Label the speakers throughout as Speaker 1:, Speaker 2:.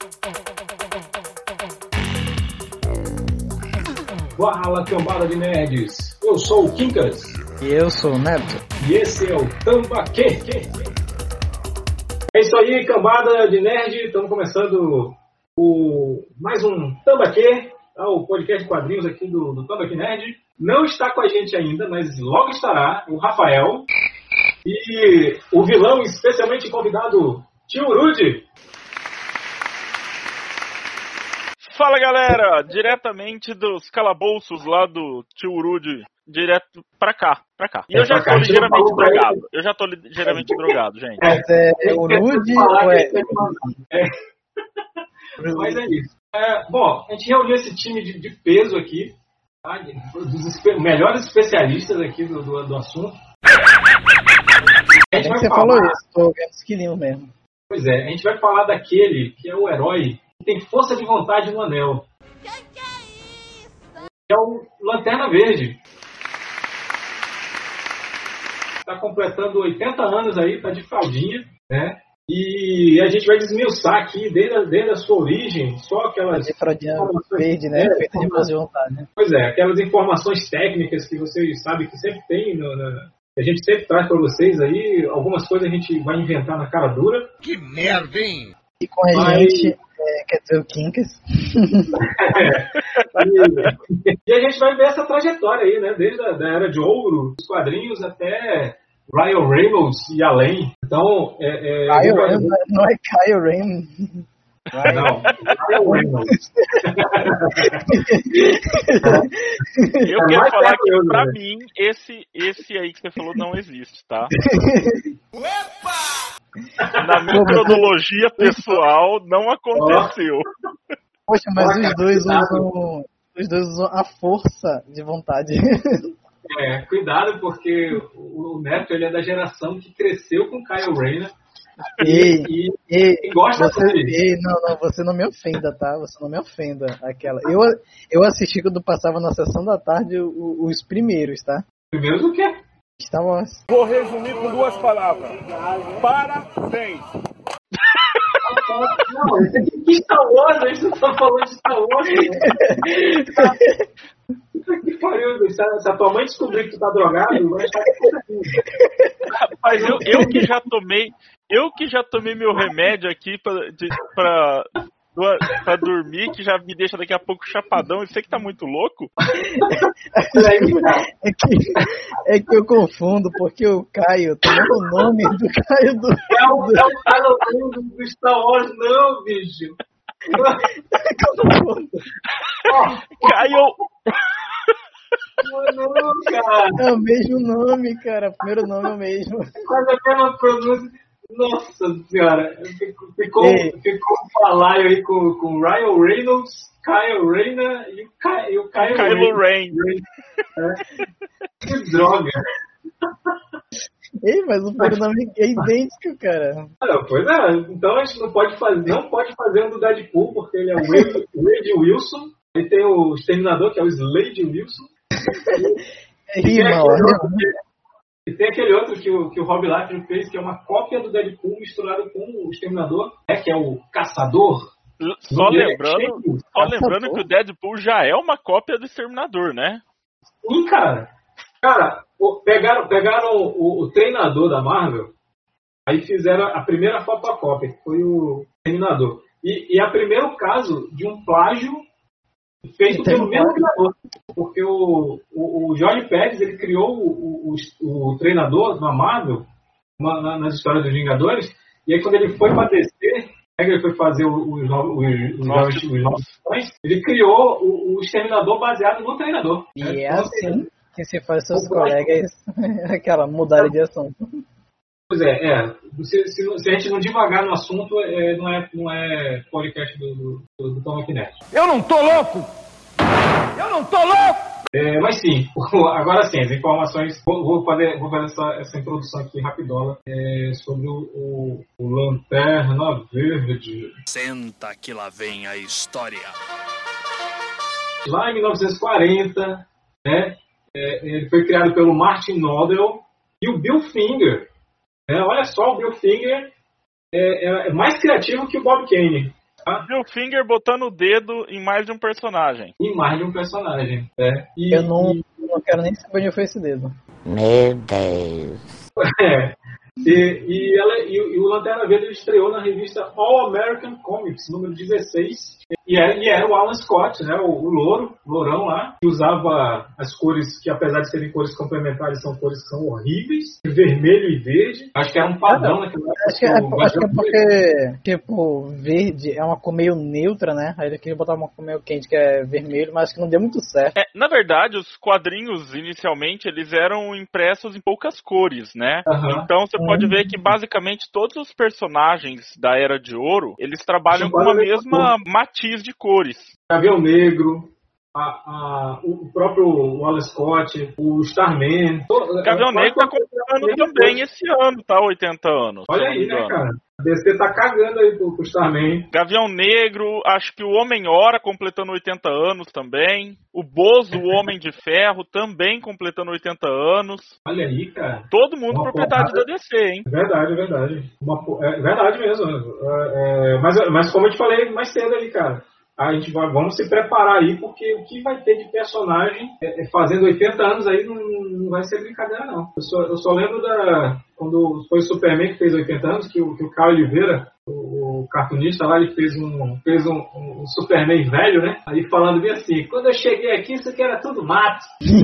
Speaker 1: Fala, cambada de nerds! Eu sou o Quincas.
Speaker 2: E eu sou o Neto.
Speaker 1: E esse é o Tambaquê. É isso aí, cambada de nerd. Estamos começando mais um Tambaquê, o podcast de quadrinhos aqui do Tambaquê Nerd. Não está com a gente ainda, mas logo estará o Rafael. E o vilão especialmente convidado, Tio Rudy.
Speaker 3: Fala, galera, diretamente dos calabouços lá do Tio Rudy, direto pra cá. E eu já tô ligeiramente drogado. Eu já tô ligeiramente drogado, gente.
Speaker 2: É o Rudy ou é...
Speaker 1: Mas é isso. Bom, a gente reuniu esse time de peso aqui, tá? Dos melhores especialistas aqui do assunto.
Speaker 2: A gente vai falar... falou isso, tô vendo os quilinhos mesmo.
Speaker 1: Pois é, a gente vai falar daquele que é o herói que tem força de vontade no anel. Que é isso? Que é o Lanterna Verde. Tá completando 80 anos aí, tá de fraldinha, né? E a gente vai desmiuçar aqui, desde a sua origem, só aquelas...
Speaker 2: De fraldinha verde, né? Feita de força de vontade, né?
Speaker 1: Pois é, aquelas informações técnicas que vocês sabem que sempre tem, a gente sempre traz pra vocês aí, algumas coisas a gente vai inventar na cara dura.
Speaker 4: Que merda, hein?
Speaker 2: E com a gente, quer dizer, o Quincas.
Speaker 1: E a gente vai ver essa trajetória aí, né? Desde a Era de Ouro, os quadrinhos, até Ryan Reynolds e além. Então,
Speaker 2: não é Kyle Reynolds.
Speaker 1: Não, Ryan Reynolds.
Speaker 3: Eu quero falar que, pra mim, esse aí que você falou não existe, tá?
Speaker 4: Opa!
Speaker 3: Na minha cronologia pessoal, não aconteceu.
Speaker 2: Poxa, mas os dois usam a força de vontade.
Speaker 1: Cuidado, porque o Neto ele é da geração que cresceu com Kyle Rayner.
Speaker 2: E
Speaker 1: gosta dele.
Speaker 2: Não, você não me ofenda, tá? Você não me ofenda. Eu assisti quando passava na sessão da tarde os primeiros, tá?
Speaker 1: Primeiros o quê?
Speaker 2: Star Wars.
Speaker 5: Vou resumir com 2 palavras. Parabéns.
Speaker 1: Não, isso aqui é Star Wars, a gente não tá falando de Star Wars. Que pariu, se a tua mãe descobrir que tu tá drogado, vai achar que
Speaker 3: Rapaz, eu que já tomei meu remédio aqui pra dormir, que já me deixa daqui a pouco chapadão, e você que tá muito louco?
Speaker 2: É que eu confundo, porque o Caio tem o nome do Caio do...
Speaker 1: É o Caio do Star Wars, não, bicho.
Speaker 3: Caio...
Speaker 1: Não, cara.
Speaker 2: É o mesmo nome, cara. O primeiro nome é o mesmo.
Speaker 1: Quase a mesma pronúncia. Nossa senhora. Ficou falar aí com Ryan Reynolds, Kyle Rayner e o
Speaker 3: Kylo Ren.
Speaker 1: Que droga.
Speaker 2: Ei, mas o nome é idêntico, cara.
Speaker 1: Pois é. Então a gente não pode fazer um do Deadpool, porque ele é o Wade Wilson. Ele tem o Exterminador, que é o Slade Wilson. E tem aquele outro que o Rob Liefeld fez, que é uma cópia do Deadpool misturado com o Exterminador, que é o Caçador.
Speaker 3: Só lembrando que o Deadpool já é uma cópia do Exterminador, né?
Speaker 1: Sim, cara. Cara, pegaram o treinador da Marvel, aí fizeram a primeira fotocópia, que foi o Exterminador. E é o primeiro caso de um plágio feito pelo mesmo criador, porque o Jorge Pérez ele criou o treinador na Marvel, nas histórias dos Vingadores, e aí quando ele foi para descer, ele foi fazer os novos titãs, ele criou o Exterminador baseado no treinador.
Speaker 2: E é assim que se faz seus colegas aquela mudarem de ação.
Speaker 1: Pois se a gente não devagar no assunto, não é podcast do Tom McNett.
Speaker 5: Eu não tô louco!
Speaker 1: Mas sim, agora sim, as informações. Vou fazer essa introdução aqui rapidola sobre o Lanterna Verde.
Speaker 4: Senta que lá vem a história.
Speaker 1: Lá em 1940, né, ele foi criado pelo Martin Nodell e o Bill Finger. Olha só, o Bill Finger é mais criativo que o Bob Kane.
Speaker 3: Bill Finger botando o dedo em mais de um personagem.
Speaker 1: Em mais de um personagem. Né?
Speaker 2: Eu não quero nem saber onde foi esse dedo.
Speaker 6: Meu Deus.
Speaker 1: E o Lanterna Verde estreou na revista All American Comics, número 16. E era o Alan Scott, né? O lourão lá, que usava as cores que, apesar de serem cores complementares, são cores que são horríveis. Vermelho e verde. Acho que era um padrão naquela época.
Speaker 2: Acho que é porque, tipo, verde é uma cor meio neutra, né? Aí ele queria botar uma cor meio quente, que é vermelho, mas acho que não deu muito certo.
Speaker 3: Na verdade, os quadrinhos, inicialmente, eles eram impressos em poucas cores, né?
Speaker 1: Uhum.
Speaker 3: Então, você pode ver que, basicamente, todos os personagens da Era de Ouro, eles trabalham com a mesma matiz de cores.
Speaker 1: Gavião Negro, o próprio Alan Scott, o Starman.
Speaker 3: Gavião Negro tá completando também esse ano, tá? 80 anos.
Speaker 1: Olha aí, né, cara? A DC tá cagando aí pro Starman.
Speaker 3: Gavião Negro, acho que o Homem-Hora completando 80 anos também. O Bozo, o Homem de Ferro, também completando 80 anos.
Speaker 1: Olha aí, cara.
Speaker 3: Todo mundo propriedade da DC, hein?
Speaker 1: Verdade. É verdade mesmo. Mas como eu te falei mais cedo ali, cara, a gente vamos se preparar aí, porque o que vai ter de personagem fazendo 80 anos aí não vai ser brincadeira, não. Eu só lembro quando foi o Superman que fez 80 anos, que o Caio Oliveira, o cartunista lá, ele fez um Superman velho, né? Aí falando bem assim, quando eu cheguei aqui, isso aqui era tudo mato.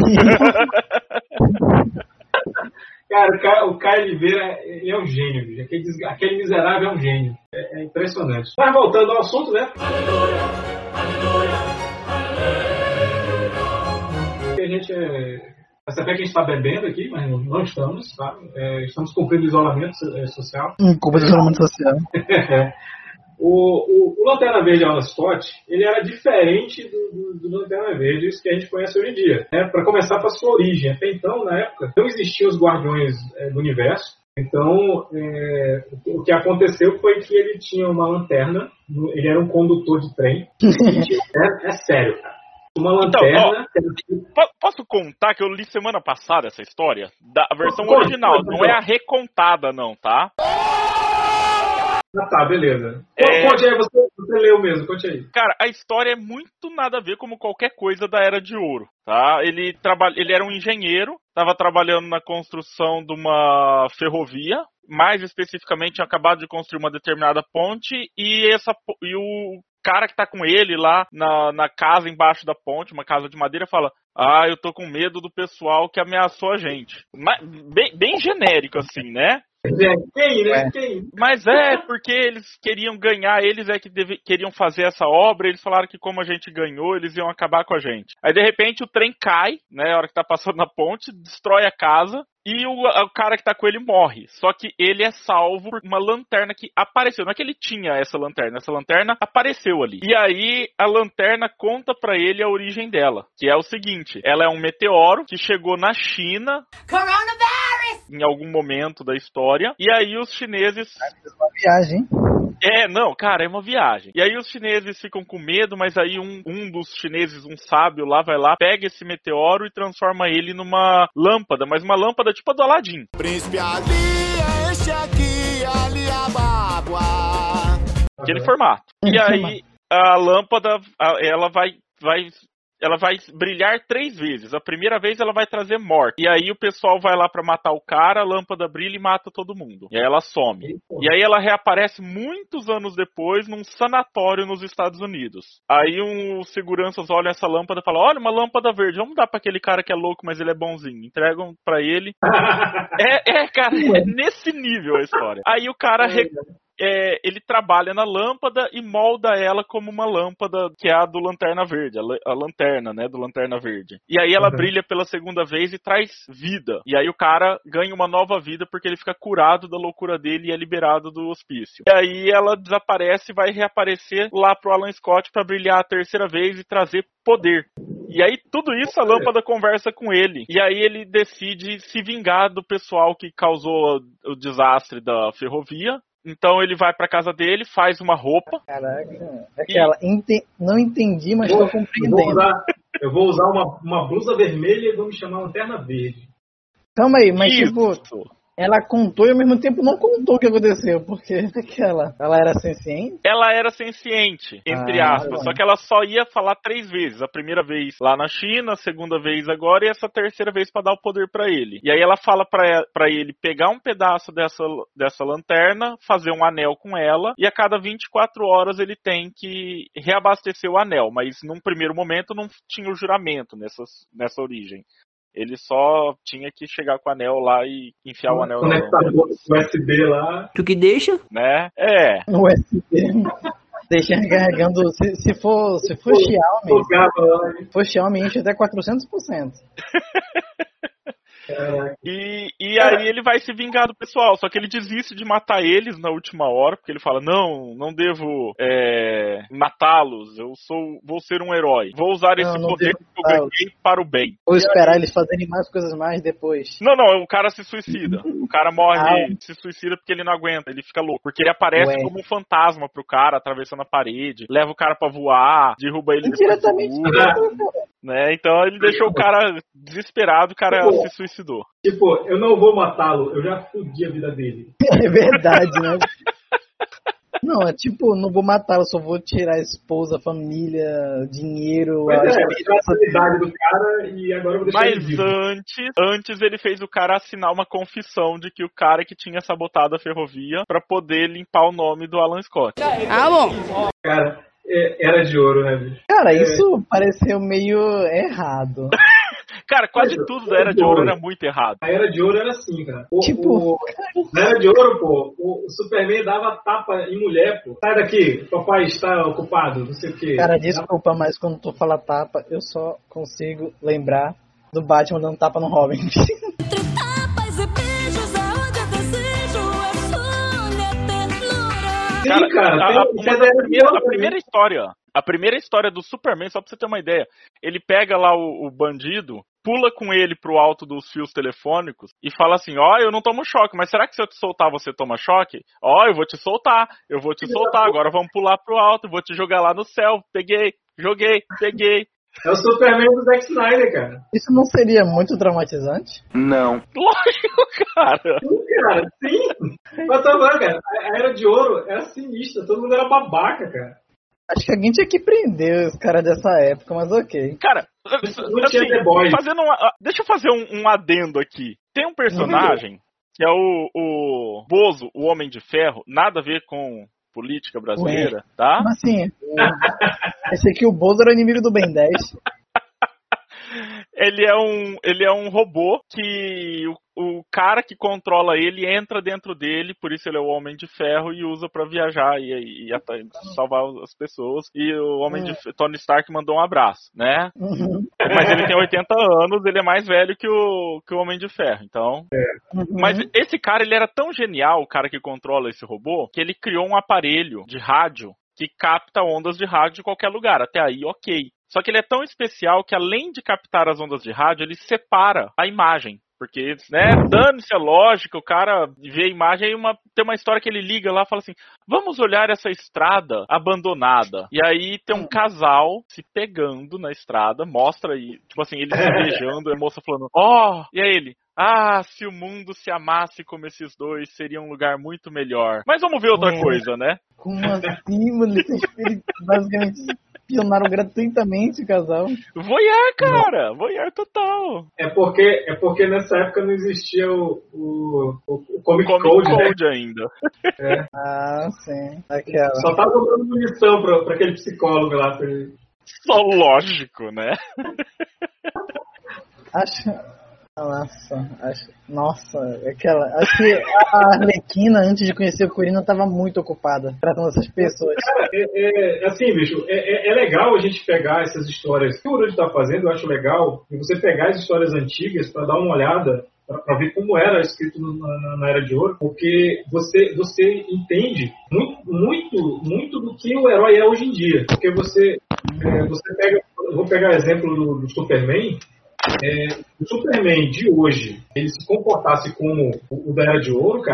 Speaker 1: Cara, o Caio Oliveira, ele é um gênio, bicho. Aquele miserável é um gênio. É impressionante. Mas voltando ao assunto, né? A gente Você vê que a gente está bebendo aqui, mas não estamos, tá? Estamos cumprindo o isolamento social.
Speaker 2: Cumprindo o isolamento social.
Speaker 1: O Lanterna Verde Alan Scott, ele era diferente do Lanterna Verde, isso que a gente conhece hoje em dia. Para começar, para sua origem. Até então, na época, não existiam os Guardiões do Universo. Então, o que aconteceu foi que ele tinha uma lanterna, ele era um condutor de trem. É sério, cara. Uma lanterna...
Speaker 3: Então, posso contar que eu li semana passada essa história? A versão original, não é a recontada não, tá?
Speaker 1: Ah, tá, beleza. Conte aí, você leu mesmo, conte aí.
Speaker 3: Cara, a história é muito nada a ver como qualquer coisa da Era de Ouro, tá? Ele era um engenheiro, estava trabalhando na construção de uma ferrovia, mais especificamente tinha acabado de construir uma determinada ponte, e o cara que tá com ele lá na casa embaixo da ponte, uma casa de madeira, fala: eu tô com medo do pessoal que ameaçou a gente. Bem genérico assim, né?
Speaker 1: Quem, né? Quem?
Speaker 3: Mas porque eles queriam ganhar, eles que queriam fazer essa obra, eles falaram que como a gente ganhou, eles iam acabar com a gente. Aí de repente o trem cai, né, a hora que tá passando na ponte, destrói a casa, e o cara que tá com ele morre. Só que ele é salvo por uma lanterna que apareceu. Não é que ele tinha essa lanterna apareceu ali. E aí a lanterna conta pra ele a origem dela, que é o seguinte: ela é um meteoro que chegou na China em algum momento da história, e aí os chineses...
Speaker 2: É uma viagem.
Speaker 3: É uma viagem. E aí os chineses ficam com medo, mas aí um dos chineses, um sábio lá, vai lá, pega esse meteoro e transforma ele numa lâmpada, mas uma lâmpada tipo a do Aladdin.
Speaker 4: Príncipe Ali, este aqui, Ali Ababa.
Speaker 3: Aquele formato. E aí a lâmpada, ela vai brilhar 3 vezes. A primeira vez ela vai trazer morte. E aí o pessoal vai lá pra matar o cara, a lâmpada brilha e mata todo mundo. E aí ela some. E aí ela reaparece muitos anos depois num sanatório nos Estados Unidos. Aí os seguranças olham essa lâmpada e falam: olha, uma lâmpada verde, vamos dar pra aquele cara que é louco, mas ele é bonzinho. Entregam pra ele. Cara, é nesse nível a história. Aí o cara... ele trabalha na lâmpada e molda ela como uma lâmpada que é a do Lanterna Verde, a lanterna, né, do Lanterna Verde. E aí ela brilha pela segunda vez e traz vida. E aí o cara ganha uma nova vida porque ele fica curado da loucura dele e é liberado do hospício. E aí ela desaparece e vai reaparecer lá pro Alan Scott pra brilhar a terceira vez e trazer poder. E aí tudo isso a lâmpada conversa com ele. E aí ele decide se vingar do pessoal que causou o desastre da ferrovia. Então ele vai pra casa dele, faz uma roupa.
Speaker 2: Caraca, não entendi, mas tô compreendendo.
Speaker 1: Eu vou usar uma blusa vermelha e vou me chamar Lanterna Verde.
Speaker 2: Calma aí, mas tipo, Ela contou e ao mesmo tempo não contou o que aconteceu, porque ela era senciente?
Speaker 3: Ela era senciente, entre aspas, só que ela só ia falar 3 vezes. A primeira vez lá na China, a segunda vez agora e essa terceira vez pra dar o poder pra ele. E aí ela fala pra ele pegar um pedaço dessa lanterna, fazer um anel com ela, e a cada 24 horas ele tem que reabastecer o anel, mas num primeiro momento não tinha o juramento nessa origem. Ele só tinha que chegar com o anel lá e enfiar o anel no
Speaker 1: conectador USB lá.
Speaker 7: Tu que deixa?
Speaker 3: né?
Speaker 2: No USB. Deixa carregando. Se for Xiaomi, enche até 400%.
Speaker 3: E aí ele vai se vingar do pessoal, só que ele desiste de matar eles na última hora, porque ele fala, não devo matá-los, vou ser um herói, vou usar esse poder que eu ganhei para o bem.
Speaker 2: Vou esperar eles fazerem mais coisas mais depois.
Speaker 3: Não, o cara se suicida, o cara morre, se suicida porque ele não aguenta, ele fica louco, porque ele aparece como um fantasma pro cara, atravessando a parede, leva o cara pra voar, derruba ele
Speaker 2: diretamente,
Speaker 3: né? Então ele deixou o cara desesperado, o cara se suicidou.
Speaker 1: Tipo, eu não vou matá-lo, eu já fudi a vida dele.
Speaker 2: É verdade, né? Não, é tipo, não vou matá-lo, só vou tirar a esposa, a família, dinheiro,
Speaker 1: a responsabilidade do cara e agora eu vou deixar ele vivo.
Speaker 3: Antes ele fez o cara assinar uma confissão de que o cara que tinha sabotado a ferrovia pra poder limpar o nome do Alan Scott.
Speaker 7: Bom.
Speaker 1: Cara, era de ouro, né, bicho?
Speaker 2: Cara, isso pareceu meio errado.
Speaker 3: Cara, quase tudo da Era de Ouro era muito errado.
Speaker 1: A Era de Ouro era assim, cara. Na Era de Ouro, o Superman dava tapa em mulher, pô. Sai daqui, papai está ocupado, não sei o quê.
Speaker 2: Cara, desculpa, mas quando tu fala tapa, eu só consigo lembrar do Batman dando tapa no Robin.
Speaker 3: Cara, a primeira história do Superman, só pra você ter uma ideia, ele pega lá o bandido, pula com ele pro alto dos fios telefônicos e fala assim, eu não tomo choque, mas será que se eu te soltar você toma choque? Eu vou te soltar, agora vamos pular pro alto, vou te jogar lá no céu, peguei.
Speaker 1: É o Superman do Zack Snyder, cara.
Speaker 2: Isso não seria muito traumatizante?
Speaker 7: Não.
Speaker 3: Lógico, cara.
Speaker 1: Sim. Mas tá bom, cara. A Era de Ouro era sinistra, todo mundo era babaca, cara.
Speaker 2: Acho que alguém tinha que prender os caras dessa época, mas ok.
Speaker 3: Cara, assim, deixa eu fazer um adendo aqui. Tem um personagem que é o Bozo, o Homem de Ferro, nada a ver com política brasileira, tá?
Speaker 2: Como assim? Esse aqui, o Bozo, era inimigo do Ben 10.
Speaker 3: Ele é um robô que o cara que controla ele entra dentro dele, por isso ele é o Homem de Ferro e usa pra viajar e salvar as pessoas. E o Homem de Tony Stark mandou um abraço, né? Mas ele tem 80 anos, ele é mais velho que o Homem de Ferro, então... Mas esse cara, ele era tão genial, o cara que controla esse robô, que ele criou um aparelho de rádio que capta ondas de rádio de qualquer lugar. Até aí, ok. Só que ele é tão especial que, além de captar as ondas de rádio, ele separa a imagem. Porque, né, dane-se a lógica, o cara vê a imagem e tem uma história que ele liga lá e fala assim, vamos olhar essa estrada abandonada. E aí tem um casal se pegando na estrada, mostra aí, tipo assim, eles se beijando, e a moça falando, e aí ele, se o mundo se amasse como esses dois, seria um lugar muito melhor. Mas vamos ver outra coisa, né?
Speaker 2: Como assim, mano? Eles basicamente espionaram gratuitamente o casal.
Speaker 3: Voyeur, cara! Voyeur total!
Speaker 1: É porque nessa época não existia o Comic Code, né?
Speaker 3: Ainda.
Speaker 2: Sim. Aquela.
Speaker 1: Só tava dando munição pra aquele psicólogo lá.
Speaker 3: Só lógico, né?
Speaker 2: Acho que a Arlequina, antes de conhecer o Coringa, estava muito ocupada tratando essas pessoas.
Speaker 1: Cara, assim, bicho, é legal a gente pegar essas histórias que o Urud tá fazendo, eu acho legal, e você pegar as histórias antigas para dar uma olhada, para ver como era escrito na Era de Ouro, porque você entende muito do que o herói é hoje em dia. Porque você pega, eu vou pegar o exemplo do Superman. O Superman de hoje, ele se comportasse como o da Era de Ouro, cara, ia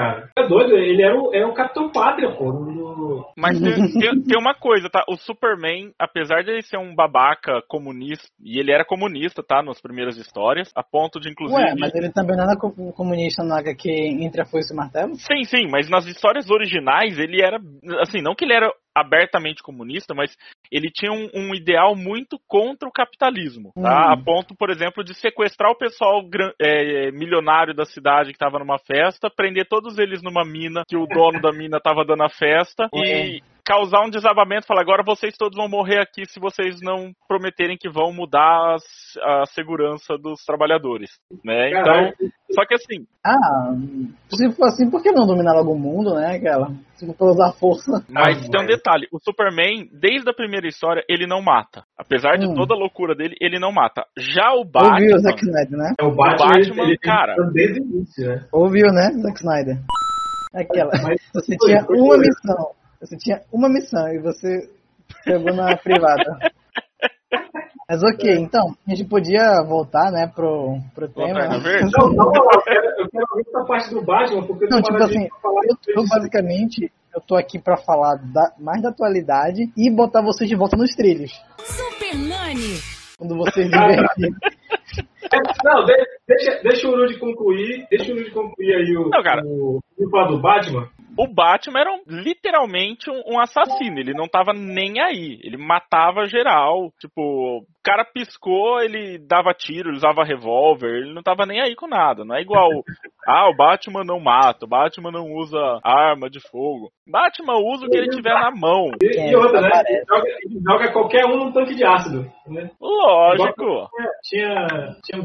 Speaker 1: é doido, ele era o Capitão Pátria, pô.
Speaker 3: Mas tem uma coisa, tá? O Superman, apesar de ele ser um babaca comunista, e ele era comunista, tá? Nas primeiras histórias, a ponto de, inclusive...
Speaker 2: Ué, mas ele também não era comunista no HQ Entre a Foice e o Martelo?
Speaker 3: Sim, mas nas histórias originais ele era, assim, não que ele era abertamente comunista, mas ele tinha um ideal muito contra o capitalismo, tá? A ponto, por exemplo, de sequestrar o pessoal milionário da cidade que estava numa festa, prender todos eles numa mina, que o dono da mina estava dando a festa, e causar um desabamento, falar, agora vocês todos vão morrer aqui se vocês não prometerem que vão mudar a segurança dos trabalhadores, né? Então, só que assim...
Speaker 2: se for assim, por que não dominar logo o mundo, né, aquela? Se for usar força.
Speaker 3: Mas tem um detalhe, o Superman, desde a primeira história, ele não mata. Apesar de toda a loucura dele, ele não mata. Já o Batman...
Speaker 2: Ouviu o Zack Snyder, né?
Speaker 1: O Batman ele
Speaker 3: cara...
Speaker 1: Desde o início, né?
Speaker 2: Ouviu, né, Zack Snyder? Aquela. Você tinha uma missão. Você tinha uma missão e você pegou na privada. Mas ok, então, a gente podia voltar, né, pro tema.
Speaker 1: Não, eu quero ouvir essa parte do Batman, porque...
Speaker 2: Não, tipo assim, eu tô aqui pra falar mais da atualidade e botar vocês de volta nos trilhos.
Speaker 7: Super Nani!
Speaker 2: Quando vocês divertirem.
Speaker 1: Não, deixa o Rudy concluir. Deixa o Rudy concluir aí o falar do Batman.
Speaker 3: O Batman era literalmente um assassino, ele não tava nem aí, ele matava geral, tipo, o cara piscou, ele dava tiro, ele usava revólver, ele não tava nem aí com nada, não é igual, o Batman não mata, o Batman não usa arma de fogo, Batman usa o que ele tiver na mão.
Speaker 1: E outra, né, ele joga qualquer um num tanque de ácido, né?
Speaker 3: Lógico.
Speaker 1: Tinha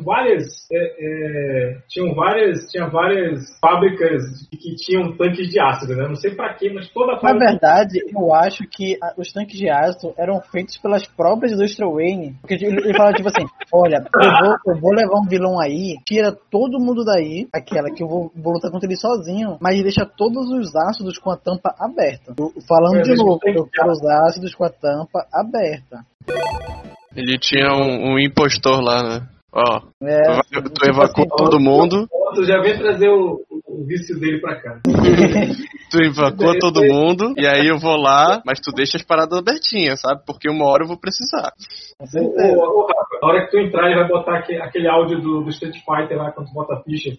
Speaker 1: várias fábricas que tinham tanques de ácido, né? Não sei pra quê, mas toda
Speaker 2: fábrica... Na verdade, eu acho que os tanques de ácido eram feitos pelas próprias indústrias Wayne. Porque ele fala tipo assim, olha, eu vou levar um vilão aí, tira todo mundo daí, aquela que eu vou lutar contra ele sozinho, mas deixa todos os ácidos com a tampa aberta. Falando de novo, eu quero os ácidos com a tampa aberta.
Speaker 8: Ele tinha um impostor lá, né? Ó, tu evacua
Speaker 2: assim,
Speaker 8: todo mundo.
Speaker 1: Tu já vem trazer o vício dele pra cá.
Speaker 8: Tu evacua todo mundo, e aí eu vou lá, mas tu deixa as paradas abertinhas, sabe? Porque uma hora eu vou precisar.
Speaker 1: Ô, Rafa, na hora que tu entrar, ele vai botar aquele áudio do Street Fighter lá, quando tu bota a ficha.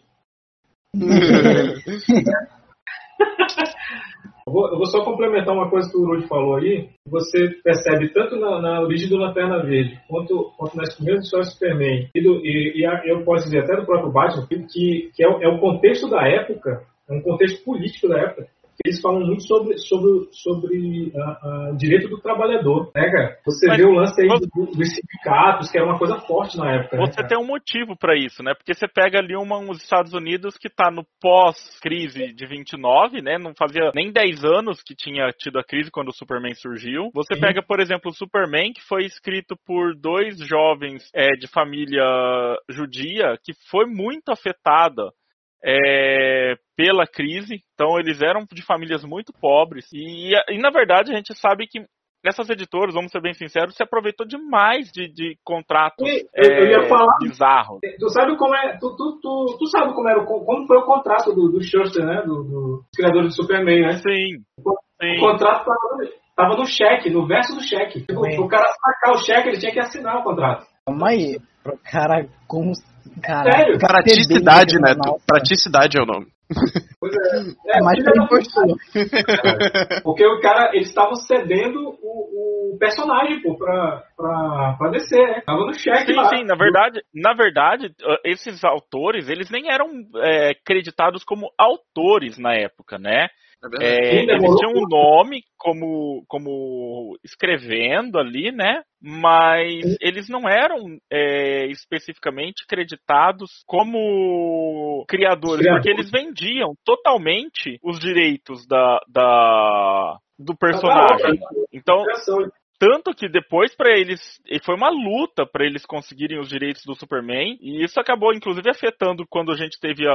Speaker 1: Eu vou só complementar uma coisa que o Rudy falou aí. Você percebe tanto na origem do Lanterna Verde quanto nas primeiras histórias do Superman eu posso dizer até do próprio Batman que é o contexto da época, é um contexto político da época. Eles falam muito sobre direito do trabalhador, né, cara? Você vê o lance aí dos sindicatos, que era uma coisa forte na época.
Speaker 3: Você tem um motivo pra isso, né? Porque você pega ali os Estados Unidos que tá no pós-crise de 29, né? Não fazia nem 10 anos que tinha tido a crise quando o Superman surgiu. Você pega, por exemplo, o Superman, que foi escrito por dois jovens de família judia, que foi muito afetada pela crise, então eles eram de famílias muito pobres e na verdade a gente sabe que essas editoras, vamos ser bem sinceros, se aproveitou demais de contratos
Speaker 1: eu ia falar,
Speaker 3: bizarros.
Speaker 1: Tu sabe como é, tu sabe como foi o contrato do Shuster, né, do criador do Superman, né?
Speaker 3: Sim.
Speaker 1: O contrato tava no cheque, no verso do cheque. O cara sacar o cheque, ele tinha que assinar o contrato.
Speaker 2: Calma aí, cara, como...
Speaker 1: Sério?
Speaker 8: Praticidade, né? Praticidade é o nome.
Speaker 1: Pois é mais que impostor. Porque o cara, eles estavam cedendo o personagem, pô, pra DC, né? Tava no cheque lá.
Speaker 3: Sim, na verdade, esses autores, eles nem eram creditados como autores na época, né? Eles tinham um nome como escrevendo ali, né? Mas eles não eram especificamente creditados como criadores, porque eles vendiam totalmente os direitos do personagem. Então, Tanto que depois para eles, foi uma luta para eles conseguirem os direitos do Superman, e isso acabou inclusive afetando quando a gente teve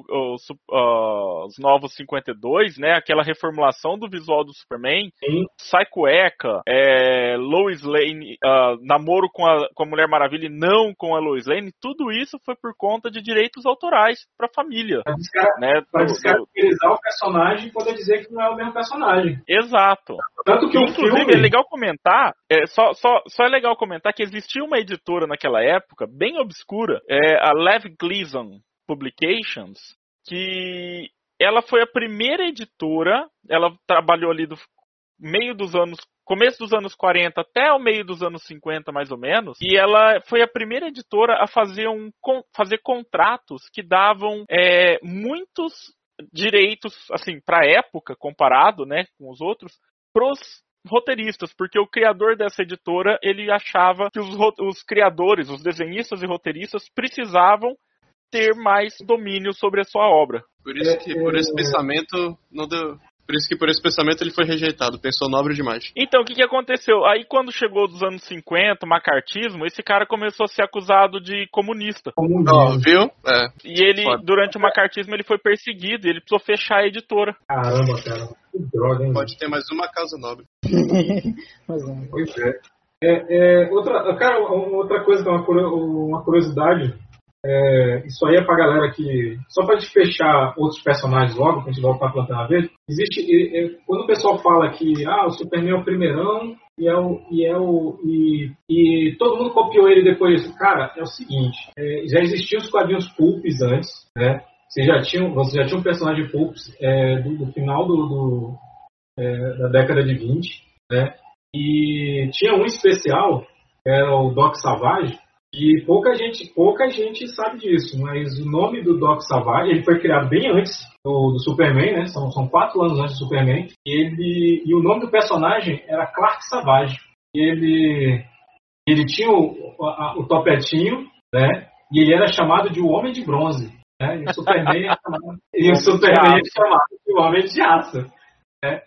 Speaker 3: os novos 52, né, aquela reformulação do visual do Superman, Psycho Eka, Lois Lane, namoro com a Mulher Maravilha e não com a Lois Lane, tudo isso foi por conta de direitos autorais para a família.
Speaker 1: Para descaracterizar o personagem e poder dizer que não é o mesmo personagem.
Speaker 3: Exato.
Speaker 1: Tanto que
Speaker 3: inclusive é legal comentar, só é legal comentar que existia uma editora naquela época, bem obscura, a Lev Gleason Publications, que ela foi a primeira editora, ela trabalhou ali do começo dos anos 40 até o meio dos anos 50, mais ou menos, e ela foi a primeira editora a fazer contratos que davam muitos direitos, assim, para a época, comparado, né, com os outros, pros roteiristas, porque o criador dessa editora, ele achava que os criadores, os desenhistas e roteiristas precisavam ter mais domínio sobre a sua obra.
Speaker 8: Por isso que por esse pensamento não deu... Por isso que por esse pensamento ele foi rejeitado, pensou nobre demais.
Speaker 3: Então, o que aconteceu? Aí quando chegou dos anos 50, o macartismo, esse cara começou a ser acusado de comunista.
Speaker 8: Viu?
Speaker 3: E ele, durante o macartismo, ele foi perseguido, e ele precisou fechar a editora.
Speaker 1: Caramba, cara. Que droga, hein?
Speaker 8: Pode ter mais uma causa nobre.
Speaker 1: Pois é. Outra coisa que é uma curiosidade, isso aí é pra galera que... Só pra gente fechar outros personagens logo, que a gente vai voltar pra Lanterna Verde. Existe... quando o pessoal fala que o Superman é o primeirão e todo mundo copiou ele depois disso. Cara, é o seguinte, já existiam os quadrinhos pulps antes, né? Você já tinha um personagem pulps do final da década de 20, né? E tinha um especial, que era o Doc Savage, e pouca gente sabe disso, mas o nome do Doc Savage, ele foi criado bem antes do Superman, né? São 4 anos antes do Superman. E o nome do personagem era Clark Savage. Ele tinha o topetinho, né? E ele era chamado de o Homem de Bronze, né? E o Superman é chamado de o Homem de Aço, né?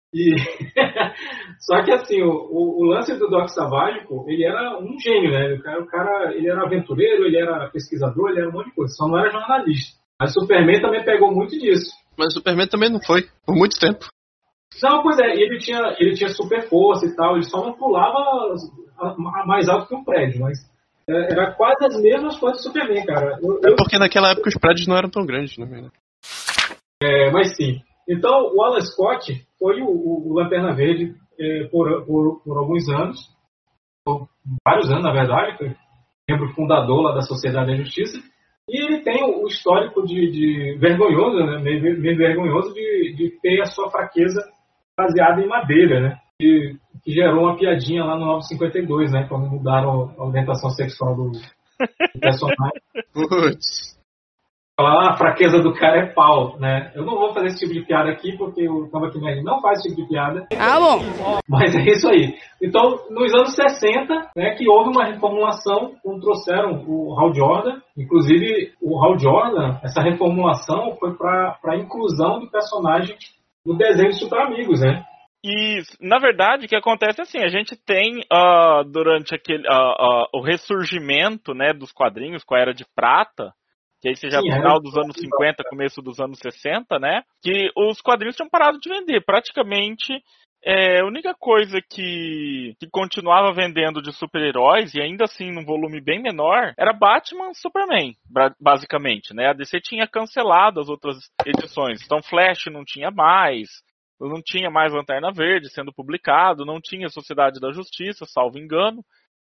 Speaker 1: Só que assim, o lance do Doc Savage, pô, ele era um gênio, né? O cara, ele era aventureiro, ele era pesquisador, ele era um monte de coisa, só não era jornalista. Mas o Superman também pegou muito disso.
Speaker 8: Mas o Superman também não foi, por muito tempo.
Speaker 1: Não, pois é, ele tinha super força e tal, ele só não pulava mais alto que um prédio, mas era quase as mesmas coisas do Superman, cara.
Speaker 8: Porque naquela época os prédios não eram tão grandes, né?
Speaker 1: Mas sim. Então, o Alan Scott foi o Lanterna Verde por alguns anos, por vários anos, na verdade, foi membro fundador lá da Sociedade da Justiça, e ele tem o histórico de vergonhoso, né, meio vergonhoso de ter a sua fraqueza baseada em madeira, né, que gerou uma piadinha lá no 952, né, quando mudaram a orientação sexual do personagem.
Speaker 8: Putz.
Speaker 1: Falar, a fraqueza do cara é pau, né? Eu não vou fazer esse tipo de piada aqui, porque o Comic Man não faz esse tipo de piada.
Speaker 7: Bom.
Speaker 1: Mas é isso aí. Então, nos anos 60, né, que houve uma reformulação, quando trouxeram o Hal Jordan. Inclusive, o Hal Jordan, essa reformulação foi para a inclusão do personagem no desenho de Super Amigos, né?
Speaker 3: E, na verdade, o que acontece é assim, a gente tem, durante o ressurgimento, né, dos quadrinhos com a Era de Prata, que aí seja final dos anos 50, começo dos anos 60, né? Que os quadrinhos tinham parado de vender. Praticamente, a única coisa que continuava vendendo de super-heróis, e ainda assim num volume bem menor, era Batman e Superman, basicamente, né? A DC tinha cancelado as outras edições. Então Flash não tinha mais Lanterna Verde sendo publicado, não tinha Sociedade da Justiça, salvo engano.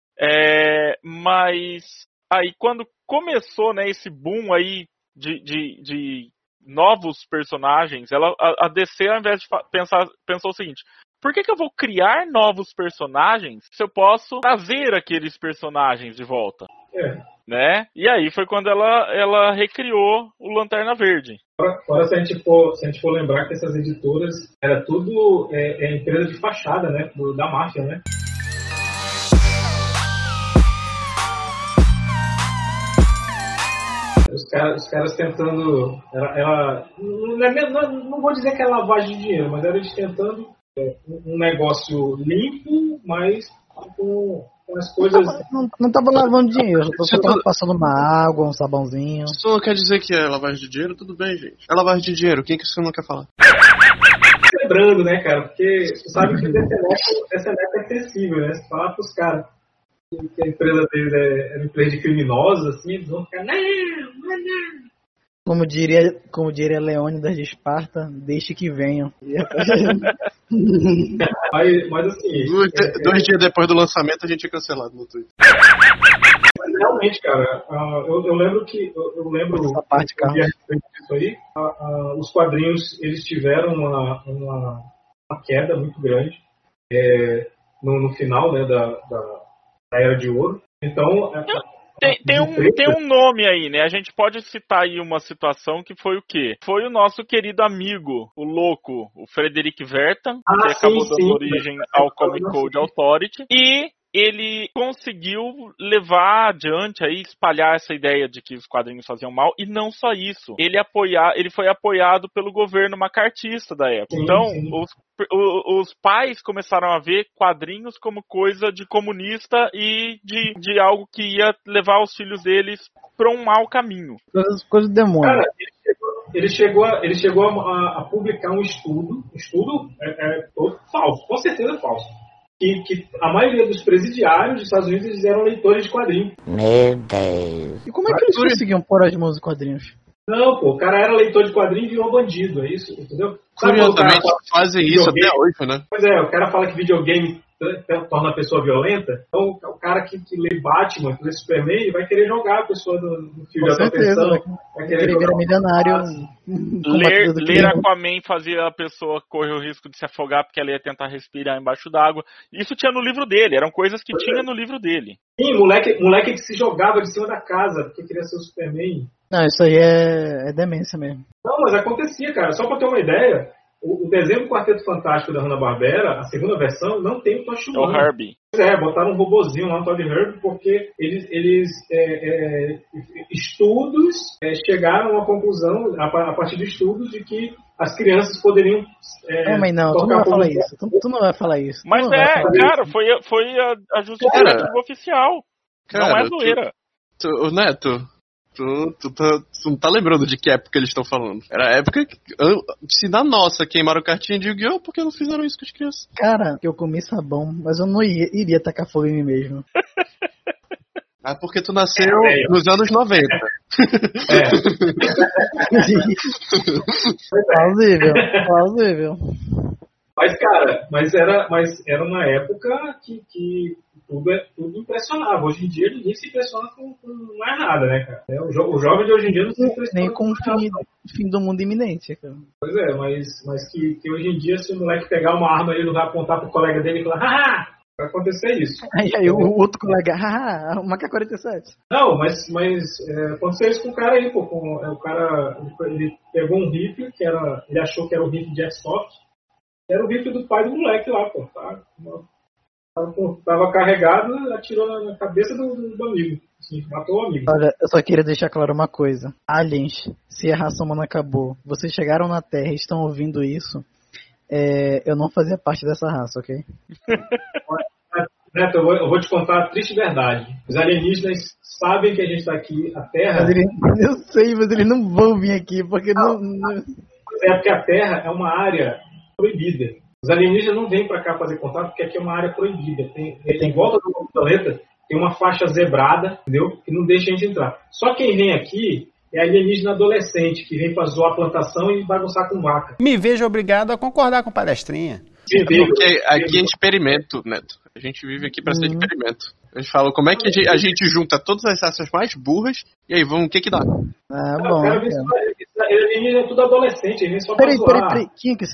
Speaker 3: Mas aí quando começou, né, esse boom aí de novos personagens, a DC, ao invés de pensou o seguinte: por que eu vou criar novos personagens se eu posso trazer aqueles personagens de volta? Né? E aí foi quando ela recriou o Lanterna Verde.
Speaker 1: Agora, se a gente for lembrar que essas editoras era tudo empresa de fachada, né, da máfia, né? Os caras tentando... não vou dizer que é lavagem de dinheiro, mas era eles tentando um negócio limpo, mas com as coisas...
Speaker 2: Não tava lavando dinheiro, só tava passando uma água, um sabãozinho.
Speaker 8: Isso não quer dizer que é lavagem de dinheiro? Tudo bem, gente. É lavagem de dinheiro, quem que você não quer falar?
Speaker 1: Lembrando, né, cara? Porque você sabe que o DCNet é acessível, né? Você fala pros caras que a empresa deles é uma empresa de criminosos, assim, eles vão ficar, não.
Speaker 2: Como diria Leônidas de Esparta, deixe que venham.
Speaker 1: Mas assim...
Speaker 8: 2 dias depois do lançamento a gente é cancelado no Twitter.
Speaker 1: Mas realmente, cara, eu lembro
Speaker 2: essa parte, Carlos.
Speaker 1: Disso aí, os quadrinhos, eles tiveram uma queda muito grande no final, né, da Era de Ouro. Então...
Speaker 3: Tem um nome aí, né? A gente pode citar aí uma situação que foi o quê? Foi o nosso querido amigo, o louco, o Frederick Verta, que acabou dando origem ao Comic Code Authority, e ele conseguiu levar adiante aí, espalhar essa ideia de que os quadrinhos faziam mal, e não só isso. Ele foi apoiado pelo governo macartista da época. Então, os pais começaram a ver quadrinhos como coisa de comunista e de algo que ia levar os filhos deles para um mau caminho.
Speaker 2: Coisa do demônio.
Speaker 1: Cara, ele chegou a publicar um estudo todo falso, com certeza falso. Que a maioria dos presidiários dos Estados Unidos eles eram leitores de quadrinhos.
Speaker 6: Meu Deus.
Speaker 2: E como é que eles conseguiam pôr as mãos em quadrinhos?
Speaker 1: Não, pô, o cara era leitor de quadrinhos e virou bandido, é isso, entendeu?
Speaker 8: Curiosamente fazem isso até hoje, né?
Speaker 1: Pois é, o cara fala que videogame torna a pessoa violenta, então o cara que lê Batman, que lê Superman, ele vai querer jogar a pessoa no fio de alta tensão.
Speaker 2: Vai querer virar milionário.
Speaker 3: Ler Aquaman fazia a pessoa correr o risco de se afogar porque ela ia tentar respirar embaixo d'água. Isso tinha no livro dele, eram coisas que tinha no livro dele.
Speaker 1: Sim, moleque que se jogava de cima da casa porque queria ser o Superman.
Speaker 2: Não, isso aí é demência mesmo.
Speaker 1: Não, mas acontecia, cara. Só pra ter uma ideia, o desenho do Quarteto Fantástico da Hanna-Barbera, a segunda versão, não tem o Tosh Humano.
Speaker 3: É o Herbie.
Speaker 1: Botaram um robozinho lá no Todd Herbie porque eles estudos chegaram a uma conclusão, a partir de estudos, de que as crianças poderiam...
Speaker 2: mas não, tu não vai falar isso. Tu não vai falar isso.
Speaker 3: Mas cara, foi a justificativa oficial. Cara, não é zoeira.
Speaker 8: Neto... Tu não tá lembrando de que época eles estão falando. Era a época se da nossa queimaram cartinha de Yu-Gi-Oh! Porque não fizeram isso com as crianças.
Speaker 2: Cara, eu comi sabão, mas eu não iria tacar fogo em mim mesmo.
Speaker 8: Ah, porque tu nasceu nos anos 90.
Speaker 2: Plausível.
Speaker 1: Mas, cara, era uma época que tudo impressionava. Hoje em dia ninguém se impressiona com mais nada, né, cara? O jovem de hoje em dia não se impressiona
Speaker 2: nem com o fim do mundo iminente, cara.
Speaker 1: Pois é, mas que hoje em dia, se o moleque pegar uma arma, ele não vai apontar pro colega dele e falar, haha, vai acontecer isso.
Speaker 2: Aí o outro colega, haha, uma K-47.
Speaker 1: Não, mas aconteceu isso com o cara aí, pô. O cara, ele pegou um rifle, ele achou que era o rifle de Airsoft, era o rifle do pai do moleque lá, pô, tá? Tava carregado, atirou na cabeça do amigo. Assim, matou o amigo.
Speaker 2: Olha, eu só queria deixar claro uma coisa. Aliens, se a raça humana acabou, vocês chegaram na Terra e estão ouvindo isso, eu não fazia parte dessa raça, ok?
Speaker 1: Neto, eu vou te contar a triste verdade. Os alienígenas sabem que a gente tá aqui, a Terra...
Speaker 2: Eu sei, mas eles não vão vir aqui, porque não...
Speaker 1: É porque a Terra é uma área proibida. Os alienígenas não vêm para cá fazer contato porque aqui é uma área proibida. Em volta do planeta tem uma faixa zebrada, entendeu? Que não deixa a gente entrar. Só quem vem aqui é alienígena adolescente, que vem para zoar a plantação e bagunçar com vaca.
Speaker 9: Me vejo obrigado a concordar com palestrinha.
Speaker 8: Porque aqui é experimento, Neto. A gente vive aqui para ser experimento. A gente fala como é que a gente junta todas as raças mais burras e aí vamos, o que dá?
Speaker 2: Bom.
Speaker 1: Alienígena é tudo adolescente, ele vem só pra zoar.
Speaker 2: Peraí, Kinks.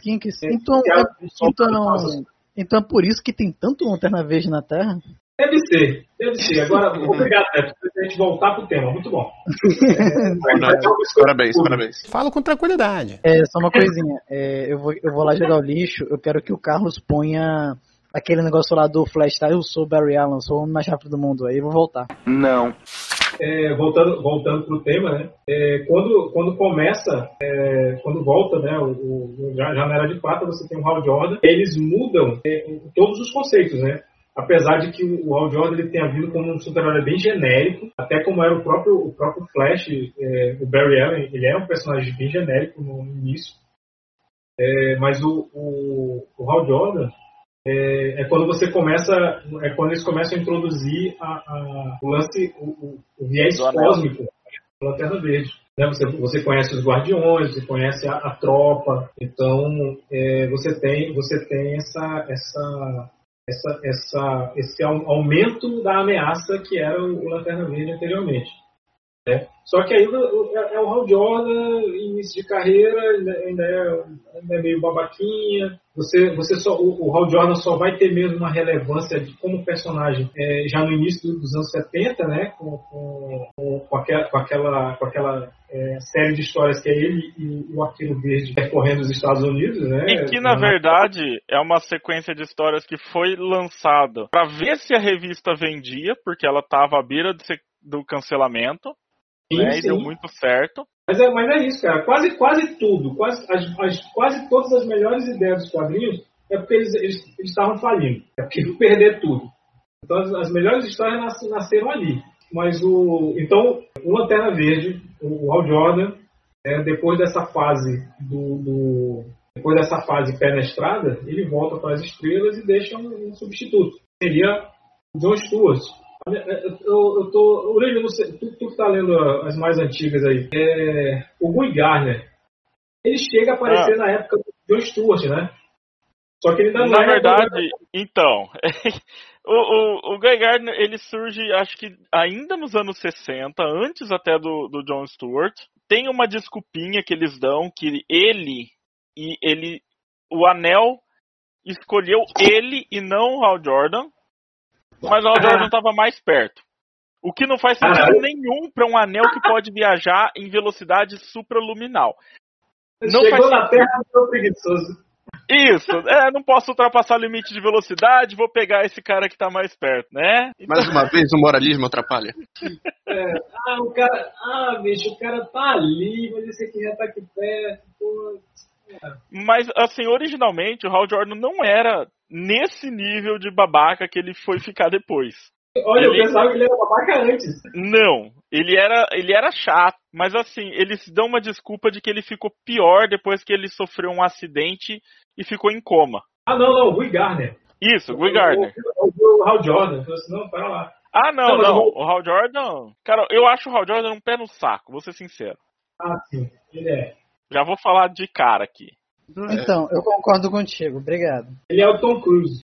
Speaker 2: Então é por isso que tem tanto Lanterna Verde na Terra?
Speaker 1: Deve ser. Agora, obrigado, Neto, pra gente voltar pro tema. Muito bom.
Speaker 8: Parabéns.
Speaker 9: Falo com tranquilidade.
Speaker 2: Só uma coisinha. Eu vou lá jogar o lixo. Eu quero que o Carlos ponha aquele negócio lá do Flash, tá? Eu sou Barry Allen, sou o homem mais rápido do mundo. Aí eu vou voltar.
Speaker 9: Não.
Speaker 1: Voltando pro tema, né? Quando começa, quando volta, né? Já na Era de Prata, você tem o Hal Jordan. Eles mudam todos os conceitos, né? apesar de que o Hal Jordan ele tenha vindo como um super-herói bem genérico, até como era o próprio Flash, o Barry Allen, ele é um personagem bem genérico no início, mas o Hal Jordan quando eles começam a introduzir o lance, o viés cósmico da Lanterna Verde. Né? Você conhece os Guardiões, você conhece a tropa, então você tem esse aumento da ameaça que era o Lanterna Verde anteriormente. Né? Só que aí o Hal Jordan, início de carreira, ainda é meio babaquinha. O Hal Jordan só vai ter mesmo uma relevância como personagem já no início dos anos 70, né? com aquela série de histórias que é ele e o Arqueiro Verde percorrendo os Estados Unidos. Né?
Speaker 3: E que, na verdade, é uma sequência de histórias que foi lançada para ver se a revista vendia, porque ela estava à beira do cancelamento.
Speaker 1: Sim,
Speaker 3: E deu muito certo.
Speaker 1: Mas é isso, cara. Quase tudo, quase todas as melhores ideias dos quadrinhos é porque eles estavam falindo. É porque iam perder tudo. Então as melhores histórias nasceram ali. Mas o Lanterna Verde, o Hal Jordan, depois dessa fase depois dessa fase pé na estrada, ele volta para as estrelas e deixa um substituto. Seria o John Stewart. Aurélio, não sei, tu que tá lendo as mais antigas aí. O Guy Gardner, ele chega a aparecer na época do John Stewart, né? Só que ele ainda não
Speaker 3: Na verdade, então, o Guy Gardner, ele surge, acho que ainda nos anos 60, antes até do John Stewart. Tem uma desculpinha que eles dão, que o Anel escolheu ele e não o Hal Jordan. Mas o Hal Jordan estava mais perto. O que não faz sentido nenhum para um anel que pode viajar em velocidade supraluminal.
Speaker 1: Chegou na Terra, ficou preguiçoso.
Speaker 3: Isso, não posso ultrapassar o limite de velocidade, vou pegar esse cara que tá mais perto, né? Então...
Speaker 8: Mais uma vez o moralismo atrapalha.
Speaker 1: O cara tá ali, mas esse aqui já tá aqui perto, pô.
Speaker 3: Mas, assim, originalmente o Hal Jordan não era nesse nível de babaca que ele foi ficar depois.
Speaker 1: Olha, eu pensava que ele era babaca antes.
Speaker 3: Não, ele era chato, mas assim, eles dão uma desculpa de que ele ficou pior depois que ele sofreu um acidente e ficou em coma.
Speaker 1: Não, o Guy Gardner.
Speaker 3: Isso, o Guy Gardner.
Speaker 1: O Hal Jordan, falou assim, não, para lá.
Speaker 3: Não, o Hal Jordan... Cara, eu acho o Hal Jordan um pé no saco, vou ser sincero.
Speaker 1: Sim, ele é.
Speaker 3: Já vou falar de cara aqui.
Speaker 2: Então, eu concordo contigo, obrigado.
Speaker 1: Ele é o Tom Cruise.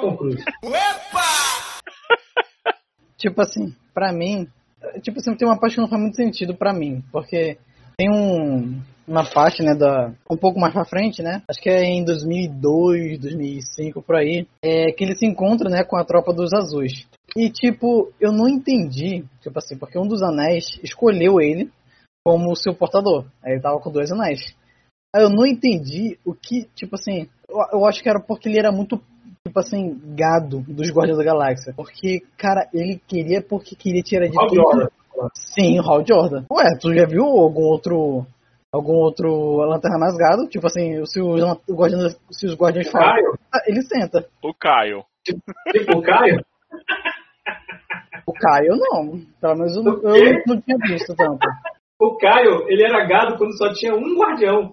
Speaker 2: Tipo assim, pra mim, tem uma parte que não faz muito sentido pra mim, porque tem uma parte, né, um pouco mais pra frente, né, acho que é em 2002, 2005, por aí, que ele se encontra, né, com a tropa dos azuis. E, eu não entendi, porque um dos anéis escolheu ele como seu portador. Aí ele tava com 2 anéis. Aí eu não entendi o que, eu acho que era porque ele era muito, gado dos Guardiões da Galáxia. Porque, cara, ele queria tirar de tudo.
Speaker 1: Jordan.
Speaker 2: Sim, o Hal Jordan. Ué, tu já viu algum outro Lanterna mais gado? Se os Guardiões falam, ele senta.
Speaker 3: O Caio.
Speaker 1: O Caio?
Speaker 2: O Caio não. Pelo menos eu não tinha visto tanto.
Speaker 1: O Caio, ele era gado quando só tinha um guardião.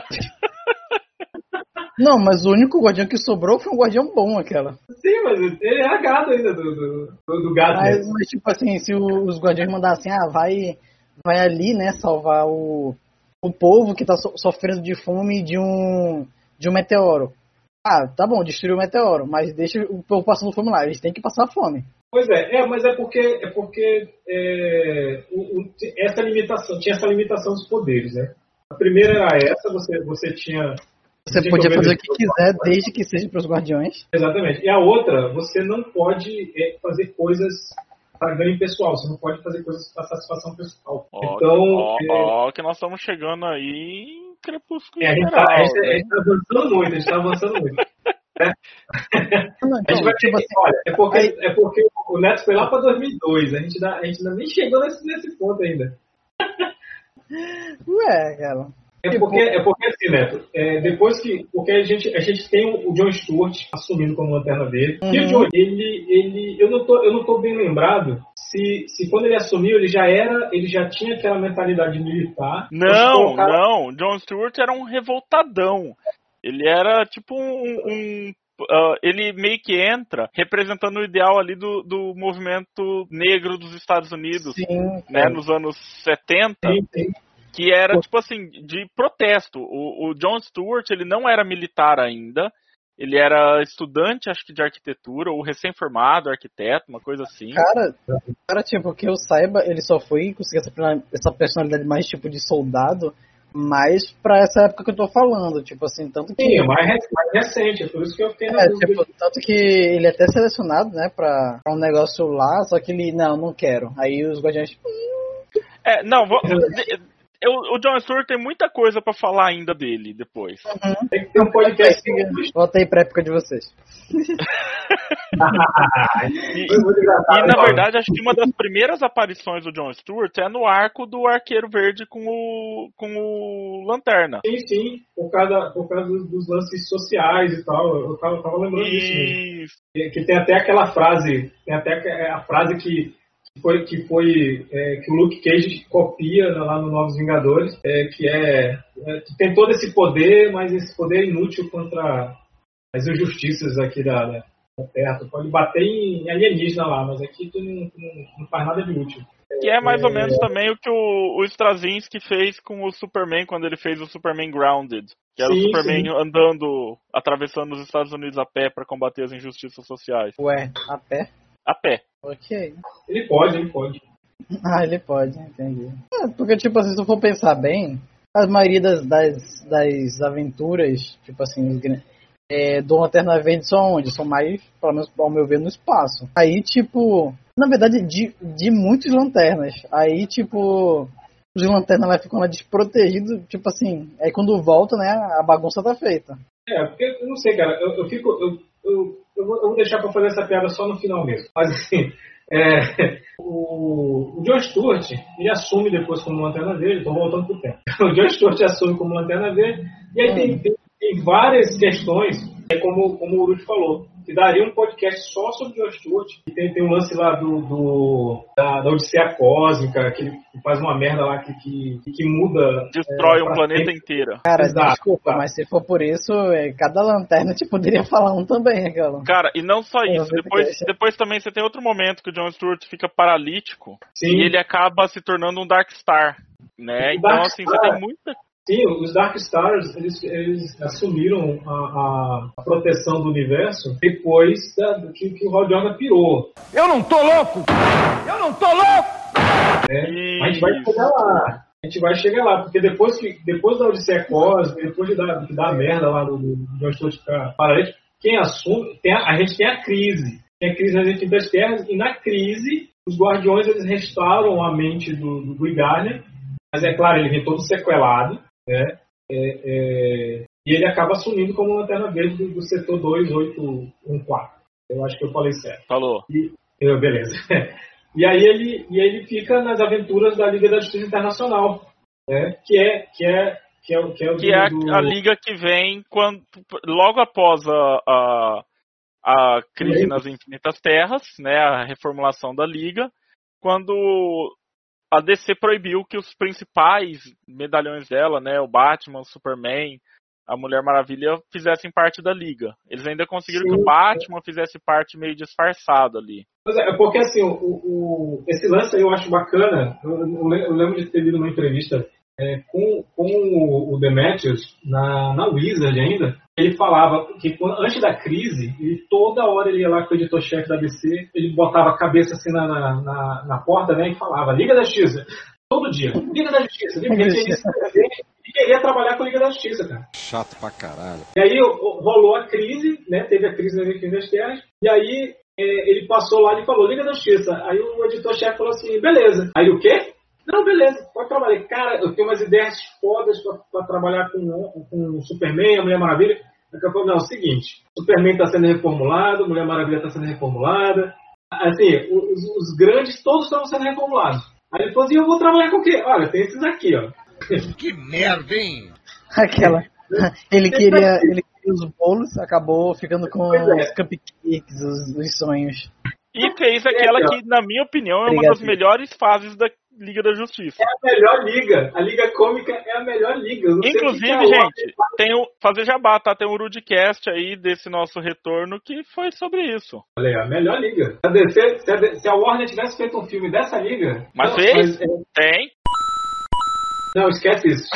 Speaker 2: Não, mas o único guardião que sobrou foi um guardião bom, aquela.
Speaker 1: Sim, mas ele era gado ainda do gado.
Speaker 2: Mas se os guardiões mandassem, vai ali, né, salvar o povo que tá sofrendo de fome de um meteoro. Tá bom, destruiu o meteoro, mas deixa o povo passando fome lá, eles têm que passar fome.
Speaker 1: Pois mas é porque essa limitação, tinha essa limitação dos poderes, né? A primeira era essa, você tinha...
Speaker 2: Você podia fazer o que quiser, desde que seja para os guardiões.
Speaker 1: Exatamente. E a outra, você não pode fazer coisas para ganho pessoal, você não pode fazer coisas para satisfação pessoal.
Speaker 3: Que nós estamos chegando aí em Crepúsculo.
Speaker 1: A gente tá avançando muito, Né?
Speaker 2: Não, então,
Speaker 1: a gente vai ter olha, é porque o Neto foi lá para 2002, a gente ainda nem chegou nesse ponto ainda.
Speaker 2: Ué, cara.
Speaker 1: É porque assim, Neto, depois que. Porque a gente tem o Jon Stewart assumindo como Lanterna Verde. E o Jon, eu não tô bem lembrado se quando ele assumiu, ele já tinha aquela mentalidade militar.
Speaker 3: Não. Jon Stewart era um revoltadão. Ele era tipo ele meio que entra representando o ideal ali do movimento negro dos Estados Unidos,
Speaker 2: Sim,
Speaker 3: né, nos anos 70.
Speaker 1: Sim.
Speaker 3: Que era, tipo assim, de protesto. O Jon Stewart, ele não era militar ainda. Ele era estudante, acho que de arquitetura, ou recém-formado arquiteto, uma coisa assim.
Speaker 2: Cara, tipo, que eu saiba, ele só foi conseguir essa personalidade mais tipo de soldado, mais pra essa época que eu tô falando. Tipo assim, tanto que...
Speaker 1: Sim, mais recente, é por isso que eu fiquei na dúvida.
Speaker 2: Tipo, tanto que ele é até selecionado, né, pra um negócio lá, só que ele, não quero. Aí os Guardiões...
Speaker 3: O Jon Stewart tem muita coisa pra falar ainda dele depois.
Speaker 1: Tem que ter um podcast.
Speaker 2: Volta aí pra época de vocês.
Speaker 3: E na verdade, acho que uma das primeiras aparições do Jon Stewart é no arco do Arqueiro Verde com o Lanterna.
Speaker 1: Sim, por causa dos lances sociais e tal. Eu tava lembrando disso mesmo. Que tem até aquela frase, a frase que o Luke Cage copia lá no Novos Vingadores, que tem todo esse poder, mas esse poder é inútil contra as injustiças aqui da Terra. Tu pode bater em alienígena lá, mas aqui tu não faz nada de útil.
Speaker 3: Que é mais ou menos também o que o Straczynski fez com o Superman quando ele fez o Superman Grounded. Que era o Superman andando, atravessando os Estados Unidos a pé para combater as injustiças sociais.
Speaker 2: Ué, a pé?
Speaker 3: A pé.
Speaker 2: Ok.
Speaker 1: Ele pode.
Speaker 2: Ah, ele pode, entendi. Porque, tipo assim, se tu for pensar bem, a maioria das aventuras, tipo assim, do Lanterna Verde são onde? São mais, pelo menos ao meu ver, no espaço. Aí, tipo, na verdade, de muitos lanternas. Aí, tipo, os lanternas lá ficam lá desprotegidos, tipo assim, aí quando volta, né, a bagunça tá feita.
Speaker 1: Porque, eu não sei, cara, eu vou deixar pra fazer essa piada só no final mesmo. Mas assim, o Jon Stewart, ele assume depois como Lanterna Verde, tô voltando pro tempo. O Jon Stewart assume como Lanterna Verde, e aí tem várias questões, como o Urut falou, que daria um podcast só sobre o Jon Stewart. E tem um lance lá da Odisseia Cósmica, que ele faz uma merda lá que muda...
Speaker 3: Destrói um planeta inteiro.
Speaker 2: Cara, desculpa, mas se for por isso, cada lanterna te poderia falar um também, aquela.
Speaker 3: Cara, e não só isso, depois também você tem outro momento que o Jon Stewart fica paralítico. Sim. E ele acaba se tornando um Darkstar, né? Então, assim, você tem muita...
Speaker 1: Sim, os Darkstars, eles assumiram a proteção do universo depois que o Hal Jordan pirou.
Speaker 5: Eu não tô louco!
Speaker 1: A gente vai chegar lá, porque depois da Odisseia Cósmica, depois de dar merda lá do Jon Stewart ficar paralítico, quem assume, a gente tem a crise. Tem a crise nas Infinitas Terras, e na crise, os Guardiões eles restauram a mente do Guy Gardner, mas é claro, ele vem todo sequelado, né? E ele acaba assumindo como Lanterna Verde do setor 2814. Eu acho que eu falei certo.
Speaker 3: Falou.
Speaker 1: Beleza. E aí ele fica nas aventuras da Liga da Justiça Internacional, né? Que é
Speaker 3: a liga que vem logo após a crise nas Infinitas Terras, né? A reformulação da Liga, quando a DC proibiu que os principais medalhões dela, né, o Batman, o Superman, a Mulher Maravilha, fizessem parte da Liga. Eles ainda conseguiram que o Batman fizesse parte meio disfarçado ali.
Speaker 1: Pois é, porque assim, esse lance aí eu acho bacana. Eu lembro de ter lido uma entrevista com o Demetrius na Wizard ainda. Ele falava que antes da crise, toda hora ele ia lá com o editor-chefe da DC, ele botava a cabeça assim na porta, né, e falava Liga da Justiça, todo dia, Liga da Justiça, e queria trabalhar com a Liga da Justiça, cara.
Speaker 10: Chato pra caralho.
Speaker 1: E aí rolou a crise, né, teve a crise nas Infinitas Terras, e aí ele passou lá e falou Liga da Justiça. Aí o editor-chefe falou assim, beleza. Aí o quê? Não, beleza, pode trabalhar. Cara, eu tenho umas ideias fodas pra trabalhar com o Superman, a Mulher Maravilha. Daqui a pouco, não, é o seguinte, Superman está sendo reformulado, Mulher Maravilha está sendo reformulada. Assim, os grandes todos estão sendo reformulados. Aí ele falou assim, eu vou trabalhar com o quê? Olha, tem esses aqui, ó.
Speaker 4: Que merda, hein?
Speaker 2: Aquela. Ele queria os bolos, acabou ficando com os cupcakes, os sonhos.
Speaker 3: E fez aquela que, na minha opinião, é uma das melhores fases da Liga da Justiça.
Speaker 1: É a melhor liga. A Liga Cômica é a melhor liga.
Speaker 3: Inclusive, gente, fazer jabá, tá? Tem um Rudcast aí desse nosso retorno que foi sobre isso.
Speaker 1: Olha aí, a melhor liga. Se a Warner tivesse feito um filme dessa liga...
Speaker 3: Mas fez? Tem.
Speaker 1: Não, esquece isso.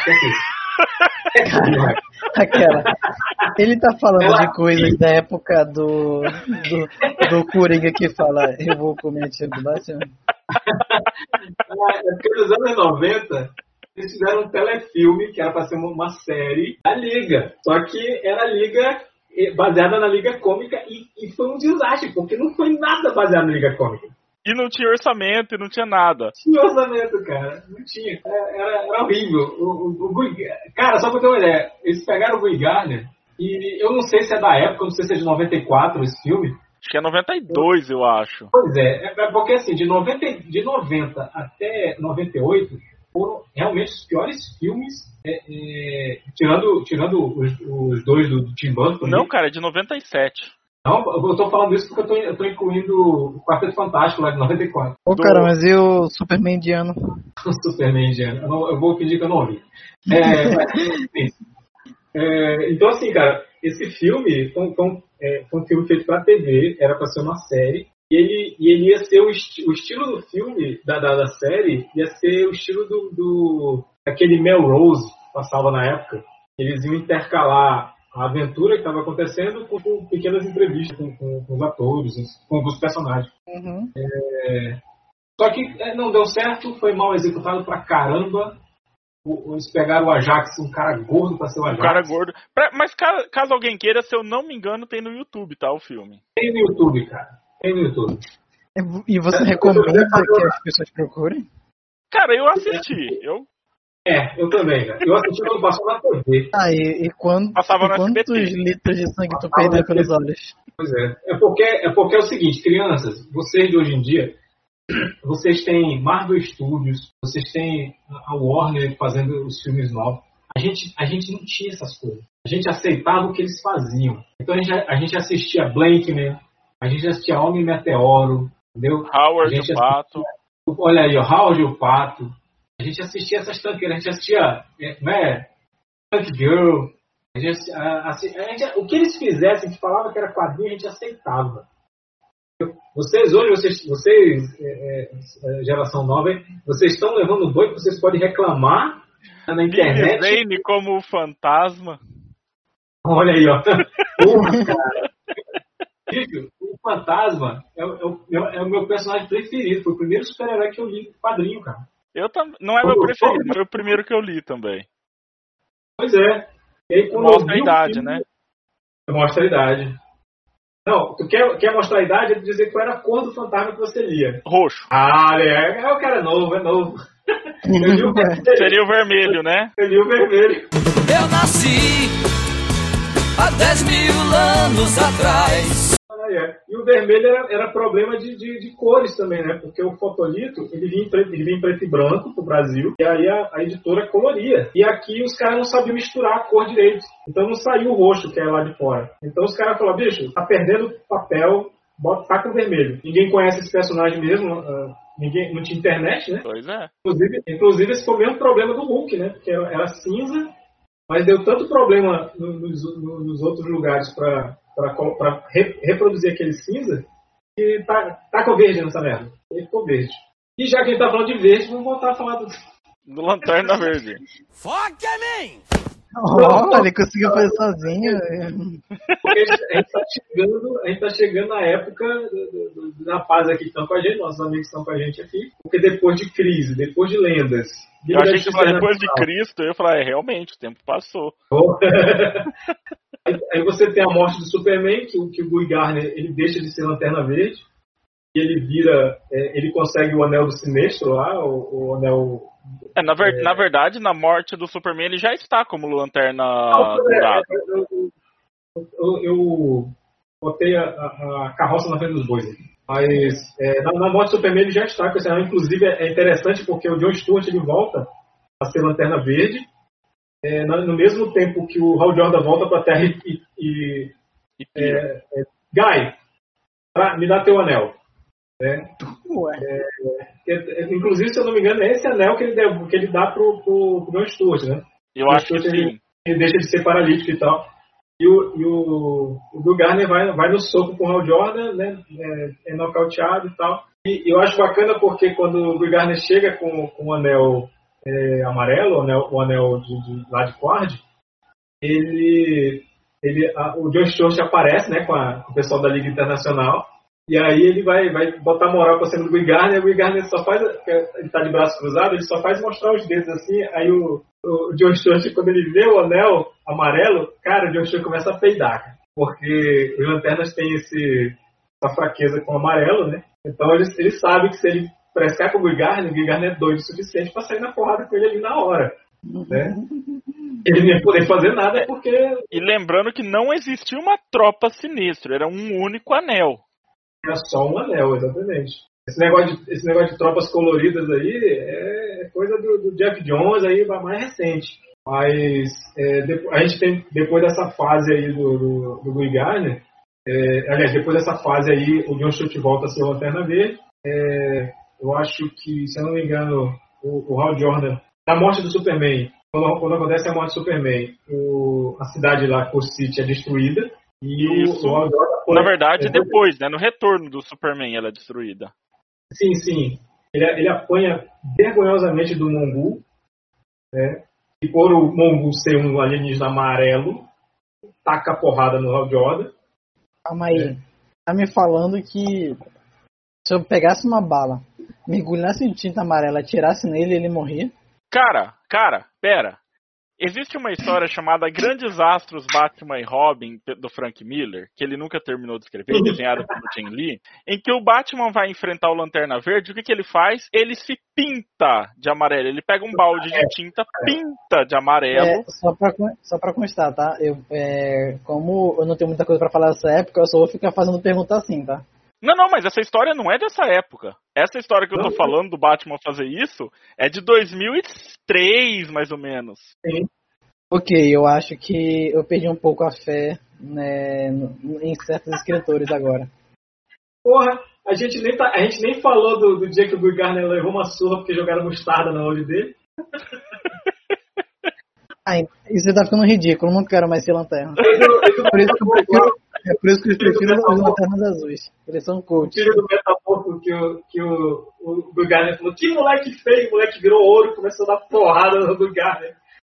Speaker 2: Aquela. Ele tá falando de coisas da época do Coringa que fala, eu vou comer tiro do Batman.
Speaker 1: É porque nos anos 90 eles fizeram um telefilme que era pra ser uma série da Liga. Só que era a Liga baseada na Liga Cômica e foi um desastre, porque não foi nada baseado na Liga Cômica.
Speaker 3: E não tinha orçamento, e não tinha nada.
Speaker 1: Tinha orçamento, cara. Não tinha. Era horrível. Cara, só pra ter uma ideia, eles pegaram o Guy Gardner e eu não sei se é da época, não sei se é de 94 esse filme.
Speaker 3: Acho que é 92, eu acho.
Speaker 1: Pois é porque assim, de 90 até 98 foram realmente os piores filmes, tirando os dois do Tim Burton.
Speaker 3: Não, cara, é de 97.
Speaker 1: Não, eu tô falando isso porque eu tô incluindo o Quarteto Fantástico lá de 94.
Speaker 2: Pô, cara, mas e o Superman indiano?
Speaker 1: O Superman indiano. Eu vou fingir que eu não ouvi. Então, assim, cara, esse filme foi um filme feito pra TV, era pra ser uma série, e ele ia ser o estilo do filme, da série, ia ser o estilo daquele Melrose que passava na época. Eles iam intercalar a aventura que estava acontecendo com pequenas entrevistas com os atores, com os personagens.
Speaker 2: Uhum.
Speaker 1: Só que não deu certo, foi mal executado pra caramba. Eles pegaram o Ajax, um cara gordo pra ser o Ajax.
Speaker 3: Um cara gordo. Mas caso alguém queira, se eu não me engano, tem no YouTube, tá, o filme.
Speaker 1: Tem no YouTube, cara. Tem no YouTube.
Speaker 2: E você recomenda que as pessoas procurem?
Speaker 3: Cara, eu assisti.
Speaker 1: Eu também, cara. Eu assisti quando passou na TV.
Speaker 2: Quantos litros de sangue tu perdeu pelos olhos?
Speaker 1: Pois é. É porque é o seguinte, crianças, vocês de hoje em dia, vocês têm Marvel Studios, vocês têm a Warner fazendo os filmes novos. A gente não tinha essas coisas. A gente aceitava o que eles faziam. Então a gente assistia Blankman, a gente assistia Homem Meteoro, entendeu?
Speaker 3: Howard o Pato.
Speaker 1: Olha aí, Howard o Pato. A gente assistia essas tanqueiras, a gente assistia Tank Girl. O que eles fizessem, a gente falava que era quadrinho, a gente aceitava. Vocês hoje, geração nova, vocês estão levando boi que vocês podem reclamar na internet.
Speaker 3: Zane como fantasma.
Speaker 1: Olha aí, ó. Porra, cara. O Fantasma é o meu personagem preferido. Foi o primeiro super-herói que eu li no quadrinho, cara.
Speaker 3: Não é meu preferido, mas foi o primeiro que eu li também.
Speaker 1: Pois é. E aí,
Speaker 3: mostra a idade, filme, né?
Speaker 1: Mostra a idade. Não, tu quer mostrar a idade? É dizer qual era a cor do fantasma que você lia.
Speaker 3: Roxo.
Speaker 1: O cara é novo.
Speaker 3: Seria o vermelho, né?
Speaker 1: Seria o vermelho.
Speaker 10: Eu nasci há 10 mil anos atrás.
Speaker 1: E o vermelho era problema de cores também, né? Porque o fotolito, ele vinha em preto e branco pro Brasil, e aí a editora coloria. E aqui os caras não sabiam misturar a cor direito. Então não saiu o roxo, que é lá de fora. Então os caras falaram, bicho, tá perdendo papel, tá com vermelho. Ninguém conhece esse personagem mesmo, não tinha internet, né?
Speaker 3: Pois é.
Speaker 1: Inclusive esse foi o mesmo problema do Hulk, né? Porque era cinza, mas deu tanto problema nos outros lugares para reproduzir aquele cinza, que tá com verde nessa merda. Ele ficou verde. E já que a gente tá falando de verde, vamos voltar a falar
Speaker 3: do Lanterna Verde.
Speaker 10: Fuck me!
Speaker 2: Ele conseguiu fazer sozinho.
Speaker 1: Porque a gente tá chegando na época da paz aqui que estão com a gente, nossos amigos estão com a gente aqui. Porque depois de crise, depois de lendas.
Speaker 3: Eu achei que depois de Cristo, eu ia falar, realmente, o tempo passou.
Speaker 1: Aí você tem a morte do Superman, que o Guy Gardner, ele deixa de ser Lanterna Verde, e ele consegue o Anel do Sinestro lá, o Anel...
Speaker 3: Na verdade, na morte do Superman, ele já está como Lanterna Dourada.
Speaker 1: Eu botei a carroça na frente dos bois aqui. Mas na morte do Superman ele já está com esse anel. Inclusive é interessante porque o John Stewart ele volta a ser Lanterna Verde, no mesmo tempo que o Hal Jordan volta para a Terra e Guy, me dá teu anel. Inclusive, se eu não me engano, é esse anel que ele dá pro John Stewart, né?
Speaker 3: Eu acho que sim.
Speaker 1: Ele deixa de ser paralítico e tal. E o Bill Garner vai no soco com o Hal Jordan, né? É nocauteado e tal. E eu acho bacana porque quando o Bill Garner chega com o anel amarelo, o anel de lá de Quard, o John Stewart aparece, né, com o pessoal da Liga Internacional. E aí ele vai botar moral pra cima do Guy Garner, e o Guy Garner só faz, ele tá de braço cruzado, ele só faz mostrar os dedos assim, aí o John Stewart, quando ele vê o anel amarelo, cara, o John Stewart começa a peidar, cara, porque os Lanternas têm essa fraqueza com o amarelo, né, então ele sabe que se ele frescar com o Guy Garner é doido o suficiente pra sair na porrada com ele ali na hora, né. Ele não ia poder fazer nada porque...
Speaker 3: E lembrando que não existia uma tropa sinistra, era um único anel.
Speaker 1: Era só um anel, exatamente. Esse negócio de tropas coloridas aí é coisa do Jeff Jones aí, mais recente. Mas a gente tem, depois dessa fase aí do Guy Garner, aliás, depois dessa fase aí, o John Stewart volta a ser o Lanterna Verde. Eu acho que, se eu não me engano, o Hal Jordan, na morte do Superman, quando acontece a morte do Superman, a cidade lá, Coast City, é destruída. E o Hal Jordan
Speaker 3: na verdade, depois, né? No retorno do Superman, ela é destruída.
Speaker 1: Sim. Ele apanha vergonhosamente do Mongul, né? E por o Mongul ser um alienígena amarelo, taca a porrada no Hal Jordan.
Speaker 2: Calma aí. Tá me falando que se eu pegasse uma bala, mergulhasse em tinta amarela, atirasse nele, ele morria?
Speaker 3: Cara, pera. Existe uma história chamada Grandes Astros Batman e Robin, do Frank Miller, que ele nunca terminou de escrever, desenhado pelo Jim Lee, em que o Batman vai enfrentar o Lanterna Verde. O que ele faz? Ele se pinta de amarelo. Ele pega um balde de tinta, pinta de amarelo.
Speaker 2: Só pra constar, tá? Como eu não tenho muita coisa pra falar dessa época, eu só vou ficar fazendo pergunta assim, tá?
Speaker 3: Não, mas essa história não é dessa época. Essa história que eu tô falando do Batman fazer isso é de 2003, mais ou menos.
Speaker 1: Sim.
Speaker 2: Ok, eu acho que eu perdi um pouco a fé, né, em certos escritores agora.
Speaker 1: Porra, a gente nem falou do dia que o Guy Garner levou uma surra porque jogaram mostarda no olho dele.
Speaker 2: Isso tá ficando ridículo, não quero mais ser lanterna. É por isso que eu prefiro os lanternas azuis. Eles são coach.
Speaker 1: O filho do Metamorfo que o Guy Garner falou: que moleque feio, o moleque virou ouro e começou a dar porrada no Guy Garner.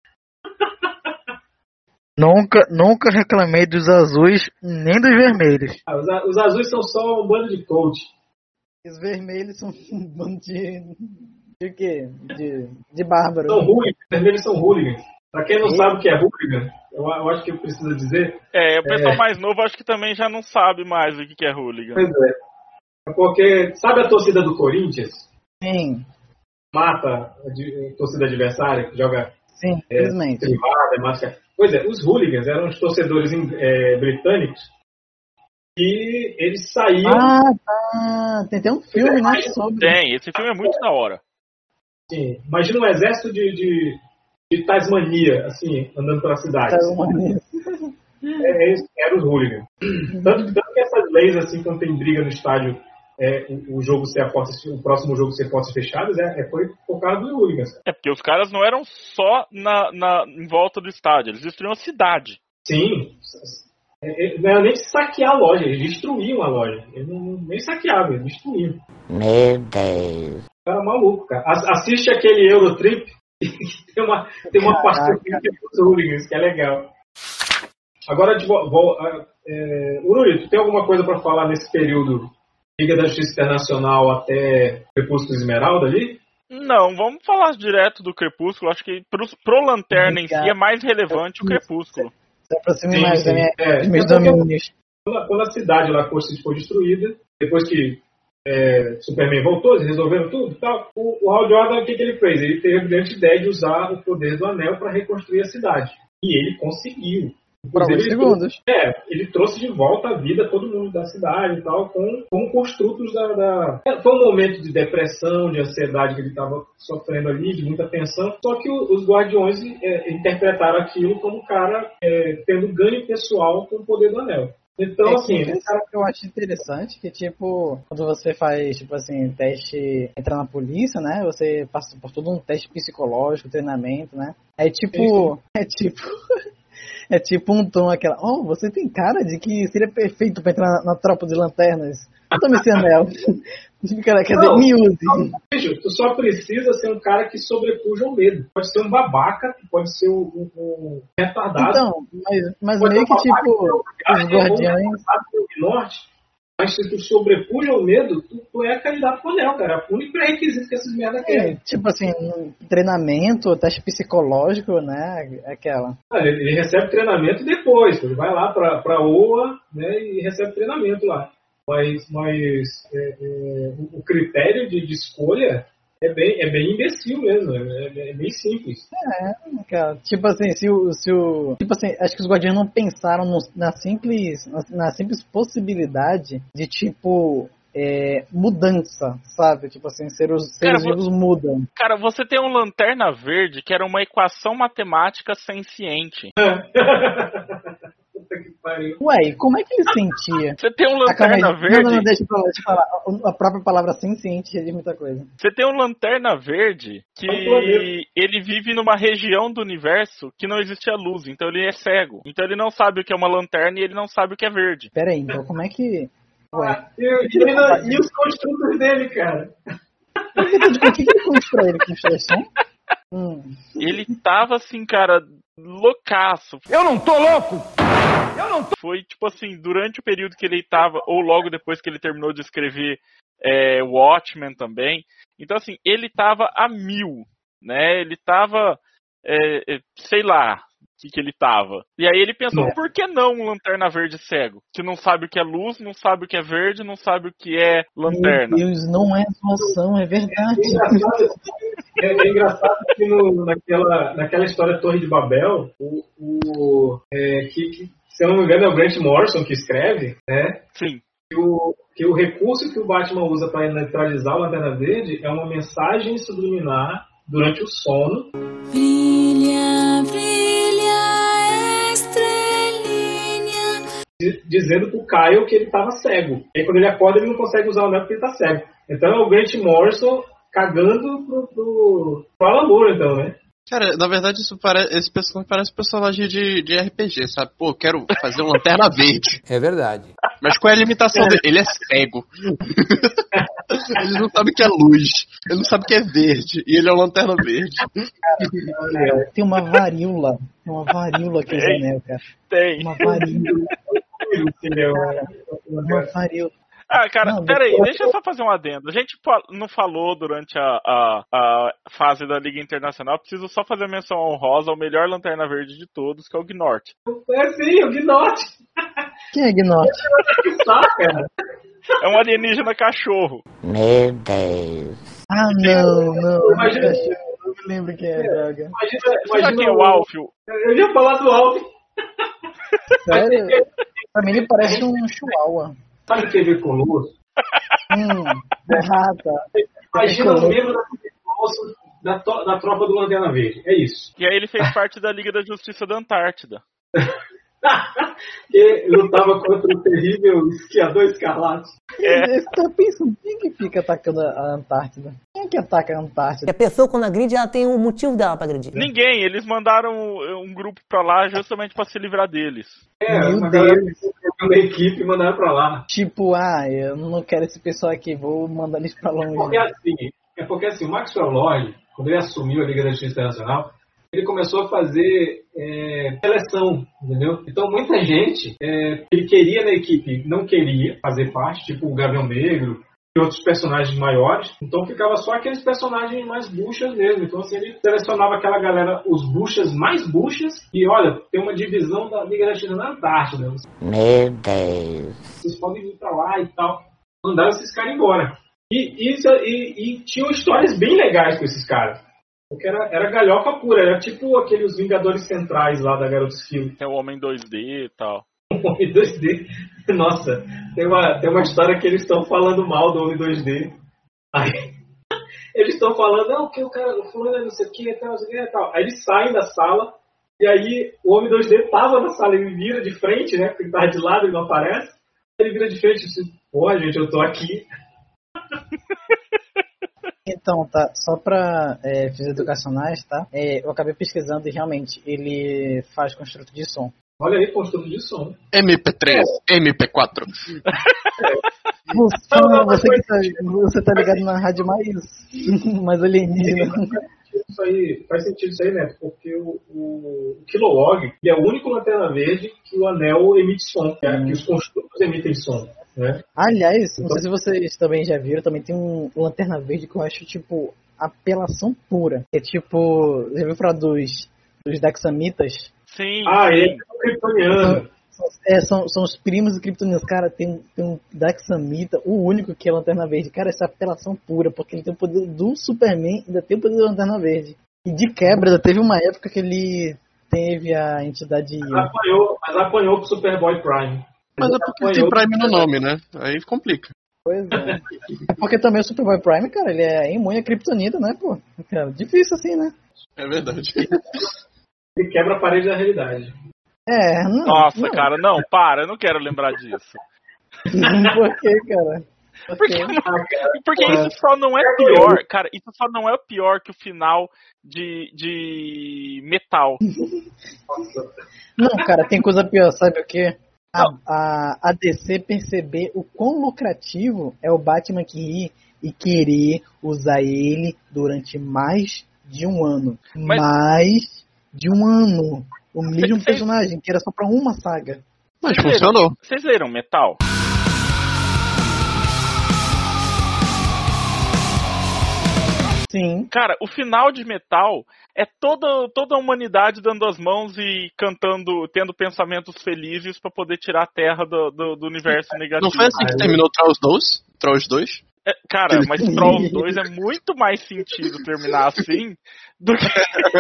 Speaker 2: Nunca reclamei dos azuis nem dos vermelhos.
Speaker 1: Os azuis são só um bando de coach.
Speaker 2: Os vermelhos são um bando de quê? De bárbaros.
Speaker 1: São hooligans. Os vermelhos são hooligans. Pra quem não sabe o que é hooligan, eu acho que eu preciso dizer.
Speaker 3: O pessoal mais novo acho que também já não sabe mais o que é hooligan.
Speaker 1: Pois é. Porque, sabe a torcida do Corinthians?
Speaker 2: Sim.
Speaker 1: Mata a torcida adversária, que joga.
Speaker 2: Sim, infelizmente.
Speaker 1: Pois é, os hooligans eram os torcedores britânicos e eles saíam...
Speaker 2: Tem até um filme, né?
Speaker 3: Tem, esse filme é muito da hora.
Speaker 1: Sim, imagina um exército de Tasmania, assim, andando pela cidade. Eram os hooligans. Tanto que essas leis, assim, quando tem briga no estádio, o próximo jogo ser portas fechadas, foi por causa dos hooligans.
Speaker 3: Porque os caras não eram só em volta do estádio, eles destruíam a cidade.
Speaker 1: Sim. Não era nem saquear a loja, eles destruíam a loja. Eles nem saqueavam, eles destruíam.
Speaker 6: Meu Deus.
Speaker 1: O cara é maluco, cara. Assiste aquele Eurotrip, tem uma parte dos hooligans, que é legal. Agora, Ururi, tu tem alguma coisa pra falar nesse período Liga da Justiça Internacional até Crepúsculo Esmeralda ali?
Speaker 3: Não, vamos falar direto do Crepúsculo. Acho que pro Lanterna em si é mais relevante o Crepúsculo.
Speaker 2: Se aproxime mais dos meus domínios.
Speaker 1: Quando a cidade lá foi destruída, depois que Superman voltou, eles resolveram tudo e tal, o Hal Jordan, o que ele fez? Ele teve a brilhante ideia de usar o poder do anel para reconstruir a cidade. E ele conseguiu.
Speaker 2: Por alguns segundos.
Speaker 1: Ele trouxe de volta à vida todo mundo da cidade e tal, com construtos Foi um momento de depressão, de ansiedade que ele estava sofrendo ali, de muita tensão. Só que os Guardiões interpretaram aquilo como o cara tendo ganho pessoal com o poder do anel. Então, assim...
Speaker 2: que eu acho interessante que, tipo, quando você faz, tipo assim, teste, entra na polícia, né? Você passa por todo um teste psicológico, treinamento, né? É tipo um tom aquela, você tem cara de que seria perfeito pra entrar na tropa de lanternas. Toma esse anel. Quer dizer, me use.
Speaker 1: Veja, tu só precisa ser um cara que sobrepuja o medo. Pode ser um babaca, pode ser um retardado.
Speaker 2: Então, mas meio que tipo, os Guardiões...
Speaker 1: Norte, mas se tu sobrepuja o medo, tu é candidato pro anel, cara. O único pré-requisito que essas merda querem.
Speaker 2: Tipo assim, treinamento, teste psicológico, né? Aquela.
Speaker 1: Ele recebe treinamento depois. Ele vai lá pra OA, né, e recebe treinamento lá. Mas o critério de escolha é bem imbecil mesmo, é bem simples.
Speaker 2: Cara, tipo assim, tipo assim, acho que os Guardiões não pensaram na simples possibilidade de tipo mudança, sabe? Tipo assim, seres vivos mudam.
Speaker 3: Cara, você tem um Lanterna Verde que era uma equação matemática senciente.
Speaker 2: Ué, e como é que ele sentia?
Speaker 3: Você tem um Lanterna Verde...
Speaker 2: Não, deixa eu falar. A própria palavra senciente diz muita coisa.
Speaker 3: Você tem um Lanterna Verde que ele vive numa região do universo que não existe a luz, então ele é cego. Então ele não sabe o que é uma lanterna e ele não sabe o que é verde.
Speaker 2: Pera aí, então como é que...
Speaker 1: E os construtores dele, cara?
Speaker 2: O que ele constrói? Ele constrói som?
Speaker 3: Ele tava assim, cara, loucaço.
Speaker 10: Eu não tô louco!
Speaker 3: Foi tipo assim, durante o período que ele tava, ou logo depois que ele terminou de escrever Watchmen também. Então assim, ele tava a 1000, né? Ele tava, sei lá, que ele tava. E aí ele pensou, por que não um Lanterna Verde cego? Que não sabe o que é luz, não sabe o que é verde, não sabe o que é lanterna.
Speaker 2: Meu Deus, não é zoação, é verdade.
Speaker 1: É engraçado que naquela história Torre de Babel, que se eu não me engano é o Grant Morrison que escreve, né?
Speaker 3: Sim.
Speaker 1: Que o recurso que o Batman usa para neutralizar o Lanterna Verde é uma mensagem subliminar durante o sono.
Speaker 7: Brilha, brilha, estrelinha.
Speaker 1: Dizendo pro Kyle que ele tava cego. E aí quando ele acorda ele não consegue usar o anel porque ele tá cego. Então é o Grant Morrison cagando pro Alan Moore, então, né?
Speaker 8: Cara, na verdade esse personagem parece personagem de RPG, sabe? Pô, quero fazer uma Lanterna Verde.
Speaker 9: É verdade.
Speaker 8: Mas qual é a limitação dele? Ele é cego. Ele não sabe o que é luz. Ele não sabe o que é verde. E ele é uma Lanterna Verde.
Speaker 2: Tem uma varíola. Que usa anel, cara.
Speaker 3: Tem.
Speaker 2: Uma varíola. Uma varíola.
Speaker 3: Ah, cara, peraí, deixa eu só fazer um adendo. A gente não falou durante a fase da Liga Internacional, preciso só fazer menção honrosa ao melhor Lanterna Verde de todos, que é o Gnort.
Speaker 1: Sim, o Gnort.
Speaker 2: Quem é Gnort?
Speaker 1: Cara.
Speaker 3: É um alienígena cachorro.
Speaker 6: Meu Deus.
Speaker 2: Ah, não.
Speaker 1: Imagina,
Speaker 2: eu me lembro quem é, droga.
Speaker 3: Imagina que é o Alf.
Speaker 1: Eu ia falar do Alf.
Speaker 2: Sério? Pra mim ele parece um chihuahua.
Speaker 1: Sabe o que é Colosso? Imagina os membros da tropa do Lanterna Verde. É isso.
Speaker 3: E aí ele fez parte da Liga da Justiça da Antártida.
Speaker 1: Que lutava contra o terrível esquiador escarlate.
Speaker 2: Você tá pensando, quem que fica atacando a Antártida? Quem que ataca a Antártida?
Speaker 11: A pessoa quando agride, ela tem um motivo dela pra agredir.
Speaker 3: Ninguém, eles mandaram um grupo pra lá justamente pra se livrar deles.
Speaker 1: Uma galera da equipe mandaram pra lá.
Speaker 2: Tipo, eu não quero esse pessoal aqui, vou mandar eles pra longe.
Speaker 1: Porque assim, o Maxwell Lord, quando ele assumiu a Liga da Justiça Internacional, ele começou a fazer seleção, entendeu? Então muita gente que ele queria na equipe não queria fazer parte, tipo o Gavião Negro e outros personagens maiores, então ficava só aqueles personagens mais buchas mesmo. Então assim, ele selecionava aquela galera, os buchas mais buchas, e olha, tem uma divisão da Liga da Justiça na Antártida.
Speaker 6: Meu Deus.
Speaker 1: Vocês podem vir pra lá e tal. Mandaram esses caras embora. E tinham histórias bem legais com esses caras. Porque era galhofa pura, era tipo aqueles Vingadores Centrais lá da Garota Esquilo.
Speaker 3: Tem o Homem 2D e tal.
Speaker 1: O Homem 2D. Nossa, tem uma história que eles estão falando mal do Homem 2D. Aí eles estão falando, não, que o cara, o fulano é não sei o que, tal, não sei o que, tal. Aí eles saem da sala, e aí o Homem 2D tava na sala, ele vira de frente, né? Porque ele tava de lado, ele não aparece. Ele vira de frente e diz, porra, gente, eu tô aqui.
Speaker 2: Então, tá, só pra fins educacionais, tá? Eu acabei pesquisando e realmente ele faz construto de som.
Speaker 1: Olha aí, construto de som.
Speaker 8: MP3, MP4.
Speaker 2: Você tá ligado na rádio mais alienígena.
Speaker 1: Isso aí, faz sentido isso aí, Neto, porque o Kilowog ele é o único Lanterna Verde que o anel emite som, que os construtos emitem som. Né?
Speaker 2: Aliás, não sei se vocês também já viram, também tem um Lanterna Verde que eu acho, tipo, apelação pura. É tipo, já viu falar dos Daxamitas?
Speaker 3: Sim.
Speaker 1: Ah, ele é o Kryptoniano.
Speaker 2: São os primos do Kryptonianos. Cara, tem um Daxamita, o único que é Lanterna Verde. Cara, essa é apelação pura, porque ele tem o poder do Superman e ainda tem o poder da Lanterna Verde. E de quebra, ainda teve uma época que ele teve a entidade...
Speaker 1: Mas apanhou pro Superboy Prime.
Speaker 8: Mas é porque tem Prime no nome, né? Aí complica.
Speaker 2: Pois é. É porque também o Superboy Prime, cara, ele é imune a Kryptonita, né, pô? Cara, difícil assim, né?
Speaker 8: É verdade.
Speaker 1: Ele quebra a parede da realidade.
Speaker 2: Não.
Speaker 3: Nossa,
Speaker 2: não.
Speaker 3: cara, não, para, eu não quero lembrar disso.
Speaker 2: Por quê, cara?
Speaker 3: Porque isso só não é pior, cara, isso só não é pior que o final de Metal.
Speaker 2: Não, cara, tem coisa pior, sabe o quê? A DC perceber o quão lucrativo é o Batman que ri e querer usar ele durante mais de um ano. Mais de um ano. O mesmo personagem, que era só pra uma saga.
Speaker 8: Mas funcionou.
Speaker 3: Vocês leram Metal?
Speaker 2: Sim.
Speaker 3: Cara, o final de Metal é toda a humanidade dando as mãos e cantando, tendo pensamentos felizes pra poder tirar a Terra do universo negativo.
Speaker 8: Não foi assim que terminou Trolls 2?
Speaker 3: Cara, mas Trolls 2 é muito mais sentido terminar assim do que...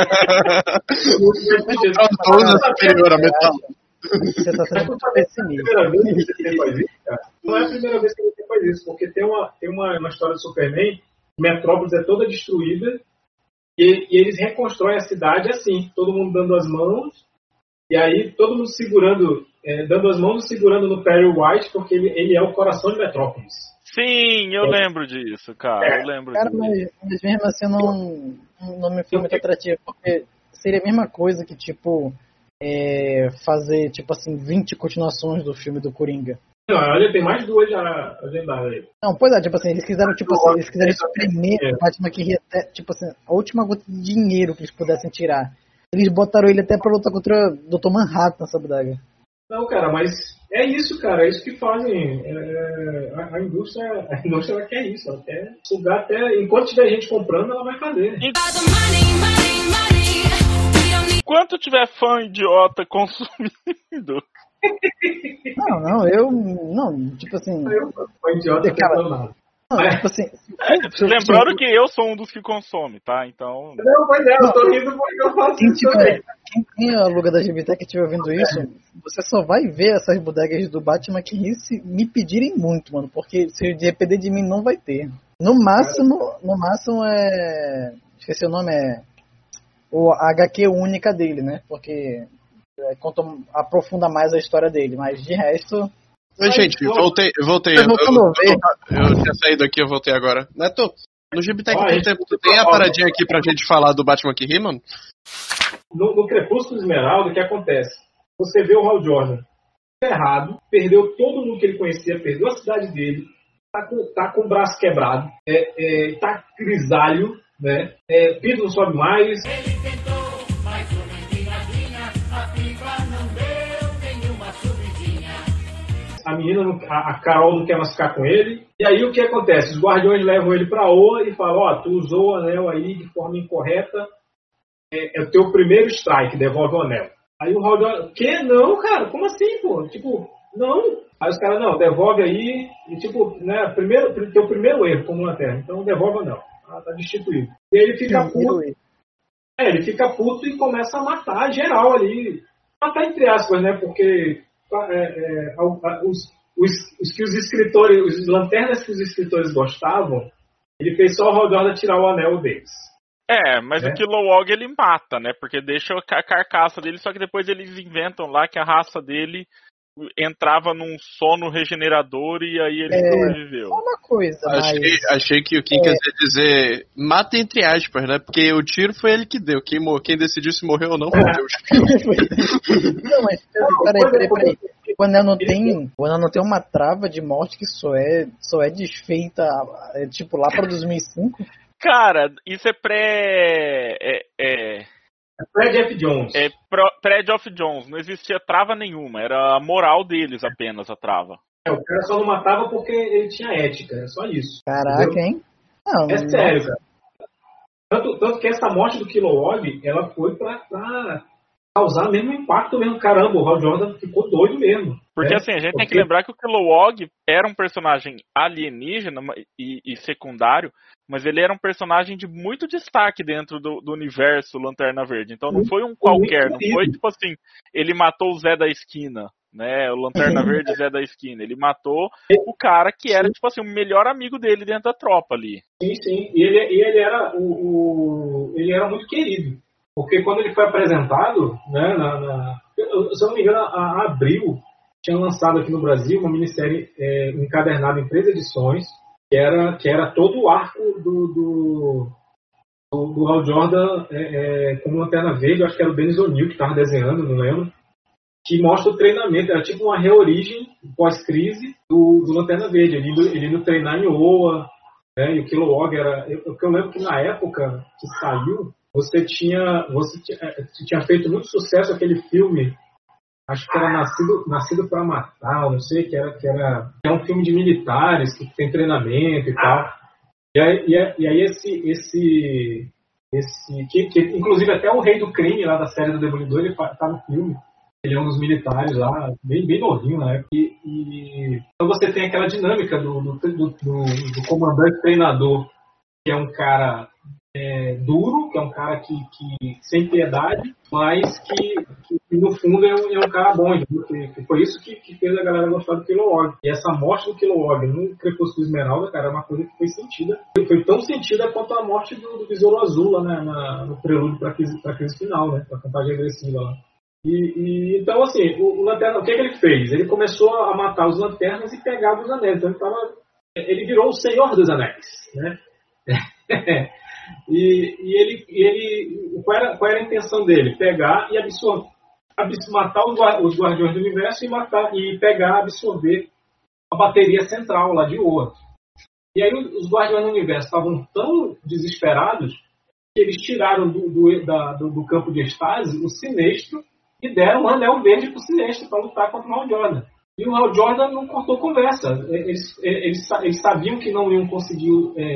Speaker 8: Trolls é superior a Metal.
Speaker 2: Você tá sendo pessimista.
Speaker 1: Não é a primeira vez que você faz isso, porque tem uma história do Superman, Metrópolis é toda destruída, e eles reconstroem a cidade assim, todo mundo dando as mãos, e aí todo mundo segurando, dando as mãos e segurando no Perry White, porque ele é o coração de Metrópolis.
Speaker 3: Sim, eu lembro disso, cara. Eu lembro disso.
Speaker 2: Mas mesmo assim não me foi muito atrativo, porque seria a mesma coisa que, tipo, fazer, tipo assim, 20 continuações do filme do Coringa.
Speaker 1: Não, olha, tem mais duas já agendadas aí.
Speaker 2: Não, pois é, tipo assim, eles quiseram, tipo assim, eles quiseram suprimir o Batman que ria até, tipo assim, a última gota de dinheiro que eles pudessem tirar. Eles botaram ele até pra lutar contra o Dr. Manhattan, sabe, Daga?
Speaker 1: Não, cara, mas é isso, cara, é isso que fazem. A indústria ela quer isso, ela quer sugar até. Enquanto tiver gente comprando, ela vai fazer.
Speaker 3: Enquanto tiver fã idiota consumindo.
Speaker 2: Não, tipo assim.
Speaker 1: Fã idiota não nada.
Speaker 2: Não, tipo assim.
Speaker 3: Lembrando que eu sou um dos que consome, tá? Então.
Speaker 1: Não, pois é, eu tô rindo porque eu faço isso também.
Speaker 2: Quem aluga da GBT que estiver ouvindo isso, você só vai ver essas bodegas do Batman que se me pedirem muito, mano. Porque se depender de mim, não vai ter. No máximo esqueci o nome, o HQ única dele, né? Porque aprofunda mais a história dele, mas de resto...
Speaker 8: Oi, gente, voltei. Eu tinha saído aqui, eu voltei agora. Neto, no Gibitec tem a paradinha aqui pra gente falar do Batman que ri, mano?
Speaker 1: No Crepúsculo Esmeralda, o que acontece? Você vê o Hal Jordan ferrado, perdeu todo mundo que ele conhecia, perdeu a cidade dele, tá com o braço quebrado, tá grisalho, né? Pedro não sobe mais.
Speaker 10: Ele tentou mais uma empinadinha, a pipa não deu nenhuma subidinha.
Speaker 1: A menina, a Carol não quer mais ficar com ele. E aí o que acontece? Os guardiões levam ele pra Oa e falam, tu usou o anel aí de forma incorreta, é o teu primeiro strike, devolve o anel. Aí o Hal Jordan, que? Não, cara, como assim, pô? Tipo, não. Aí os caras, não, devolve aí, e tipo, né, teu primeiro erro como lanterna, então devolve ou não. Tá destituído. E aí ele fica puto. Ele fica puto e começa a matar geral ali. Matar entre aspas, né? Porque os que os escritores, os lanternas que os escritores gostavam, ele fez só o Hal Jordan tirar o anel deles.
Speaker 3: Mas o Kilowog ele mata, né? Porque deixa a carcaça dele, só que depois eles inventam lá que a raça dele entrava num sono regenerador e aí ele sobreviveu.
Speaker 2: Uma coisa,
Speaker 8: achei que o Kim quer dizer mata entre aspas, né? Porque o tiro foi ele que deu. Quem decidiu se morreu ou não foi Deus.
Speaker 2: Não, mas peraí. Quando eu não tenho uma trava de morte que só é desfeita, tipo lá pra 2005.
Speaker 3: Cara, isso é
Speaker 1: pré-Jeff Jones.
Speaker 3: Pré-Geoff Jones. Não existia trava nenhuma. Era a moral deles apenas, a trava.
Speaker 1: O cara só não matava porque ele tinha ética. É só isso.
Speaker 2: Caraca, entendeu? Hein? Não,
Speaker 1: sério, cara. Tanto que essa morte do Kilowog, ela foi pra causar mesmo impacto mesmo. Caramba, o Hal Jordan ficou doido mesmo.
Speaker 3: Porque assim, a gente tem que lembrar que o Kilowog era um personagem alienígena e secundário, mas ele era um personagem de muito destaque dentro do universo Lanterna Verde. Então não foi um qualquer, não foi tipo assim, ele matou o Zé da esquina, né? O Lanterna Verde Zé da esquina. Ele matou o cara que era tipo assim, o melhor amigo dele dentro da tropa ali.
Speaker 1: Sim. E ele era ele era muito querido. Porque quando ele foi apresentado, né, se eu não me engano, a Abril tinha lançado aqui no Brasil uma minissérie encadernada em 3 edições, que era todo o arco do Hal Jordan como Lanterna Verde. Eu acho que era o Dennis O'Neil que estava desenhando, não lembro, que mostra o treinamento. Era tipo uma reorigem pós-crise do Lanterna Verde, ele indo treinar em Oa, né, e o Kilowog era... Eu lembro que na época que saiu, você tinha feito muito sucesso aquele filme, acho que era Nascido para Matar, não sei, que era um filme de militares que tem treinamento e tal. E aí esse que inclusive até o Rei do Crime lá da série do Demolidor, ele tá no filme. Ele é um dos militares lá, bem novinho na época. Então você tem aquela dinâmica do comandante treinador, que é um cara duro, que é um cara que sem piedade, mas que no fundo é um cara bom, que foi isso que fez a galera gostar do Kilowog. E essa morte do Kilowog no Crepúsculo Esmeralda, cara, é uma coisa que foi sentida. Foi tão sentida quanto a morte do Besouro Azul lá no prelúdio pra crise final, né? Pra contagem agressiva lá. Então, assim, o Lanterna, o que ele fez? Ele começou a matar os lanternas e pegava os anéis. Então ele virou o Senhor dos Anéis, né? Qual era a intenção dele? Pegar e matar os Guardiões do Universo e pegar, absorver a bateria central lá de Oa. E aí os Guardiões do Universo estavam tão desesperados que eles tiraram do campo de estase o Sinestro e deram um anel verde pro Sinestro para lutar contra o Hal Jordan. E o Hal Jordan não cortou conversa. Eles sabiam que não iam conseguir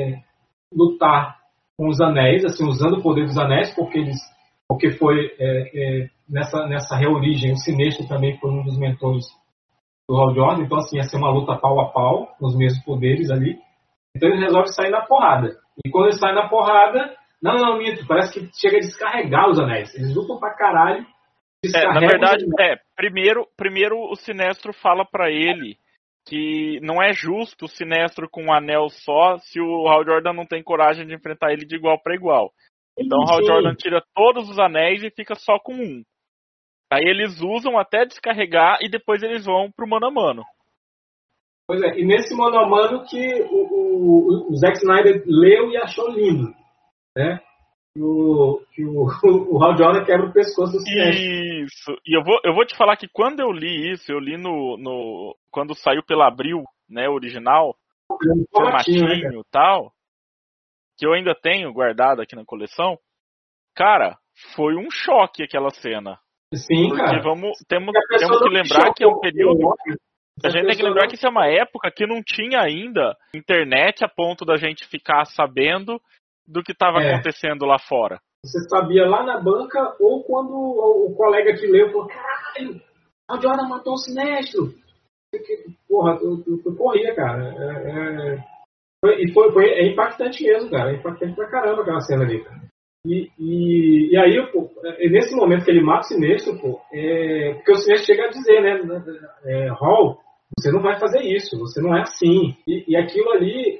Speaker 1: lutar com os anéis, assim, usando o poder dos anéis, porque foi nessa reorigem, o Sinestro também foi um dos mentores do Hal Jordan, então assim, ia ser uma luta pau a pau, com os mesmos poderes ali. Então eles resolvem sair na porrada. E quando eles saem na porrada, não, minto, parece que chega a descarregar os anéis. Eles lutam pra caralho.
Speaker 3: Na verdade, primeiro o Sinestro fala pra ele que não é justo o Sinestro com um anel só se o Hal Jordan não tem coragem de enfrentar ele de igual para igual. Então o Hal Jordan tira todos os anéis e fica só com um. Aí eles usam até descarregar e depois eles vão pro mano a mano.
Speaker 1: Pois é, e nesse mano a mano que o Zack Snyder leu e achou lindo, né? Que o Hal Jordan quebra o pescoço do Sinestro.
Speaker 3: Isso. E eu vou te falar que quando eu li isso, eu li quando saiu pela Abril, né, original, formatinho e tal, que eu ainda tenho guardado aqui na coleção. Cara, foi um choque aquela cena.
Speaker 1: Sim,
Speaker 3: porque
Speaker 1: cara.
Speaker 3: Temos que lembrar que é um período. A gente tem que lembrar que isso é uma época que não tinha ainda internet a ponto da gente ficar sabendo do que estava acontecendo lá fora.
Speaker 1: Você sabia lá na banca ou quando o colega que leu falou: caralho, a Jordan matou o Sinestro. Porra, eu corria, cara. Foi impactante mesmo, cara. É impactante pra caramba aquela cena ali, cara. E aí, pô, nesse momento que ele mata o Sinestro, pô, porque o Sinestro chega a dizer, né, Hall, você não vai fazer isso, você não é assim. E aquilo ali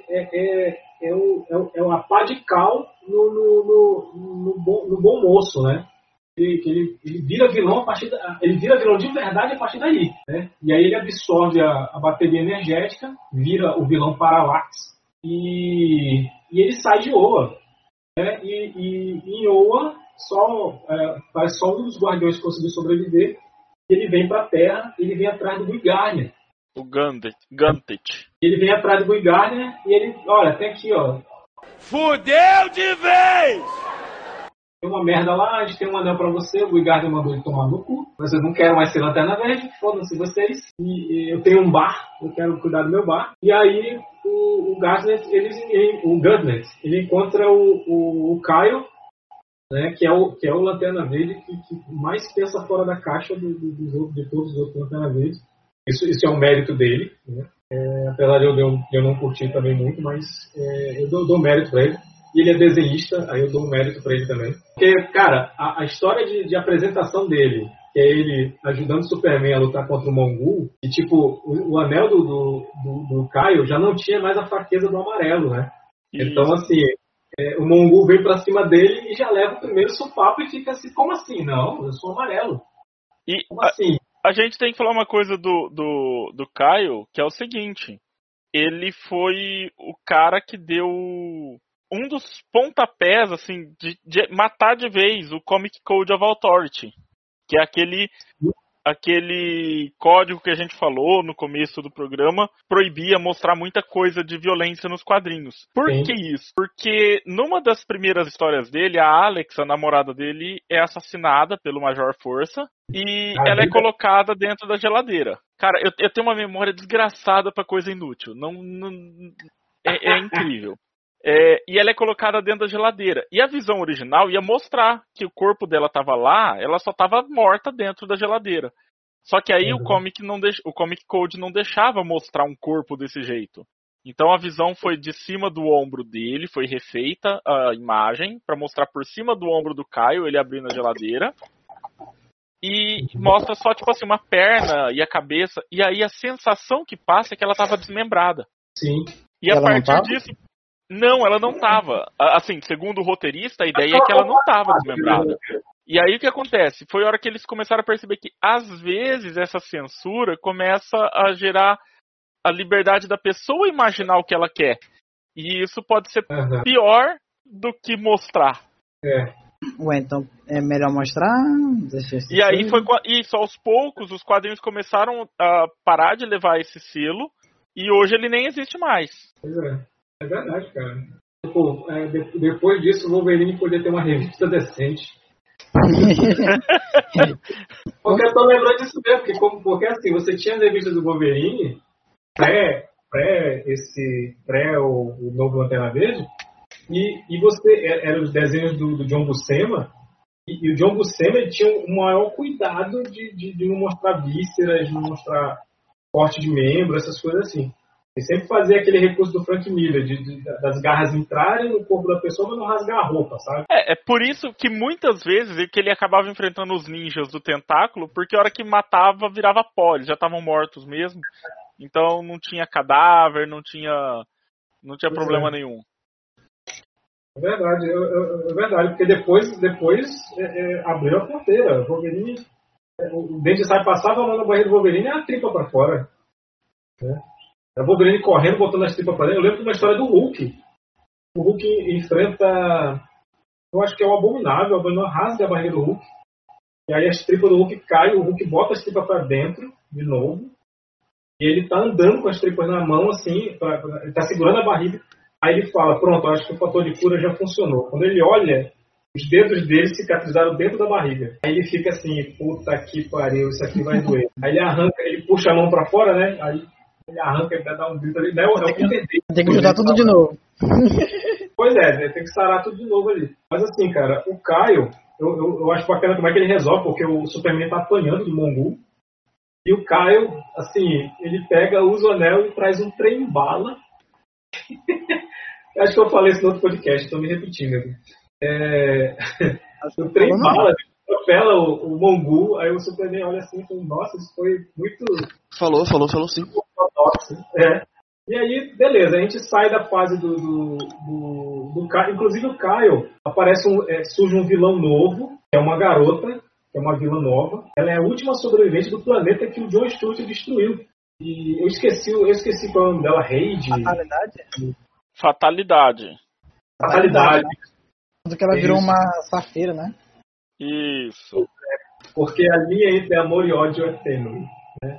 Speaker 1: é a pá de cal no bom moço, né? Ele vira vilão ele vira vilão de verdade a partir daí, né? E aí ele absorve a bateria energética, vira o vilão Parallax e ele sai de Oa, né? E em Oa parece só um dos guardiões que conseguiu sobreviver. Ele vem para a Terra, ele vem atrás do Guigarnia.
Speaker 3: O Ganthet.
Speaker 1: Ele vem atrás do Guigarnia e ele, olha, tem aqui, ó.
Speaker 5: Fudeu de vez!
Speaker 1: Tem uma merda lá, a gente tem um anel pra você, o Guigarnia mandou ele tomar no cu, mas eu não quero mais ser Lanterna Verde, foda-se vocês. E eu tenho um bar, eu quero cuidar do meu bar. E aí o Ganthet, ele encontra o Kyle, né, que é o Lanterna Verde que mais pensa fora da caixa de todos os outros Lanterna Verde. Isso é um mérito dele, né? Apesar de eu não curtir também muito, mas eu dou mérito pra ele. E ele é desenhista, aí eu dou um mérito pra ele também. Porque, cara, a história de apresentação dele, que é ele ajudando o Superman a lutar contra o Mongul, e tipo, o anel do Kyle já não tinha mais a fraqueza do amarelo, né? Isso. Então, assim, o Mongul vem pra cima dele e já leva o primeiro sopapo e fica assim, como assim? Não, eu sou amarelo. Como assim?
Speaker 3: A gente tem que falar uma coisa do Kyle, que é o seguinte, ele foi o cara que deu um dos pontapés, assim, de matar de vez o Comic Code of Authority, que é aquele código que a gente falou no começo do programa, proibia mostrar muita coisa de violência nos quadrinhos. Por que isso? Porque numa das primeiras histórias dele, a Alex, a namorada dele, é assassinada pelo Major Força e ela é colocada dentro da geladeira. Cara, eu tenho uma memória desgraçada pra coisa inútil. É incrível. E ela é colocada dentro da geladeira. E a visão original ia mostrar que o corpo dela estava lá, ela só estava morta dentro da geladeira. Só que aí o Comic Code não deixava mostrar um corpo desse jeito. Então a visão foi de cima do ombro dele, foi refeita a imagem para mostrar por cima do ombro do Kyle, ele abrindo a geladeira. E mostra só, tipo assim, uma perna e a cabeça. E aí a sensação que passa é que ela estava desmembrada.
Speaker 1: Sim.
Speaker 3: E a partir disso... Não, ela não tava. Assim, segundo o roteirista, a ideia é que ela não tava desmembrada. E aí o que acontece? Foi a hora que eles começaram a perceber que, às vezes, essa censura começa a gerar a liberdade da pessoa imaginar o que ela quer. E isso pode ser pior do que mostrar.
Speaker 2: Ué, então é melhor mostrar?
Speaker 3: E aí foi isso, aos poucos, os quadrinhos começaram a parar de levar esse selo, e hoje ele nem existe mais.
Speaker 1: Pois é verdade, cara. Tipo, depois disso, o Wolverine podia ter uma revista decente. Porque eu tô lembrando disso mesmo, porque assim, você tinha as revistas do Wolverine, pré o novo Lanterna Verde, e você, eram os desenhos do John Buscema, e o John Buscema ele tinha o maior cuidado de não mostrar vísceras, de não mostrar corte de membro, essas coisas assim. Ele sempre fazia aquele recurso do Frank Miller, das garras entrarem no corpo da pessoa, mas não rasgar a roupa, sabe?
Speaker 3: É por isso que muitas vezes ele acabava enfrentando os ninjas do tentáculo, porque a hora que matava, virava pó, eles já estavam mortos mesmo. Então não tinha cadáver, não tinha problema nenhum.
Speaker 1: É verdade, é verdade, porque depois abriu a fronteira. O Wolverine, o dente sai, passava a mão na barriga do Wolverine e a tripa pra fora. Né? O Wolverine correndo, botando as tripas pra dentro. Eu lembro de uma história do Hulk. O Hulk enfrenta, eu acho que é o Abominável. O Abominável rasga a barriga do Hulk. E aí as tripas do Hulk caem, o Hulk bota as tripas pra dentro, de novo. E ele tá andando com as tripas na mão, assim, ele tá segurando a barriga. Aí ele fala, pronto, acho que o fator de cura já funcionou. Quando ele olha, os dedos dele cicatrizaram dentro da barriga. Aí ele fica assim, puta que pariu, isso aqui vai doer. Aí ele arranca, ele puxa a mão pra fora, né? Aí ele arranca, ele dá um grito ali.
Speaker 2: Tem que ajudar tudo de novo.
Speaker 1: Pois é, tem que sarar tudo de novo ali. Mas assim, cara, o Kyle, eu acho bacana como é que ele resolve, porque o Superman tá apanhando do Mongul. E o Kyle, assim, ele pega, usa o anel e traz um trem-bala. Acho que eu falei isso no outro podcast, estou me repetindo. O trem bala, atropela o Mongul, aí o Superman olha assim e fala, nossa, isso foi muito...
Speaker 8: Falou sim.
Speaker 1: E aí, beleza, a gente sai da fase do Kyle. Inclusive o Kyle, surge um vilão novo, que é uma garota, que é uma vilã nova. Ela é a última sobrevivente do planeta que o John Stewart destruiu. E eu esqueci qual é o nome dela, Raid.
Speaker 3: Fatalidade.
Speaker 2: Tanto que ela virou uma safira, né?
Speaker 3: Isso.
Speaker 1: Porque a linha entre amor e ódio é tênue, né?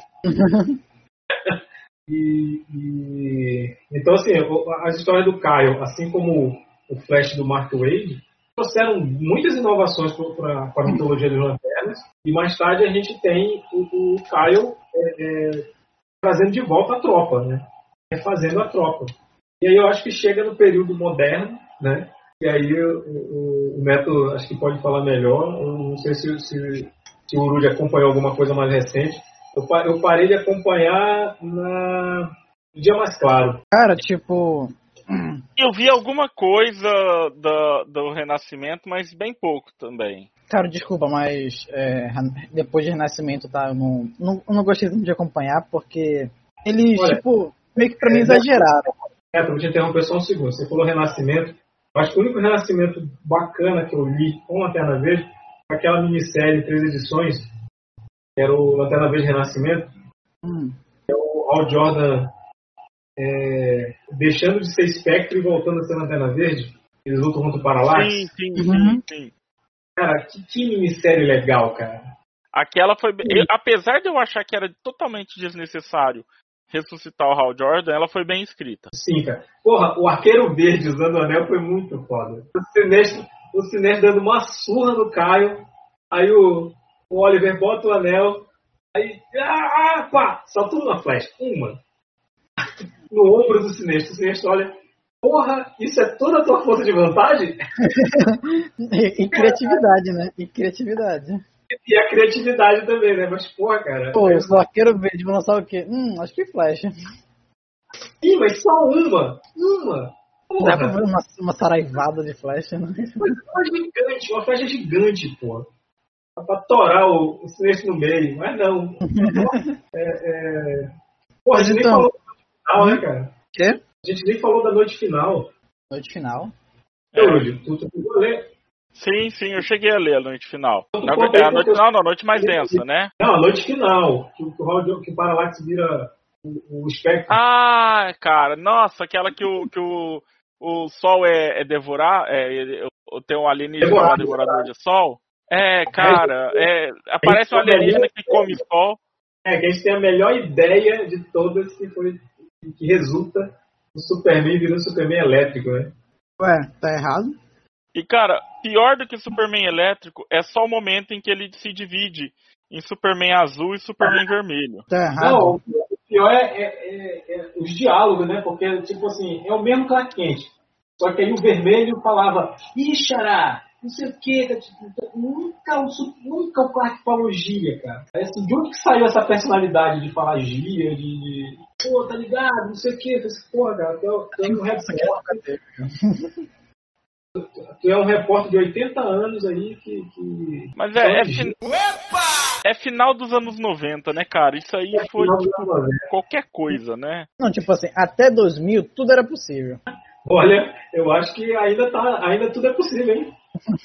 Speaker 1: Então, assim, as histórias do Kyle, assim como o Flash do Mark Waid, trouxeram muitas inovações para a mitologia dos Lanternas. E mais tarde a gente tem o Kyle trazendo de volta a tropa, né? Refazendo a tropa. E aí eu acho que chega no período moderno, né? E aí o Neto acho que pode falar melhor. Eu não sei se o Urudi acompanhou alguma coisa mais recente. Eu parei de acompanhar no Dia Mais Claro.
Speaker 2: Cara, tipo...
Speaker 3: Eu vi alguma coisa do Renascimento, mas bem pouco também.
Speaker 2: Cara, desculpa, mas depois de Renascimento, tá? Eu não gostei muito de acompanhar, porque eles, meio que pra mim exageraram.
Speaker 1: Vou te interromper só um segundo. Você falou Renascimento. Acho que o único Renascimento bacana que eu li com Lanterna Verde foi aquela minissérie em 3 edições, que era o Lanterna Verde Renascimento. É o Hal Jordan deixando de ser Spectre e voltando a ser Lanterna Verde. Eles lutam contra o Parallax.
Speaker 3: Sim.
Speaker 1: Cara, que minissérie legal, cara.
Speaker 3: Aquela foi... apesar de eu achar que era totalmente desnecessário ressuscitar o Hal Jordan, ela foi bem escrita.
Speaker 1: Sim, cara. Porra, o Arqueiro Verde usando o anel foi muito foda. O Sinestro dando uma surra no Caio. Aí o Oliver bota o anel. Aí, pá, solta uma flecha. Uma. No ombro do Sinestro. O Sinestro olha, porra, isso é toda a tua força de vontade?
Speaker 2: E criatividade, né? E criatividade.
Speaker 1: E a criatividade também, né? Mas, porra, cara...
Speaker 2: Pô, eu só Arqueiro Verde, vou lançar o quê? Acho que flecha.
Speaker 1: Ih, mas só uma. Porra.
Speaker 2: Dá pra ver uma saraivada de flecha, né?
Speaker 1: Uma flecha gigante, porra. Pra torar o Sinestro no meio. Mas não. Porra, a gente nem falou da noite final, né, cara?
Speaker 2: Quê?
Speaker 1: A gente nem falou da noite final.
Speaker 2: Noite final?
Speaker 1: Tu pegou a ler?
Speaker 3: Sim, eu cheguei a ler a noite final. A noite mais densa, né?
Speaker 1: Não, a noite final. Que o Parallax vira o Spectre.
Speaker 3: Ah, cara, nossa, aquela que o Sol é devorar, tem um alienígena devorador de Sol. Cara, aparece um alienígena que come Sol.
Speaker 1: Que a gente tem a melhor ideia de todas que resulta no Superman virando Superman elétrico, né?
Speaker 2: Ué, tá errado?
Speaker 3: E, cara, pior do que Superman elétrico é só o momento em que ele se divide em Superman azul e Superman vermelho.
Speaker 2: Tá errado.
Speaker 1: Não, o pior é os diálogos, né? Porque, tipo assim, é o mesmo Clark Kent. Só que aí o vermelho falava, Xará, não sei o que, nunca o Clark falou gíria, cara. Assim, de onde que saiu essa personalidade de falar gíria, pô, tá ligado, não sei o que, porra, cara, tu é um repórter. Tu é um repórter de 80 anos aí que...
Speaker 3: Mas é final dos anos 90, né, cara? Isso aí foi qualquer coisa, né?
Speaker 2: Não, tipo assim, até 2000 tudo era possível.
Speaker 1: Olha, eu acho que ainda tudo é possível, hein?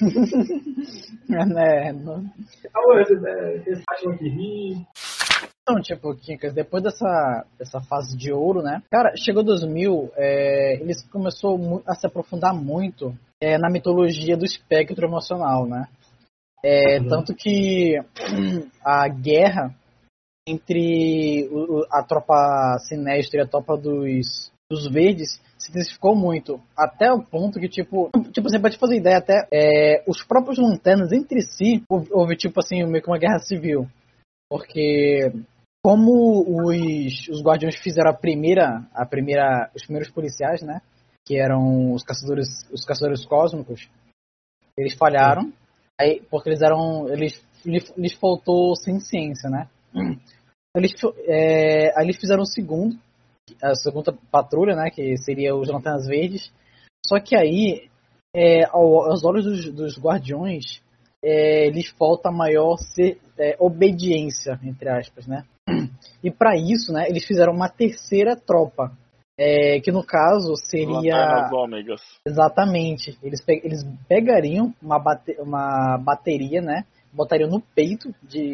Speaker 2: Então, tipo, Kinkas, depois dessa fase de ouro, né? Cara, chegou 2000, eles começou a se aprofundar muito na mitologia do espectro emocional, né? Tanto que a guerra entre a tropa sinistra e a tropa dos verdes se intensificou muito, até o ponto que, tipo assim, pra te fazer ideia, até os próprios lanternas entre si, houve, tipo assim, meio que uma guerra civil. Porque como os Guardiões fizeram os primeiros policiais, né, que eram os caçadores cósmicos, eles falharam, aí, porque lhes faltou ciência, né. Aí eles fizeram a segunda patrulha, né, que seria os Lanternas Verdes. Só que aí aos olhos dos guardiões, lhes falta maior obediência, entre aspas, né? E para isso, né, eles fizeram uma terceira tropa, que no caso seria...
Speaker 3: Lanternas Ômegas.
Speaker 2: Exatamente. Eles pegariam uma bateria, né, botariam no peito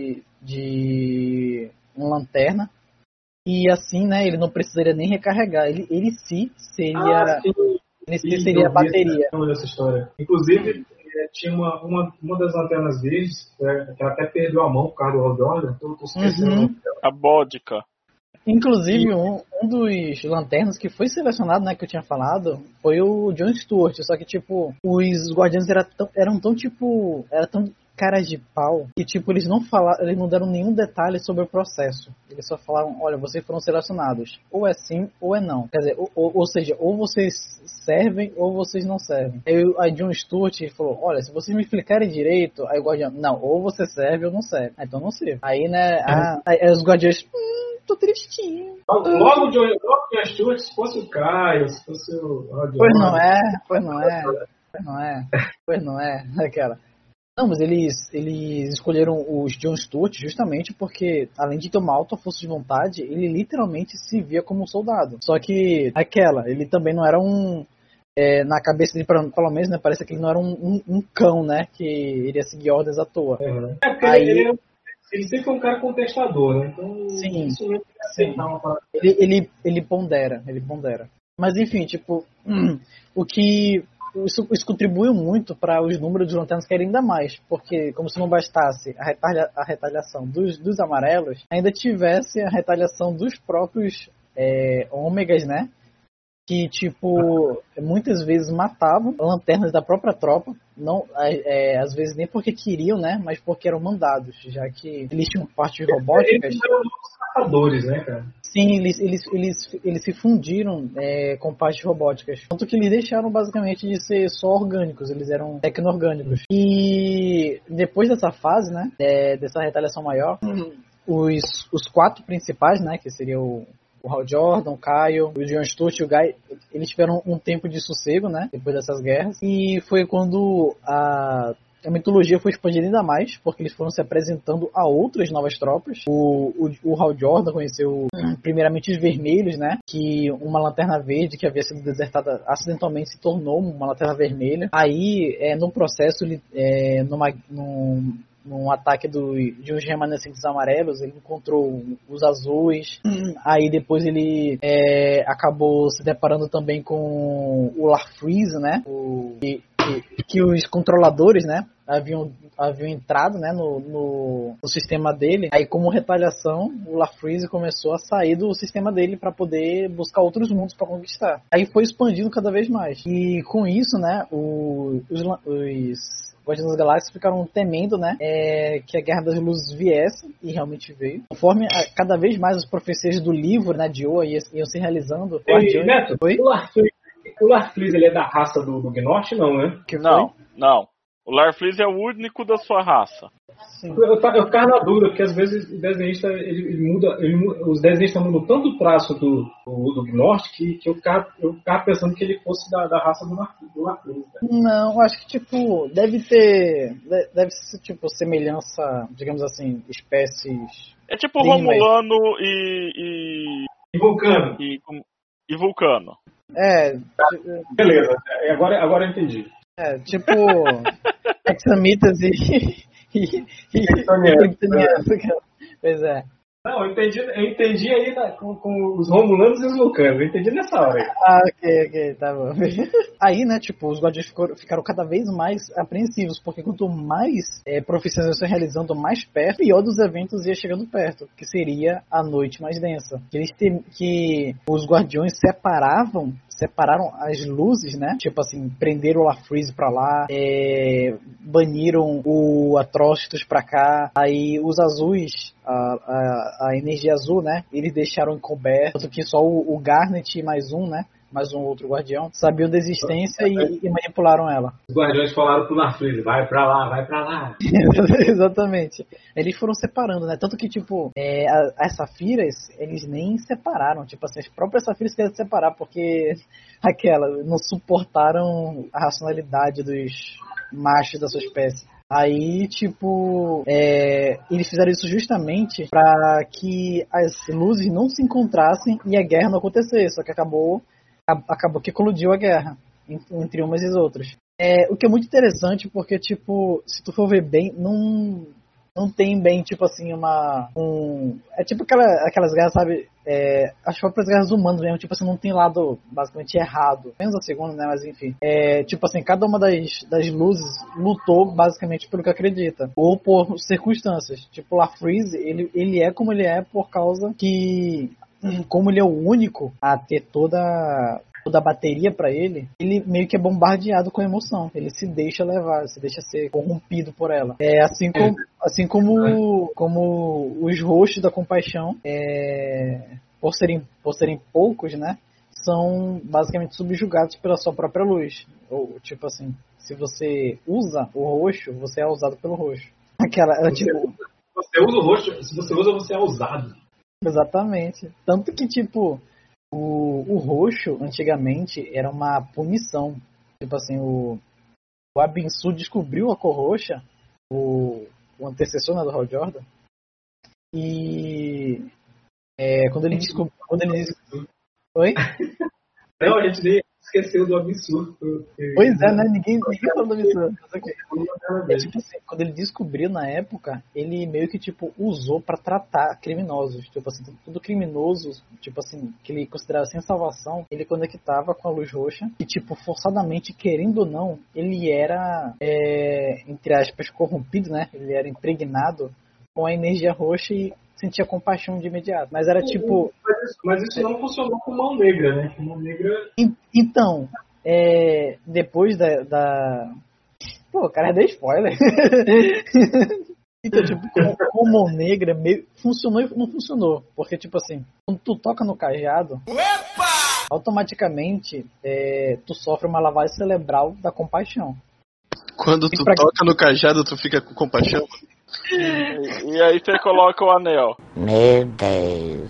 Speaker 2: de uma lanterna, e assim, né, ele não precisaria nem recarregar. Ele seria... Ele seria a bateria.
Speaker 1: Essa história. Inclusive, tinha uma das lanternas verdes, que ela até perdeu a mão por causa do Hal Jordan, tô esquecendo.
Speaker 3: A Bódica.
Speaker 2: Inclusive, um dos lanternas que foi selecionado, né, que eu tinha falado, foi o Jon Stewart. Só que, tipo, os Guardiões eram tão caras de pau que, tipo, eles não deram nenhum detalhe sobre o processo. Eles só falaram, olha, vocês foram selecionados. Ou é sim, ou é não. Quer dizer, ou seja, ou vocês servem, ou vocês não servem. Aí Jon Stewart falou, olha, se vocês me explicarem direito, aí o Guardião, não, ou você serve ou não serve. Então não serve. Aí, né, aí os Guardiões... tô tristinho.
Speaker 1: Logo o Jon Stewart, se fosse o Caio, se fosse o Rod
Speaker 2: Pois não é, aquela. Não, mas eles escolheram os Jon Stewart justamente porque, além de ter uma alta força de vontade, ele literalmente se via como um soldado. Só que, ele também não era na cabeça dele, pelo menos, né, parece que ele não era um cão, né, que iria seguir ordens à toa.
Speaker 1: Porque ele sempre foi um cara contestador, né? Então,
Speaker 2: sim,
Speaker 1: isso não aceitar uma parada.
Speaker 2: Ele pondera. Mas enfim, tipo, isso contribuiu muito para os números de lanternas caírem ainda mais, porque como se não bastasse a retaliação dos amarelos, ainda tivesse a retaliação dos próprios ômegas, né? Que, tipo, muitas vezes matavam lanternas da própria tropa, não, às vezes nem porque queriam, né, mas porque eram mandados, já que eles tinham partes robóticas.
Speaker 1: Eles eram caçadores, né, cara?
Speaker 2: Sim, eles se fundiram com partes robóticas. Tanto que eles deixaram basicamente de ser só orgânicos, eles eram tecno-orgânicos. E depois dessa fase, né, dessa retaliação maior, os 4 principais, né, que seria o Hal Jordan, o Kyle, o Jon Stewart e o Guy, eles tiveram um tempo de sossego, né, depois dessas guerras, e foi quando a mitologia foi expandida ainda mais, porque eles foram se apresentando a outras novas tropas. O Hal Jordan conheceu primeiramente os vermelhos, né, que uma lanterna verde que havia sido desertada acidentalmente se tornou uma lanterna vermelha. Aí, no processo, num ataque de uns remanescentes amarelos, ele encontrou os azuis. Aí depois ele acabou se deparando também com o Larfreeze, né? Que os controladores, né, haviam entrado, né, no sistema dele. Aí, como retaliação, o Larfreeze começou a sair do sistema dele para poder buscar outros mundos para conquistar. Aí foi expandindo cada vez mais. E com isso, né, os Guardiões das Galáxias ficaram temendo, né, que a Guerra das Luzes viesse, e realmente veio. Conforme cada vez mais as profecias do livro, né, de Oa iam se realizando.
Speaker 1: Neto, o Larfleeze, ele é da raça do Gnort, não, né?
Speaker 3: Não. O Larfleeze é o único da sua raça.
Speaker 1: Eu ficava na dúvida, porque às vezes o desenhista os desenhistas mudam tanto o traço do Gnort que eu ficava pensando que ele fosse da raça do Larfleeze.
Speaker 2: Não, acho que tipo deve ser tipo semelhança, digamos assim, espécies.
Speaker 3: É tipo Romulano e
Speaker 1: Vulcano.
Speaker 3: E Vulcano.
Speaker 1: Beleza, agora eu entendi.
Speaker 2: Tipo Hexamitas e Pois é.
Speaker 1: Não, eu entendi aí com os Romulanos e os Vulcanos. Eu entendi nessa hora aí.
Speaker 2: Ok, tá bom. Aí, né, tipo, os Guardiões ficaram cada vez mais apreensivos, porque quanto mais profecias iam se realizando mais perto, pior dos eventos ia chegando perto, que seria a noite mais densa. Que os Guardiões separaram as luzes, né? Tipo assim, prenderam o Larfreeze pra lá, baniram o Atrocitus pra cá, aí os azuis, a energia azul, né? Eles deixaram encoberto, tanto que só o Garnet mais um, né? mais um outro guardião, sabiam da existência e manipularam ela.
Speaker 1: Os guardiões falaram pro Larfleeze, vai pra lá.
Speaker 2: Exatamente. Eles foram separando, né? Tanto que, tipo, as Safiras, eles nem separaram. Tipo assim, as próprias Safiras queriam separar, porque não suportaram a racionalidade dos machos da sua espécie. Aí, tipo, eles fizeram isso justamente para que as luzes não se encontrassem e a guerra não acontecesse. Só que acabou que colidiu a guerra entre umas e as outras. O que é muito interessante porque, tipo, se tu for ver bem, não tem bem, tipo assim, é tipo aquelas guerras, sabe? As próprias guerras humanas mesmo, tipo assim, não tem lado basicamente errado. Menos a segunda, né? Mas enfim. Tipo assim, cada uma das luzes lutou basicamente pelo que acredita. Ou por circunstâncias. Tipo, Larfleeze, ele é como ele é por causa que, como ele é o único a ter toda a bateria pra ele meio que é bombardeado com emoção. Ele se deixa levar, se deixa ser corrompido por ela. Assim como os rostos da compaixão, por serem poucos, né, são basicamente subjugados pela sua própria luz. Ou, tipo assim, se você usa o roxo, você é usado pelo roxo.
Speaker 1: Você usa o roxo, se você usa, você é usado.
Speaker 2: Exatamente. Tanto que, tipo, o roxo, antigamente, era uma punição. Tipo assim, o Abinsu descobriu a cor roxa, o antecessor, né, do Hal Jordan. E quando ele descobriu... Oi?
Speaker 1: Não, a gente nem esqueceu do absurdo.
Speaker 2: Pois é, né? Ninguém falou do absurdo. Tipo assim, quando ele descobriu na época, ele meio que, tipo, usou pra tratar criminosos. Tipo assim, tudo criminoso, tipo assim, que ele considerava sem salvação, ele conectava com a luz roxa. E, tipo, forçadamente, querendo ou não, ele era, entre aspas, corrompido, né? Ele era impregnado com a energia roxa e sentia compaixão de imediato. Mas era tipo...
Speaker 1: Mas isso não funcionou com Mão Negra, né? Mão Negra...
Speaker 2: Então, depois da... Pô, cara, deu spoiler. Então, tipo, com Mão Negra, funcionou e não funcionou. Porque, tipo assim, quando tu toca no cajado, automaticamente tu sofre uma lavagem cerebral da compaixão.
Speaker 8: Quando tu toca no cajado, tu fica com compaixão?
Speaker 3: E aí você coloca o anel.
Speaker 6: Meu Deus.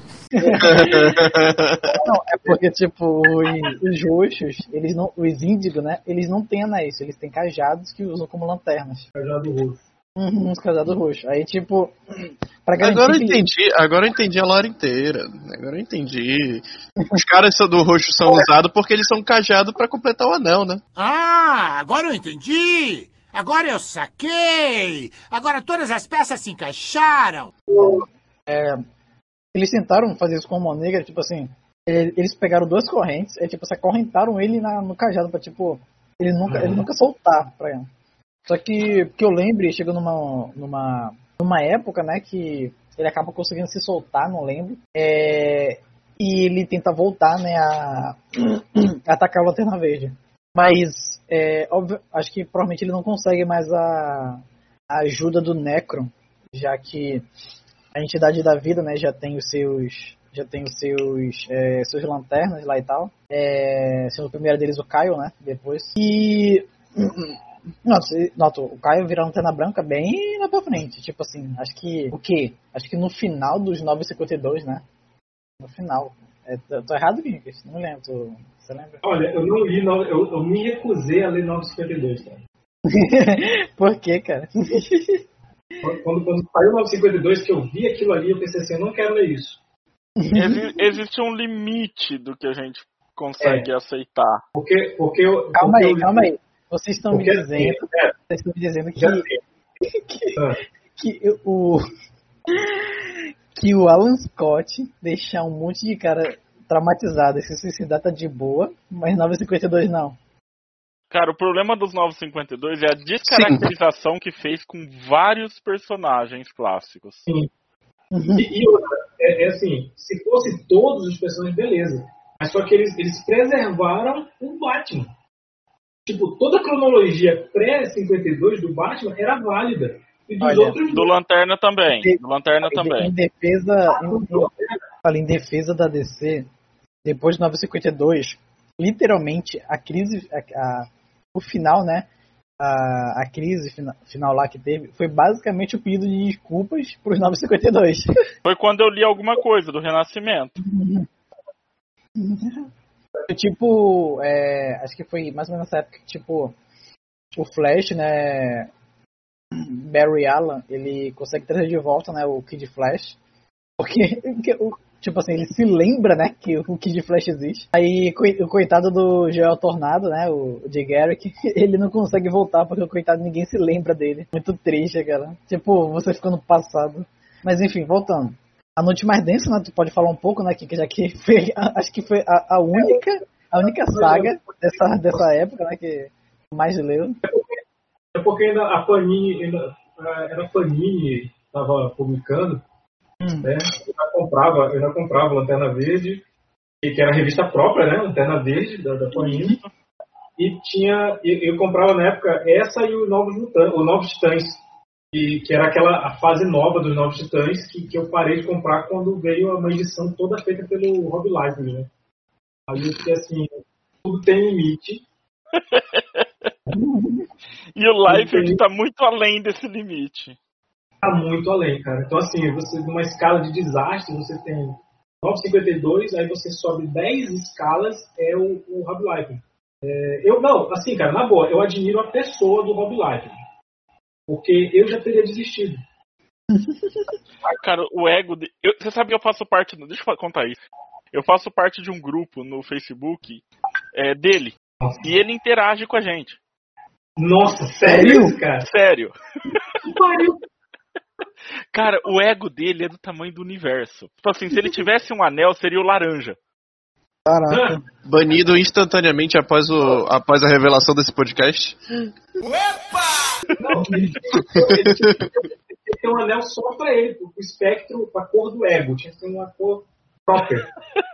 Speaker 2: Não, é porque, tipo, os roxos, eles não, os índigos, né, eles não têm anéis, eles têm cajados que usam como lanternas.
Speaker 1: Cajado roxo.
Speaker 2: Uns cajados roxos. Aí, tipo, pra garantir
Speaker 8: Agora eu entendi a lore inteira. Agora eu entendi. Os caras do roxo são usados porque eles são cajados pra completar o anel, né?
Speaker 4: Ah, agora eu entendi! Agora eu saquei! Agora todas as peças se encaixaram!
Speaker 2: Eles tentaram fazer isso com o Mão Negra, tipo assim, eles pegaram duas correntes, tipo, se acorrentaram ele no cajado pra, tipo, ele nunca soltar pra ele. Só que eu lembro, chegou numa época, né, que ele acaba conseguindo se soltar, não lembro, e ele tenta voltar, né, a atacar a Lanterna Verde. Mas, óbvio, acho que provavelmente ele não consegue mais a ajuda do Necron, já que a entidade da vida, né, já tem os seus lanternas lá e tal. Sendo o primeiro deles o Kyle, né, depois. E... Nota, o Caio virar lanterna branca bem lá pra frente. Tipo assim, acho que... O quê? Acho que no final dos 952, né? No final. Tô errado, Vinicius? Não lembro. Você lembra?
Speaker 1: Olha, eu não li... Eu me recusei a ler 952, cara.
Speaker 2: Por quê, cara?
Speaker 1: Quando saiu o 952, que eu vi aquilo ali, eu pensei assim, eu não quero ler isso.
Speaker 3: Existe um limite do que a gente consegue aceitar.
Speaker 1: Porque
Speaker 2: Calma aí. Vocês estão me dizendo que o Alan Scott deixar um monte de cara traumatizado e se suicidar tá de boa, mas 952 não.
Speaker 3: Cara, o problema dos 952 é a descaracterização que fez com vários personagens clássicos.
Speaker 1: Sim. E outra, assim, se fosse todos os personagens, beleza. Mas só que eles preservaram o Batman. Tipo, toda a cronologia pré-52 do Batman era válida. E dos outros...
Speaker 3: Do Lanterna também.
Speaker 2: Em defesa da DC, depois de 952, literalmente, a crise, o final, né? A crise final lá que teve foi basicamente o pedido de desculpas pros 952.
Speaker 3: Foi quando eu li alguma coisa do Renascimento.
Speaker 2: Tipo, acho que foi mais ou menos nessa época que, tipo, o Flash, né? Barry Allen, ele consegue trazer de volta, né? O Kid Flash. Porque tipo assim, ele se lembra, né, que o Kid Flash existe. Aí o coitado do Joel Tornado, né, o Jay Garrick, ele não consegue voltar porque o coitado ninguém se lembra dele. Muito triste, cara. Tipo, você ficando passado. Mas enfim, voltando. A Noite Mais Densa, né, tu pode falar um pouco, né, que já que foi, acho que foi a única saga dessa época, né, que mais leu.
Speaker 1: É porque ainda a Panini, era a Panini estava publicando. Né? Eu já comprava Lanterna Verde, que era a revista própria, né? Lanterna Verde da Panini, e eu comprava na época essa e o Novos Titãs, que era a fase nova dos Novos Titãs, que eu parei de comprar quando veio uma edição toda feita pelo Rob Liefeld, né? Aí eu fiquei assim, tudo tem limite.
Speaker 3: E o Liefeld tá muito além desse limite.
Speaker 1: Muito além, cara. Então, assim, você numa escala de desastre, você tem 952, aí você sobe 10 escalas, é o Rob Liefeld. Não, assim, cara, na boa, eu admiro a pessoa do Rob Liefeld, porque eu já teria desistido.
Speaker 3: Cara, o ego... Você sabe que eu faço parte... Deixa eu contar isso. Eu faço parte de um grupo no Facebook dele, e ele interage com a gente.
Speaker 1: Nossa, sério, cara?
Speaker 3: Sério.
Speaker 1: Que pariu.
Speaker 3: Cara, o ego dele é do tamanho do universo. Tipo assim, se ele tivesse um anel, seria o laranja.
Speaker 2: Caraca.
Speaker 8: Banido instantaneamente após a revelação desse podcast.
Speaker 1: Não, ele tem um anel só pra ele, o espectro, a cor do ego. Tinha que ter uma cor própria.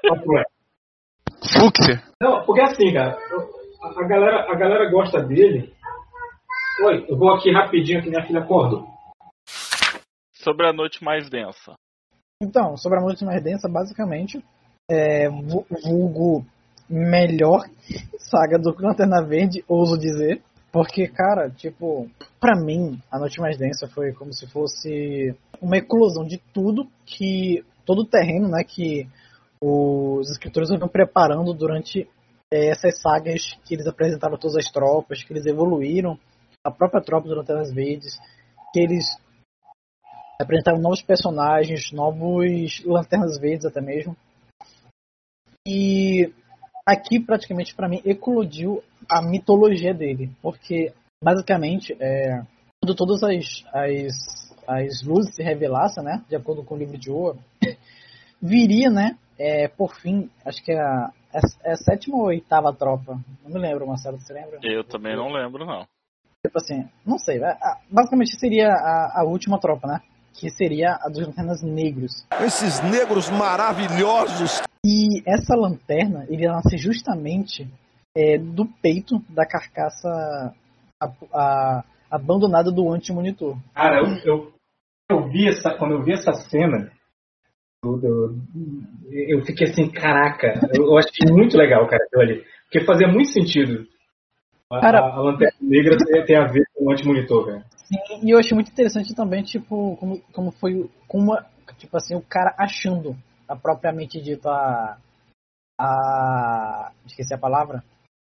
Speaker 8: Fúcsia.
Speaker 1: Não, porque assim, cara, a galera gosta dele. Oi, eu vou aqui rapidinho que minha filha acordou.
Speaker 3: Sobre a Noite Mais Densa.
Speaker 2: Então, sobre a Noite Mais Densa, basicamente, vulgo melhor saga do Lanterna Verde, ouso dizer. Porque, cara, tipo, pra mim, a Noite Mais Densa foi como se fosse uma eclosão de tudo todo o terreno, né, que os escritores vinham preparando durante essas sagas que eles apresentaram todas as tropas, que eles evoluíram, a própria tropa dos Lanternas Verdes, que eles apresentaram novos personagens, novos Lanternas Verdes até mesmo. E aqui, praticamente, pra mim, eclodiu a mitologia dele. Porque, basicamente, quando todas as luzes se revelassem, né, de acordo com o Livro de Ouro, viria, né, por fim, acho que é a 7ª ou 8ª tropa. Não me lembro, Marcelo, você lembra?
Speaker 3: Eu também não lembro, não.
Speaker 2: Tipo assim, não sei. Basicamente seria a última tropa, né? Que seria a dos Lanternas Negros.
Speaker 5: Esses negros maravilhosos!
Speaker 2: E essa lanterna, ele nasce justamente do peito da carcaça abandonada do Anti-Monitor.
Speaker 1: Cara, quando eu vi essa cena, eu fiquei assim, caraca, eu achei muito legal, cara, aquilo ali. Porque fazia muito sentido. A Lanterna Negra tem a ver com o Anti-Monitor, velho.
Speaker 2: Sim, e eu achei muito interessante também, tipo, como foi, tipo assim, o cara achando a propriamente dito esqueci a palavra,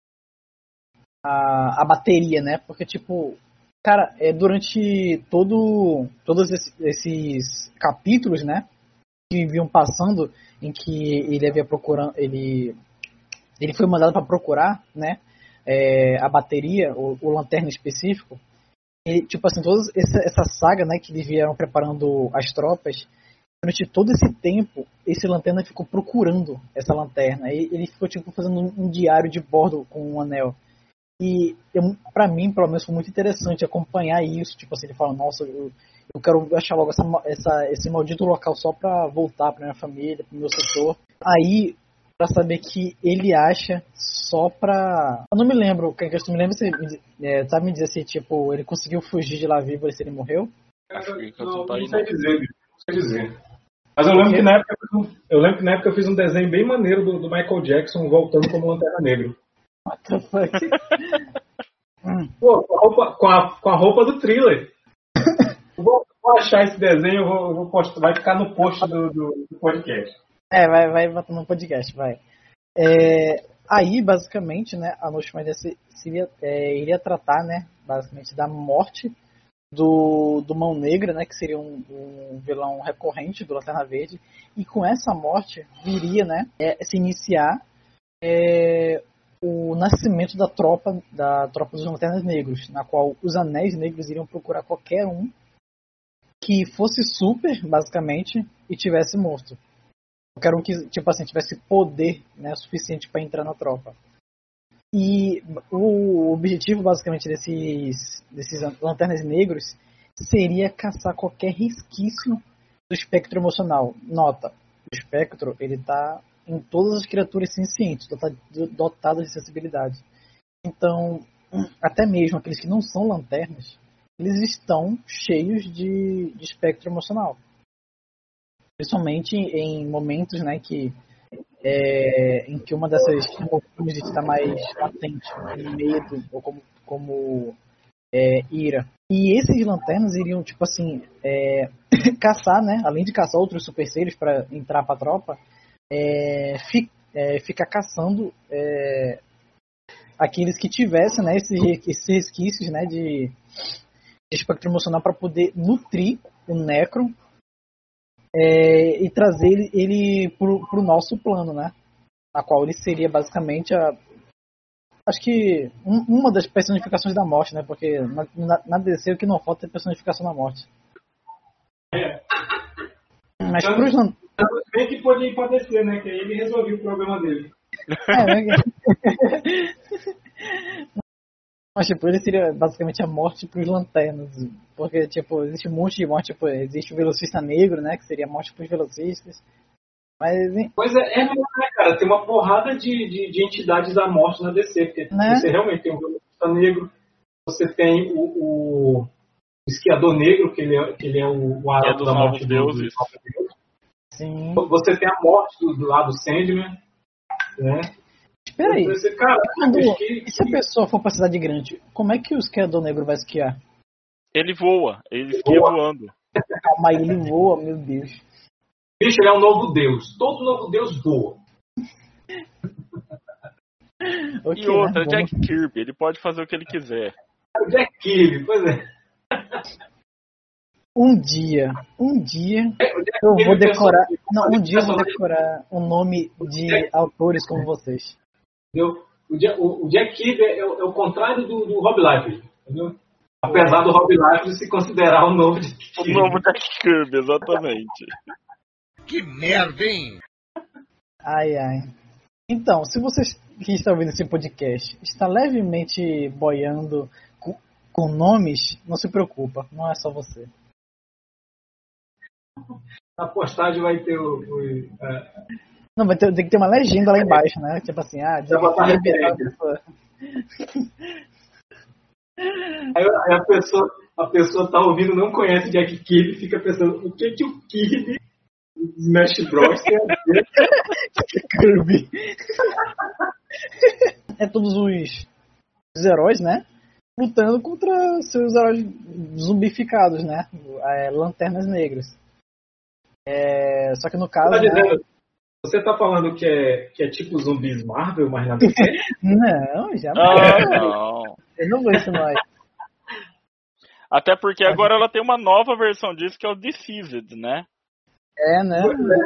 Speaker 2: a bateria, né? Porque, tipo, cara, durante todos esses capítulos, né, que vinham passando, em que ele havia procurando, ele foi mandado para procurar, né, a bateria, o lanterna específico. E, tipo assim, toda essa saga, né, que eles vieram preparando as tropas, durante todo esse tempo, esse lanterna ficou procurando essa lanterna. E ele ficou, tipo, fazendo um diário de bordo com um anel. E pra mim, pelo menos, foi muito interessante acompanhar isso. Tipo assim, ele fala, nossa, eu quero achar logo esse maldito local só pra voltar pra minha família, pro meu setor. Aí, pra saber que ele acha só pra... Eu não me lembro, tu me lembra se sabe me dizer se, tipo, ele conseguiu fugir de lá vivo ou se ele morreu?
Speaker 1: Não sei dizer. Mas eu lembro que na época eu fiz um desenho bem maneiro do Michael Jackson voltando como Lanterna Negra.
Speaker 2: What the fuck?
Speaker 1: Pô, com a roupa do Thriller. Vou achar esse desenho, eu vou postar, vai ficar no post do podcast.
Speaker 2: Vai botar no podcast, vai. Aí, basicamente, né, a Noite Mais iria tratar, né, basicamente, da morte do Mão Negra, né, que seria um vilão recorrente do Lanterna Verde, e com essa morte viria, né, se iniciar o nascimento da tropa dos Lanternas Negros, na qual os Anéis Negros iriam procurar qualquer um que fosse super, basicamente, e tivesse morto. Qualquer um que, tipo assim, tivesse poder, né, suficiente para entrar na tropa. E o objetivo, basicamente, desses Lanternas Negros seria caçar qualquer resquício do espectro emocional. Nota, o espectro, ele tá em todas as criaturas sencientes, dotadas de sensibilidade. Então, até mesmo aqueles que não são lanternas, eles estão cheios de espectro emocional. Principalmente em momentos, né, em que uma dessas emoções está mais latente, como medo ou como ira. E esses lanternas iriam, tipo assim, caçar, né, além de caçar outros super seres para entrar para a tropa, ficar caçando aqueles que tivessem, né, esses resquícios, né, de espectro emocional para poder nutrir o Necron e trazer ele pro nosso plano, né? A qual ele seria basicamente acho que uma das personificações da morte, né? Porque na DC o que não falta é personificação da morte. Mas pros
Speaker 1: bem que podia padecer, né? Que aí ele resolveu o problema dele.
Speaker 2: Mas, tipo, ele seria basicamente a morte pros lanternas. Porque, tipo, existe um monte de morte. Tipo, existe o velocista negro, né? Que seria a morte pros velocistas. Mas...
Speaker 1: Pois é, né, cara? Tem uma porrada de entidades da morte na DC. Porque você realmente tem o velocista negro. Você tem o esquiador negro, que ele é o arauto da morte deuses.
Speaker 2: Sim.
Speaker 1: Você tem a morte do lado Sandman, né?
Speaker 2: Espera aí,
Speaker 1: e
Speaker 2: se a pessoa for pra cidade grande, como é que o esquiador negro vai esquiar?
Speaker 3: Ele voa, ele esquia voando.
Speaker 2: Calma aí, ele voa, meu Deus.
Speaker 1: Bicho, ele é um novo deus. Todo novo deus voa.
Speaker 3: Okay, e outra, né? Jack Kirby, ele pode fazer o que ele quiser.
Speaker 1: Jack Kirby, pois é.
Speaker 2: Um dia eu vou decorar. Não, um dia eu vou decorar o nome de autores como vocês.
Speaker 1: Entendeu? O Jack Kirby é o contrário do Rob Liefeld, entendeu? Apesar do Rob Liefeld se considerar o novo Jack Kirby.
Speaker 3: O novo Jack Kirby, exatamente.
Speaker 4: Que merda, hein?
Speaker 2: Ai. Então, se vocês que estão ouvindo esse podcast está levemente boiando com nomes, não se preocupa, não é só você.
Speaker 1: Na postagem vai ter
Speaker 2: Não, tem que ter uma legenda lá embaixo, né? Tipo assim,
Speaker 1: Aí a pessoa tá ouvindo, não conhece Jack Kirby, fica pensando, o que o Kirby Smash Bros tem a ver?
Speaker 2: Kirby. É todos os heróis, né? Lutando contra seus heróis zumbificados, né? Lanternas Negras. Só que no caso...
Speaker 1: Você tá falando que é tipo zumbis Marvel, mas nada a ver?
Speaker 2: Não, jamais.
Speaker 3: Não.
Speaker 2: Eu não vou ensinar isso.
Speaker 3: Até porque agora ela tem uma nova versão disso, que é o Deceased, né?
Speaker 2: Né?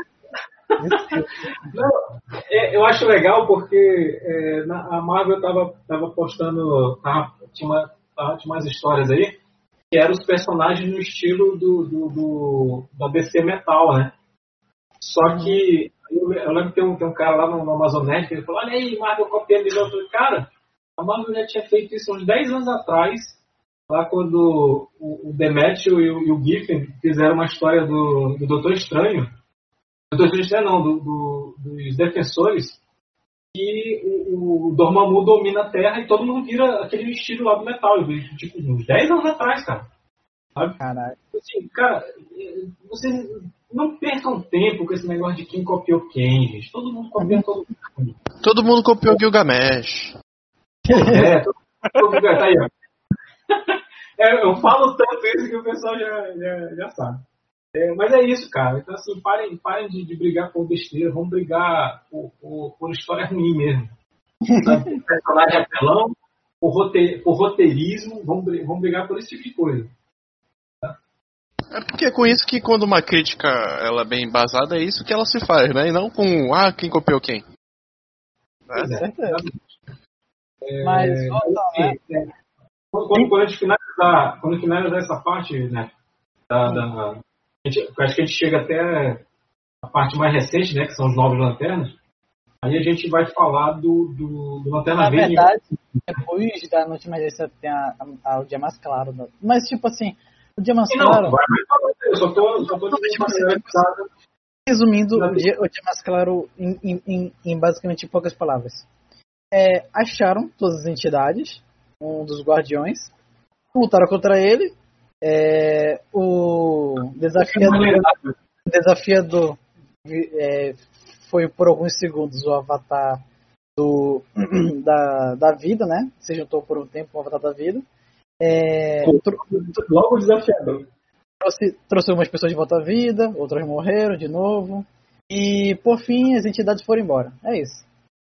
Speaker 1: Não, eu acho legal porque a Marvel tava postando, tinha umas histórias aí, que eram os personagens no estilo da DC Metal, né? Só que eu lembro que tem um cara lá no Amazonete que ele falou, olha aí, Marvel copiando de novo. Eu falei, cara, a Marvel já tinha feito isso uns 10 anos atrás, lá quando o Demetrio e o Giffen fizeram uma história do Doutor Estranho. Doutor Estranho não, dos Defensores, e o Dormammu domina a Terra e todo mundo vira aquele estilo lá do metal. Eu vi, tipo, uns 10 anos atrás, cara. Sabe?
Speaker 2: Caralho.
Speaker 1: Assim, cara, você não percam tempo com esse negócio de quem copiou quem, gente. Todo mundo copiou todo mundo.
Speaker 8: Todo mundo copiou Gilgamesh.
Speaker 1: Todo mundo tá aí, ó. Eu falo tanto isso que o pessoal já sabe. Mas é isso, cara. Então, assim, parem de brigar por besteira. Vamos brigar por história ruim mesmo. Sabe? Personagem apelão, por roteirismo. Vamos brigar por esse tipo de coisa. Tá?
Speaker 8: É porque é com isso que quando uma crítica ela é bem embasada, é isso que ela se faz, né? E não com, quem copiou quem.
Speaker 2: Com certeza.
Speaker 1: Mas, quando a gente finalizar essa parte, né, acho que a gente chega até a parte mais recente, né, que são os Novos Lanternas, aí a gente vai falar do Lanterna Verde.
Speaker 2: Na verdade, depois da Noite Mais Recente tem o Dia Mais Claro. Mas, tipo assim, o Dia Mais Claro...
Speaker 1: Eu só tô
Speaker 2: resumindo, o dia Mais Claro em basicamente poucas palavras. Acharam todas as entidades, um dos guardiões, lutaram contra ele, o desafiador foi por alguns segundos o avatar da vida, né? Se juntou por um tempo o avatar da vida.
Speaker 1: Logo o desafiador.
Speaker 2: Trouxe algumas pessoas de volta à vida, outras morreram de novo. E por fim as entidades foram embora. É isso.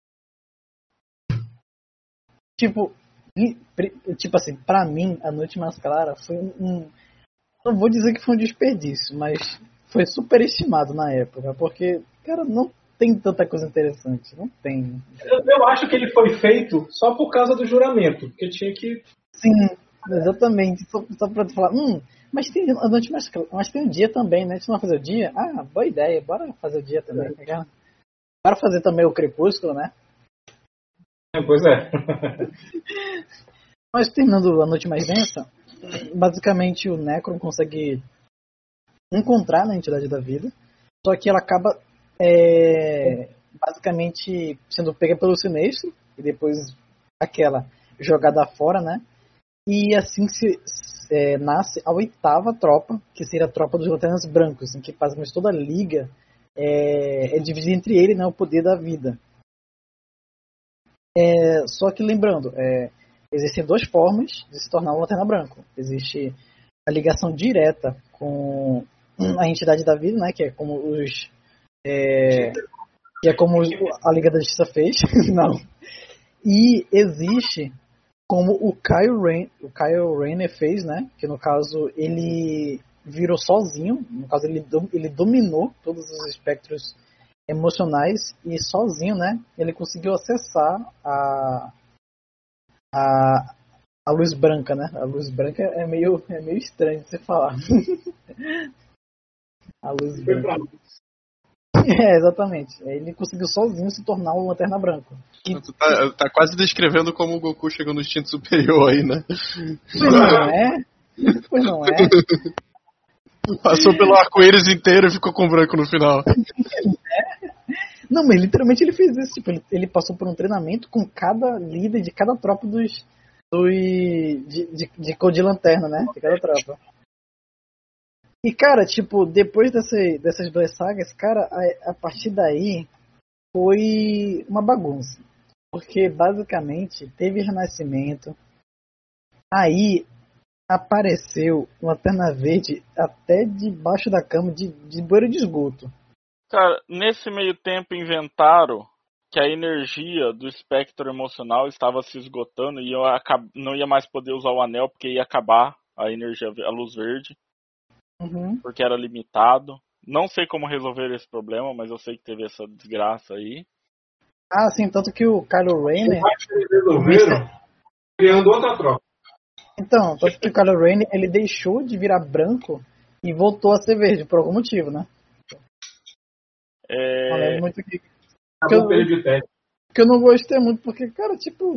Speaker 2: Tipo assim, pra mim, a Noite Mais Clara foi não vou dizer que foi um desperdício, mas foi superestimado na época, porque, cara, não tem tanta coisa interessante, não tem.
Speaker 1: Eu acho que ele foi feito só por causa do juramento, porque tinha que...
Speaker 2: Sim, exatamente, só pra tu falar, mas tem a Noite Mais Clara, mas tem o dia também, né, a gente não vai fazer o dia? Ah, boa ideia, bora fazer o dia também, bora fazer também o Crepúsculo, né?
Speaker 1: Pois é.
Speaker 2: Mas terminando a Noite Mais Densa, basicamente o Necron consegue encontrar na entidade da vida, só que ela acaba basicamente sendo pega pelo Sinestro e depois aquela jogada fora, né? E assim nasce a 8ª tropa, que seria a tropa dos Lanternas Brancos, em que basicamente toda a liga é dividida entre ele, né, o poder da vida. Só que lembrando, existem 2 formas de se tornar um Lanterna Branco. Existe a ligação direta com a entidade da vida, né, que é como a Liga da Justiça fez. Não. E existe como o Kyle Rayner fez, né, que no caso ele virou sozinho, no caso ele dominou todos os espectros emocionais e sozinho, né, ele conseguiu acessar a luz branca, né? A luz branca é meio estranho de você falar. A luz branca. Exatamente. Ele conseguiu sozinho se tornar um Lanterna Branco.
Speaker 8: Tu tá quase descrevendo como o Goku chegou no instinto superior aí, né?
Speaker 2: Pois não é? Pois não é?
Speaker 8: Passou pelo arco-íris inteiro e ficou com branco no final.
Speaker 2: Não, mas literalmente ele fez isso. Tipo, ele passou por um treinamento com cada líder de cada tropa de Lanterna, né? De cada tropa. E, cara, tipo, depois dessas 2 sagas, cara, a partir daí foi uma bagunça. Porque, basicamente, teve renascimento. Aí apareceu uma Lanterna Verde até debaixo da cama de bueiro de esgoto.
Speaker 3: Cara, nesse meio tempo inventaram que a energia do espectro emocional estava se esgotando e eu não ia mais poder usar o anel porque ia acabar a energia, a luz verde.
Speaker 2: Uhum.
Speaker 3: Porque era limitado. Não sei como resolver esse problema, mas eu sei que teve essa desgraça aí.
Speaker 2: Ah, sim, tanto que o Kylo Ren...
Speaker 1: Eu acho que eles resolveram criando outra tropa.
Speaker 2: Então, tanto que o Kylo Ren, ele deixou de virar branco e voltou a ser verde, por algum motivo, né? Não lembro muito que eu não gostei muito, porque, cara,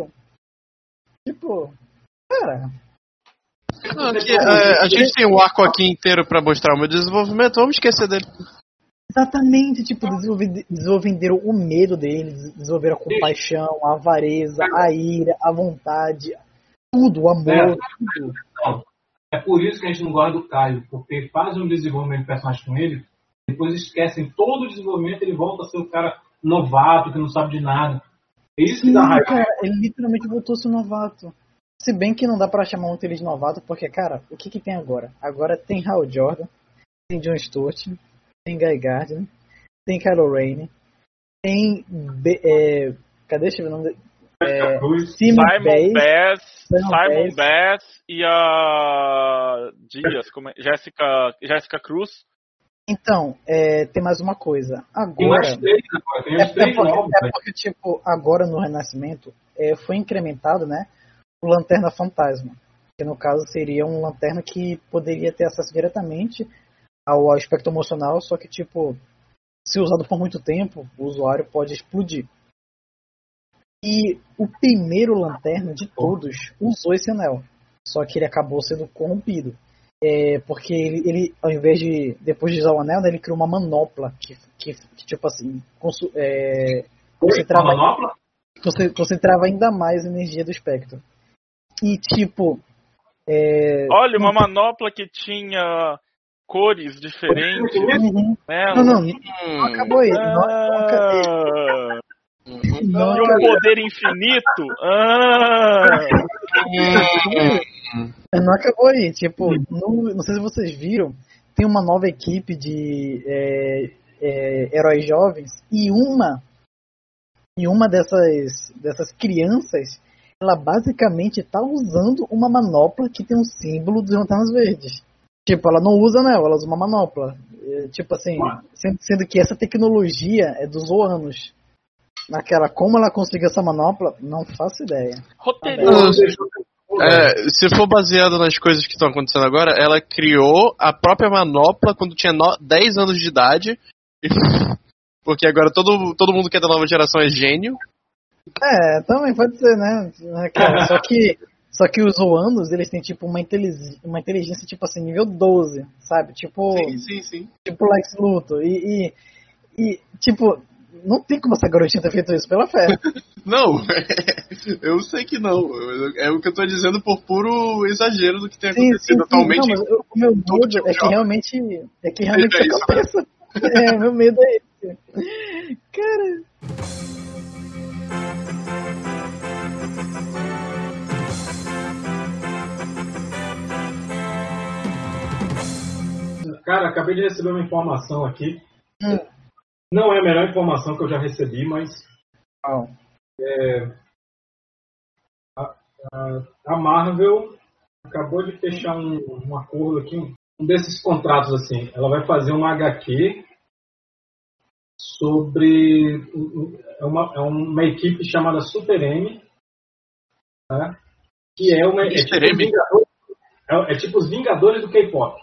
Speaker 2: cara...
Speaker 8: Não, a gente tem um arco aqui inteiro pra mostrar o meu desenvolvimento, vamos esquecer dele.
Speaker 2: Exatamente, tipo, desenvolveram o medo deles, desenvolveram a compaixão, a avareza, a ira, a vontade, tudo, o amor, tudo.
Speaker 1: É por isso que a gente não gosta do Caio, porque faz um desenvolvimento de personagem com ele, depois esquecem todo o desenvolvimento, ele volta a ser o cara novato, que não sabe de nada. É isso que dá raiva.
Speaker 2: Cara, ele literalmente voltou a ser novato. Se bem que não dá pra chamar muito ele de novato, porque, cara, o que tem agora? Agora tem Hal Jordan, tem Jon Stewart, tem Guy Gardner, tem Kylo Ren, tem... cadê esse nome?
Speaker 3: Simon Bass e a Dias, Jessica Cruz.
Speaker 2: Então, tem mais uma coisa. Agora, porque, tipo, agora no Renascimento foi incrementado, né, o Lanterna Fantasma, que no caso seria um lanterna que poderia ter acesso diretamente ao aspecto emocional, só que, tipo, se usado por muito tempo, o usuário pode explodir. E o primeiro lanterna de todos usou esse anel, só que ele acabou sendo corrompido. Porque ele, ao invés de, depois de usar o anel, né, ele criou uma manopla que tipo assim, concentrava ainda mais a energia do espectro. E tipo...
Speaker 3: olha, uma manopla que tinha cores diferentes.
Speaker 2: Não acabou aí.
Speaker 3: Não, um poder infinito.
Speaker 2: Não acabou aí. Tipo, não sei se vocês viram, tem uma nova equipe de heróis jovens e uma dessas crianças, ela basicamente está usando uma manopla que tem um símbolo dos Lanternas Verdes. Tipo, ela não usa anel, ela usa uma manopla. Tipo assim, sendo que essa tecnologia é dos Zoanos. Como ela conseguiu essa manopla, não faço ideia.
Speaker 8: Se for baseado nas coisas que estão acontecendo agora, ela criou a própria manopla quando tinha 10 anos de idade. Porque agora todo mundo que é da nova geração é gênio.
Speaker 2: Também pode ser, né? Cara, só que os Zoanos, eles têm tipo uma inteligência tipo assim, nível 12, sabe? Tipo,
Speaker 8: sim.
Speaker 2: Tipo Lex Luthor. E tipo, não tem como essa garotinha ter feito isso pela fé.
Speaker 8: Não, eu sei que não. É o que eu tô dizendo por puro exagero do que tem acontecido atualmente.
Speaker 2: Não, mas o meu medo é que realmente isso aconteça. Meu medo é esse. Cara...
Speaker 1: Cara, acabei de receber uma informação aqui. Não é a melhor informação que eu já recebi, mas a Marvel acabou de fechar um acordo aqui, um desses contratos assim. Ela vai fazer uma HQ sobre uma equipe chamada Super M, tá? Que é tipo os Vingadores do K-pop.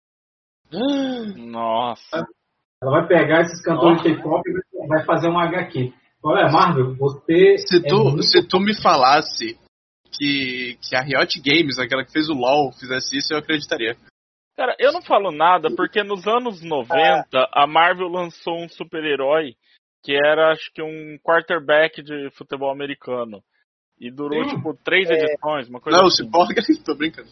Speaker 3: Nossa.
Speaker 1: Ela vai pegar esses cantores de K-pop e vai fazer uma HQ. Olha, Marvel, você...
Speaker 8: Se tu me falasse que a Riot Games, aquela que fez o LoL, fizesse isso, eu acreditaria.
Speaker 3: Cara, eu não falo nada, porque nos anos 90, a Marvel lançou um super-herói que era, acho que um quarterback de futebol americano. E durou, tipo, 3 edições, uma coisa assim.
Speaker 8: Não, o Cyborg, tô brincando.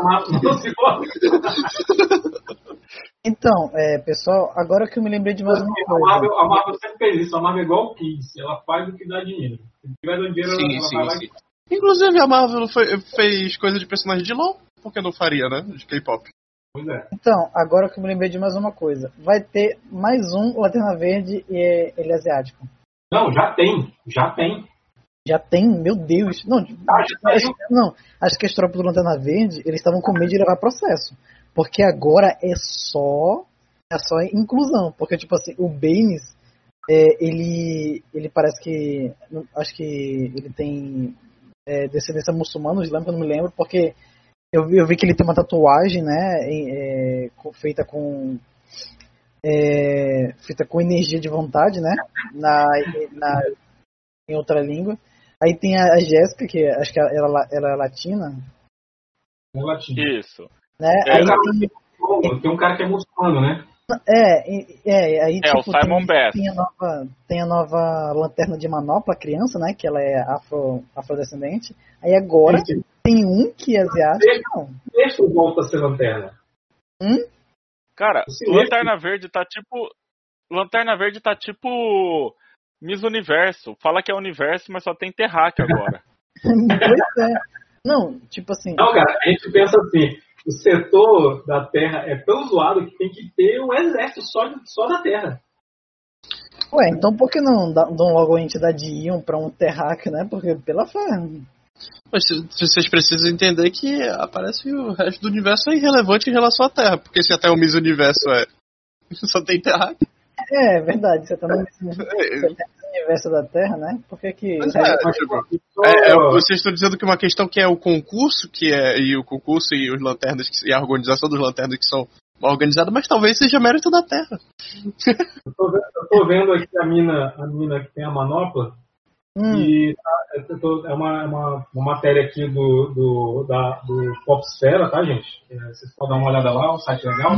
Speaker 2: Então, pessoal, agora que eu me lembrei de mais uma coisa.
Speaker 1: A Marvel sempre fez isso. A Marvel é igual o Kids. Ela faz o que dá dinheiro. Se tiver dando dinheiro, ela vai lá.
Speaker 8: Inclusive, a Marvel fez coisa de personagem de LoL. Por que não faria, né? De K-pop.
Speaker 1: Pois é.
Speaker 2: Então, agora que eu me lembrei de mais uma coisa. Vai ter mais um Lanterna Verde e ele é asiático.
Speaker 1: Não, já tem.
Speaker 2: Já tem? Meu Deus. Não, acho que as tropas do Lanterna Verde, eles estavam com medo de levar processo. Porque agora é só inclusão. Porque, tipo assim, o Baines, ele parece que... Acho que ele tem descendência muçulmana, islâmica, não me lembro. Porque eu vi que ele tem uma tatuagem, né? Feita com energia de vontade, né? Em outra língua. Aí tem a Jéssica, que acho que ela é latina.
Speaker 1: É latina.
Speaker 3: Isso.
Speaker 2: Né? Aí
Speaker 1: tem um cara que é muçulmano, né?
Speaker 2: Aí tipo,
Speaker 3: o Simon Bass.
Speaker 2: Tem a nova lanterna de manopla, criança, né? Que ela é afrodescendente. Aí agora tem um que é asiático.
Speaker 1: Deixa eu voltar a ser lanterna.
Speaker 3: Cara,
Speaker 1: Silêncio.
Speaker 3: Lanterna Verde tá tipo Miss Universo. Fala que é universo, mas só tem terráqueo agora.
Speaker 2: Pois é. Não, tipo assim.
Speaker 1: Não, cara, a gente pensa assim, o setor da Terra é tão zoado que tem que ter um exército só da Terra.
Speaker 2: Ué, então por que não dão logo a entidade Ion pra um terráqueo, né? Porque pela fé.
Speaker 8: Mas vocês precisam entender que aparece que o resto do universo é irrelevante em relação à Terra. Porque se até o Miss Universo só tem terráqueo.
Speaker 2: É verdade, você tá no universo da Terra, né? Por que que...
Speaker 8: Vocês estão dizendo que uma questão que é o concurso, e os lanternas, e a organização dos lanternas que são mal organizadas, mas talvez seja mérito da Terra.
Speaker 1: Eu tô vendo aqui a mina que tem a manopla, e é uma matéria aqui do Popsfera, tá, gente? Vocês podem dar uma olhada lá, um site legal.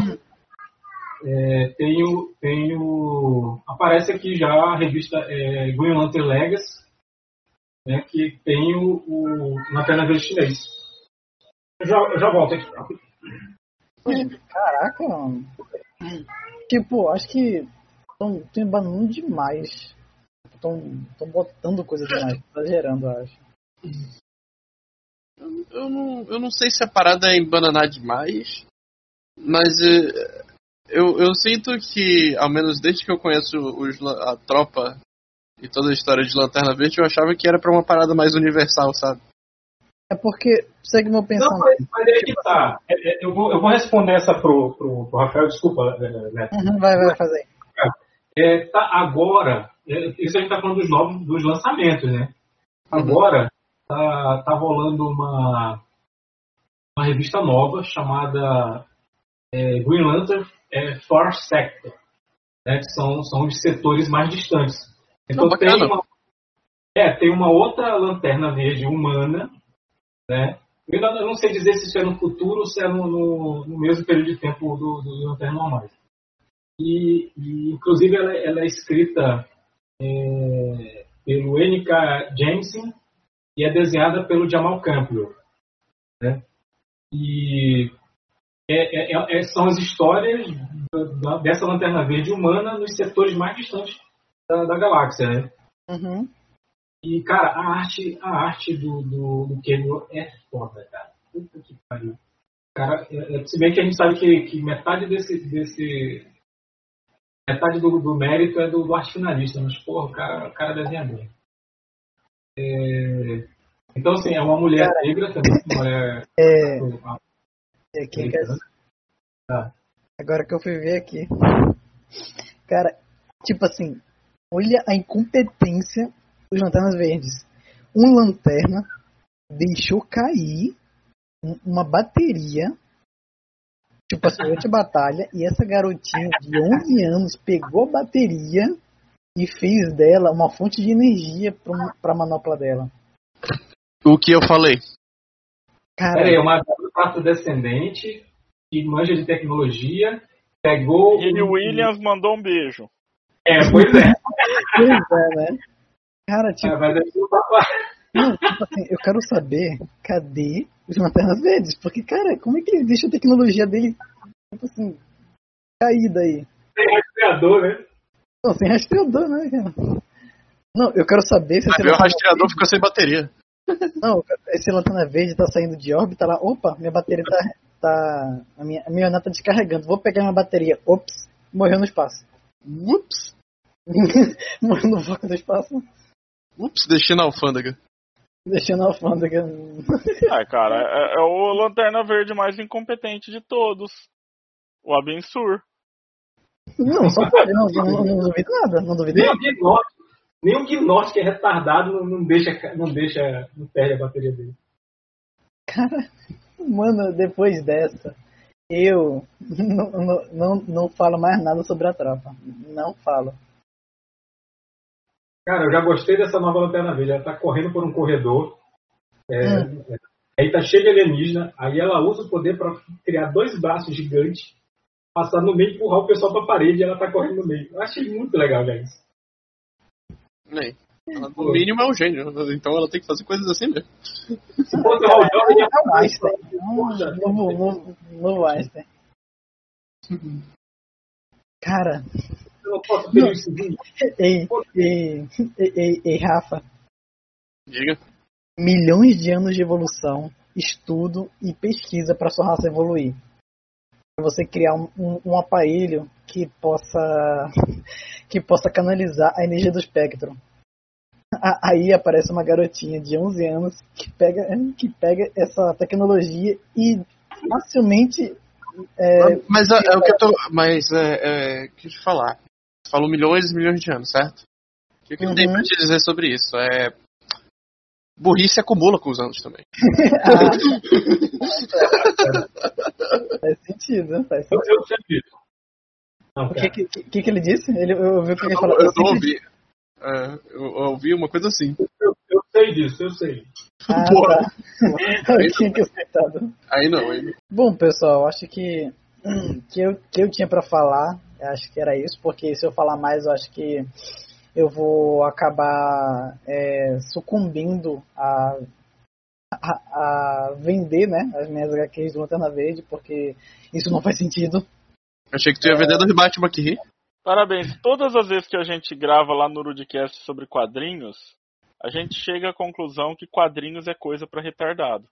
Speaker 1: Aparece aqui já a revista Green Lantern Legacy, né, que tem o Lanterna Verde chinês. Eu já volto aqui.
Speaker 2: Caraca, mano. Tipo, acho que estão embanando demais. Estão botando coisa demais. Exagerando, eu acho.
Speaker 8: Eu não sei se a parada é embananar demais, mas eu sinto que, ao menos desde que eu conheço a tropa e toda a história de Lanterna Verde, eu achava que era pra uma parada mais universal, sabe?
Speaker 2: É porque, segue meu pensamento.
Speaker 1: Não, mas é que tá. Eu vou responder essa pro Rafael, desculpa, Neto.
Speaker 2: Vai fazer.
Speaker 1: Tá, agora, isso a gente tá falando dos lançamentos, né? Agora tá rolando uma revista nova chamada Green Lantern Far Sector, né? Que são os setores mais distantes. Então tem uma outra lanterna verde humana, né? Eu não sei dizer se isso é no futuro ou se é no mesmo período de tempo dos lanternas normais. E inclusive ela é escrita pelo N.K. Jemisin e é desenhada pelo Jamal Campbell, né? E são as histórias dessa lanterna verde humana nos setores mais distantes da galáxia, né?
Speaker 2: Uhum.
Speaker 1: E, cara, a arte do Campbell é foda, cara. Puta que pariu. Cara, se bem que a gente sabe que metade metade do mérito é do arte finalista, mas, porra, o cara desenha bem. Então, assim, é uma mulher negra também.
Speaker 2: Agora que eu fui ver aqui. Cara, tipo assim, olha a incompetência dos Lanternas Verdes. Um lanterna deixou cair uma bateria, tipo assim, durante a batalha, e essa garotinha de 11 anos pegou a bateria e fez dela uma fonte de energia pra manopla dela.
Speaker 8: O que eu falei?
Speaker 2: Cara,
Speaker 1: é uma afrodescendente que manja de tecnologia, pegou...
Speaker 3: E o Williams mandou um beijo.
Speaker 1: Pois é.
Speaker 2: Pois é, né? Cara, tipo...
Speaker 1: Não,
Speaker 2: tipo assim, eu quero saber cadê os Lanternas Verdes, porque, cara, como é que ele deixa a tecnologia dele, tipo assim, caída aí?
Speaker 1: Sem rastreador, né?
Speaker 2: Não, sem rastreador, né, cara? Não, eu quero saber se esse
Speaker 8: o rastreador ficou sem bateria.
Speaker 2: Não, esse Lanterna Verde tá saindo de órbita lá, opa, minha bateria a minha nata tá descarregando, vou pegar minha bateria, ops, morreu no espaço.
Speaker 8: Ups!
Speaker 2: Morreu no vácuo do espaço.
Speaker 8: Ups, deixei na alfândega.
Speaker 3: Cara, é o Lanterna Verde mais incompetente de todos. O Abensur.
Speaker 2: Não, só pode, não duvido nada, não duvido nada.
Speaker 1: Nem o Gnort que é retardado não perde a bateria dele.
Speaker 2: Cara, mano, depois dessa, eu não falo mais nada sobre a tropa. Não falo.
Speaker 1: Cara, eu já gostei dessa nova Lanterna Verde. Ela tá correndo por um corredor. Aí tá cheio de alienígena. Aí ela usa o poder pra criar 2 braços gigantes, passar no meio e empurrar o pessoal pra parede e ela tá correndo no meio. Eu achei muito legal, já isso.
Speaker 8: No mínimo é um gênio, então ela tem que fazer coisas assim mesmo.
Speaker 1: Se fosse o Einstein,
Speaker 2: novo Einstein. Cara,
Speaker 1: Eu não posso pedir o seguinte.
Speaker 2: ei, Rafa.
Speaker 8: Diga.
Speaker 2: Milhões de anos de evolução, estudo e pesquisa para sua raça evoluir. Pra você criar um aparelho que possa canalizar a energia do espectro. Aí aparece uma garotinha de 11 anos que pega essa tecnologia e facilmente...
Speaker 8: Mas é o que eu tô... Mas que eu te falar. Você falou milhões e milhões de anos, certo? O que eu tenho pra te dizer sobre isso? Burrice acumula com os anos também.
Speaker 2: Faz sentido.
Speaker 1: Eu sempre isso.
Speaker 2: O que ele disse? Eu ouvi o que ele falou.
Speaker 8: Eu não ouvi. Eu ouvi uma coisa assim.
Speaker 1: Eu sei disso, eu sei.
Speaker 2: Ah, tá. Eu tinha que acertado.
Speaker 8: Aí não.
Speaker 2: Bom, pessoal, acho que eu tinha pra falar, acho que era isso, porque se eu falar mais, eu acho que eu vou acabar sucumbindo a vender, né, as minhas HQs do Lanterna Verde, porque isso não faz sentido.
Speaker 8: Achei que tu ia vender do Batman aqui.
Speaker 3: Parabéns. Todas as vezes que a gente grava lá no Rudcast sobre quadrinhos, a gente chega à conclusão que quadrinhos é coisa pra retardado.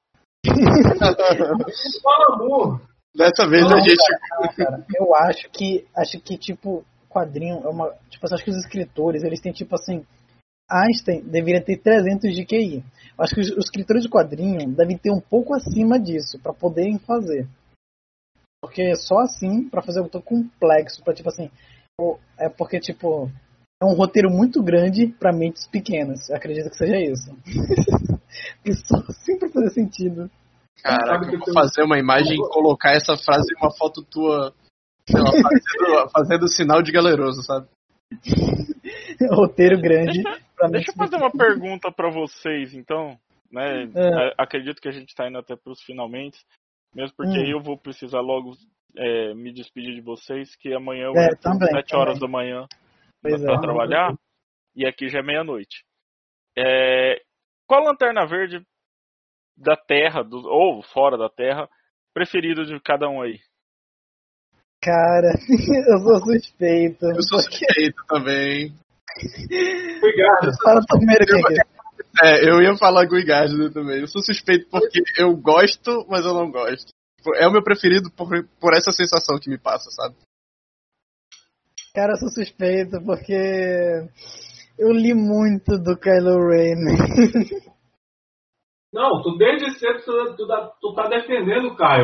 Speaker 1: Fala, amor.
Speaker 8: Dessa vez a gente...
Speaker 2: Cara, eu acho que tipo, quadrinho é uma... Tipo, acho que os escritores, eles têm tipo assim... Einstein deveria ter 300 de QI. Eu acho que os escritores de quadrinho devem ter um pouco acima disso, pra poderem fazer. Porque só assim, pra fazer algo tão complexo, pra tipo assim... É porque, tipo, é um roteiro muito grande pra mentes pequenas. Eu acredito que seja isso. Porque só assim pra fazer sentido.
Speaker 8: Caraca, eu vou fazer uma imagem e colocar essa frase em uma foto tua, sei lá, fazendo sinal de galeroso, sabe?
Speaker 2: Roteiro grande.
Speaker 3: Deixa eu fazer uma pergunta pra vocês, então. Né? Acredito que a gente tá indo até pros finalmente. Mesmo porque aí eu vou precisar logo me despedir de vocês, que amanhã eu entro às 7 horas da manhã pra trabalhar, e aqui já é meia-noite. Qual lanterna verde da Terra, ou fora da Terra, preferido de cada um aí?
Speaker 2: Cara, eu sou suspeito.
Speaker 8: Eu sou suspeito também.
Speaker 1: Obrigado.
Speaker 2: Fala primeiro aqui.
Speaker 8: Eu ia falar Guigard também. Eu sou suspeito porque eu gosto, mas eu não gosto. É o meu preferido por essa sensação que me passa, sabe?
Speaker 2: Cara, eu sou suspeito porque eu li muito do Kylo Ren.
Speaker 1: Não, tu desde cedo tu tá defendendo o Caio.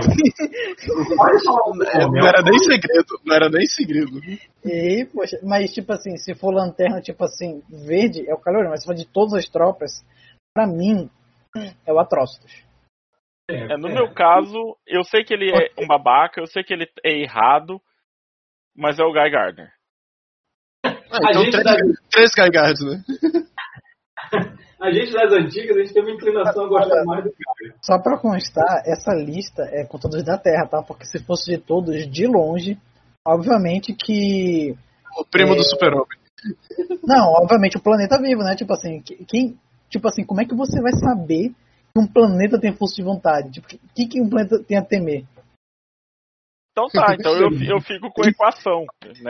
Speaker 8: Não era nem segredo.
Speaker 2: E, poxa, mas tipo assim, se for lanterna, tipo assim, verde é o Kylo Ren, mas se for de todas as tropas, pra mim, é o Atrocitus.
Speaker 3: No meu caso, eu sei que ele é um babaca, eu sei que ele é errado, mas é o Guy Gardner.
Speaker 8: Então três Guy Gardner, né?
Speaker 1: A gente das antigas, a gente tem uma inclinação a gostar mais do Caio.
Speaker 2: Só pra constar, essa lista é com todos da Terra, tá? Porque se fosse de todos de longe, obviamente que...
Speaker 8: O primo do Super-Homem.
Speaker 2: Não, obviamente o planeta vivo, né? Tipo assim, como é que você vai saber que um planeta tem força de vontade? Tipo, o que um planeta tem a temer?
Speaker 3: Então tá, então eu fico com a equação, né?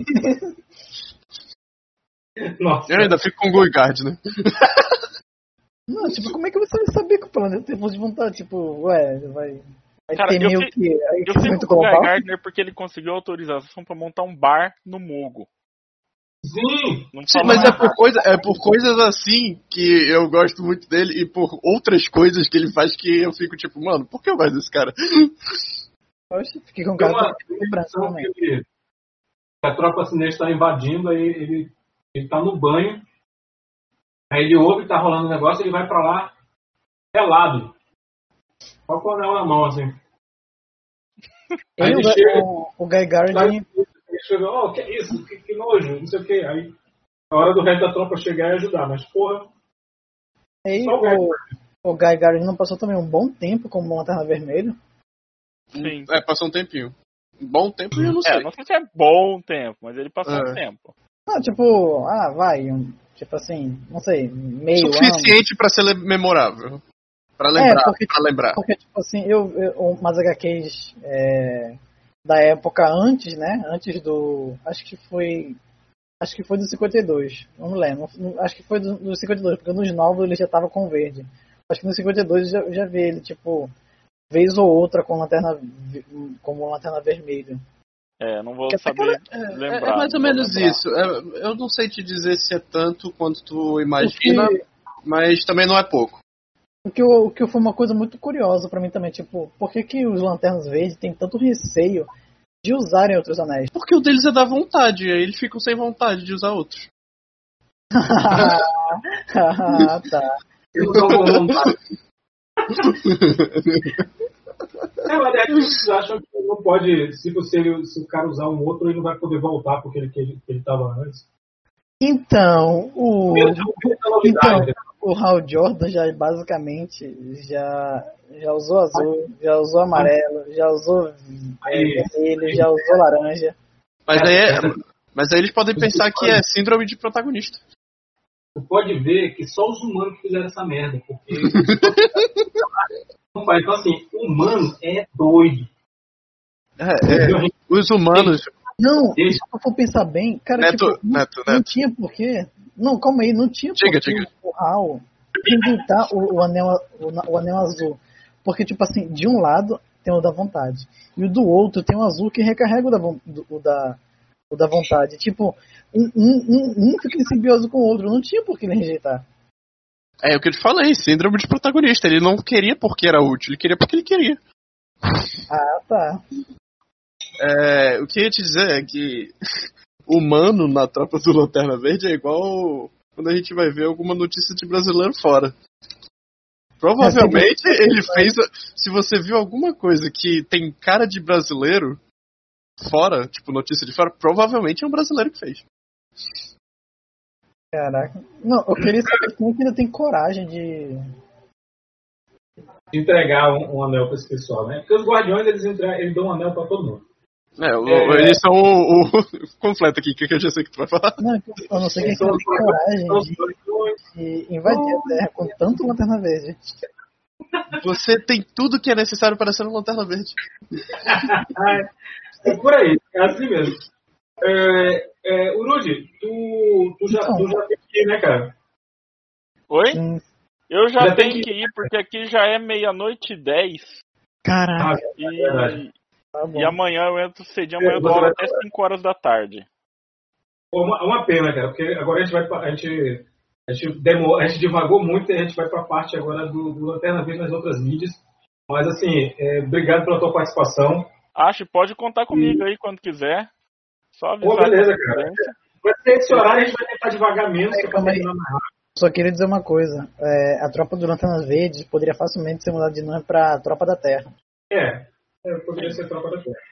Speaker 1: Nossa.
Speaker 8: Eu ainda fico com o Guigard, né?
Speaker 2: Não, tipo, como é que você vai saber que o planeta tem força de vontade? Tipo, vai
Speaker 3: Cara,
Speaker 2: temer o quê?
Speaker 3: Eu fico com o Guy Gardner porque ele conseguiu autorização pra montar um bar no Mogo.
Speaker 1: Sim,
Speaker 8: mas é por coisas assim que eu gosto muito dele e por outras coisas que ele faz que eu fico tipo, mano, por que eu gosto desse cara?
Speaker 2: Poxa, fiquei com o cara
Speaker 1: que a tropa sinistra tá invadindo, aí ele tá no banho, aí ele ouve que tá rolando um negócio, ele vai pra lá pelado. Só com o anel na mão, assim.
Speaker 2: Aí ele chega, o Guy Gardner...
Speaker 1: Ele chega, que é isso? Que nojo, não sei o que. Aí, na hora do resto da tropa chegar e ajudar, mas porra...
Speaker 2: Aí o Guy Gardner não passou também um bom tempo como Lanterna Vermelha?
Speaker 3: Sim.
Speaker 8: Passou um tempinho. Um bom tempo eu não sei.
Speaker 3: Não sei se é bom tempo, mas ele passou um tempo.
Speaker 2: Não, tipo, tipo assim, não sei, meio
Speaker 8: suficiente pra ser memorável. Pra lembrar.
Speaker 2: Porque, tipo assim, umas HQs da época antes, né? Antes do... Acho que foi do 52. Não me lembro. Acho que foi do 52, porque nos novos ele já tava com verde. Acho que no 52 eu já vi ele, tipo, vez ou outra como lanterna vermelha.
Speaker 3: Não vou saber lembrar.
Speaker 8: É mais ou menos isso. Eu não sei te dizer se é tanto quanto tu imagina, mas também não é pouco.
Speaker 2: O que foi uma coisa muito curiosa pra mim também, tipo, por que os Lanternas Verdes têm tanto receio de usarem outros anéis?
Speaker 8: Porque o deles é da vontade, aí eles ficam sem vontade de usar outros.
Speaker 2: Tá.
Speaker 1: Eu não tô com vontade. Mas eles acham que não pode, se o cara usar um outro, ele não vai poder voltar porque ele tava antes.
Speaker 2: Então, o Hal Jordan já basicamente já usou azul, já usou amarelo, já usou vermelho, já usou laranja.
Speaker 8: Mas aí eles podem pensar que é síndrome de protagonista.
Speaker 1: Tu pode ver que só os humanos fizeram essa merda, porque então assim, o humano é doido.
Speaker 8: Os humanos...
Speaker 2: Não, se eu for pensar bem, cara,
Speaker 8: Neto.
Speaker 2: Não tinha porquê. Não, calma aí, não tinha porquê o Hal inventar o anel azul. Porque, tipo assim, de um lado tem o da vontade, e o do outro tem o azul que recarrega o da vontade. Tipo, um fica em simbiose com o outro, não tinha por que ele rejeitar.
Speaker 8: É o que eu te falei, síndrome de protagonista. Ele não queria porque era útil, ele queria porque ele queria.
Speaker 2: Ah, tá.
Speaker 8: O que eu ia te dizer é que humano na tropa do Lanterna Verde é igual quando a gente vai ver alguma notícia de brasileiro fora. Provavelmente ele fez... Se você viu alguma coisa que tem cara de brasileiro fora, tipo notícia de fora, provavelmente é um brasileiro que fez.
Speaker 2: Caraca. Não, eu queria saber quem ainda tem coragem de
Speaker 1: entregar um anel pra esse pessoal, né? Porque os guardiões, eles dão um anel pra todo mundo.
Speaker 8: Eles são o completo aqui, que eu já sei que tu vai falar.
Speaker 2: Não, eu não sei quem tem coragem de invadir a Terra com tanto Lanterna Verde.
Speaker 8: Você tem tudo que é necessário para ser um Lanterna Verde.
Speaker 1: É por aí, é assim mesmo. Urudi, tu já tem que ir, né, cara?
Speaker 3: Oi? Eu já tenho que ir, porque aqui já é 00:10.
Speaker 2: Caraca.
Speaker 3: E amanhã eu entro cedinho, amanhã eu dou aula até 5 horas da tarde.
Speaker 1: Uma pena, cara, porque agora a gente divagou muito e a gente vai pra parte agora do Lanterna Verde nas outras mídias. Mas assim, obrigado pela tua participação.
Speaker 3: Pode contar comigo aí quando quiser. Só avisar.
Speaker 1: Beleza, cara. Vai ter esse horário, a gente vai tentar devagar menos, que é pra terminar mais rápido.
Speaker 2: Só queria dizer uma coisa. A tropa do Lanterna Verde poderia facilmente ser mudada de nome pra Tropa da Terra.
Speaker 1: Poderia ser Tropa da Terra.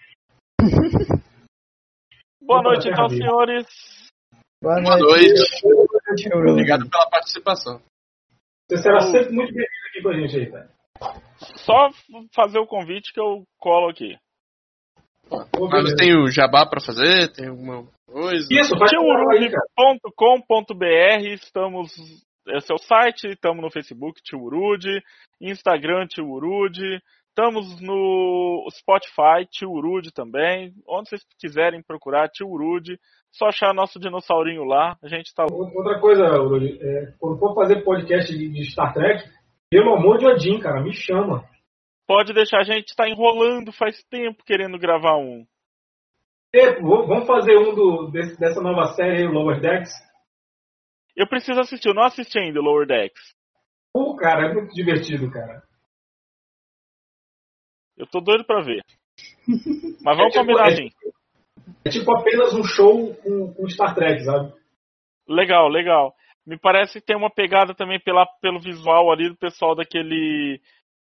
Speaker 3: Boa noite, então, senhores.
Speaker 2: Boa noite.
Speaker 8: Obrigado pela participação.
Speaker 1: Você será sempre muito bem-vindo aqui com a gente aí, tá?
Speaker 3: Só fazer o convite que eu colo aqui.
Speaker 8: Mas tem o jabá pra fazer? Tem alguma coisa?
Speaker 1: Isso, faz
Speaker 3: tiurude.com.br. Estamos... Esse é o site. Estamos no Facebook, Tiurude. Instagram, Tiurude. Estamos no Spotify, Tiurude também. Onde vocês quiserem procurar, Tiurude. Só achar nosso dinossaurinho lá. A gente tá...
Speaker 1: Outra coisa, Urudi, quando for fazer podcast de Star Trek, pelo amor de Odin, cara, me chama.
Speaker 3: Pode deixar, a gente tá enrolando faz tempo querendo gravar um.
Speaker 1: Vamos fazer dessa nova série aí, Lower Decks?
Speaker 3: Eu preciso assistir, eu não assisti ainda o Lower Decks.
Speaker 1: Cara, é muito divertido, cara.
Speaker 3: Eu tô doido pra ver. Mas vamos combinar assim.
Speaker 1: É tipo apenas um show com Star Trek, sabe?
Speaker 3: Legal. Me parece que tem uma pegada também pelo visual ali do pessoal daquele...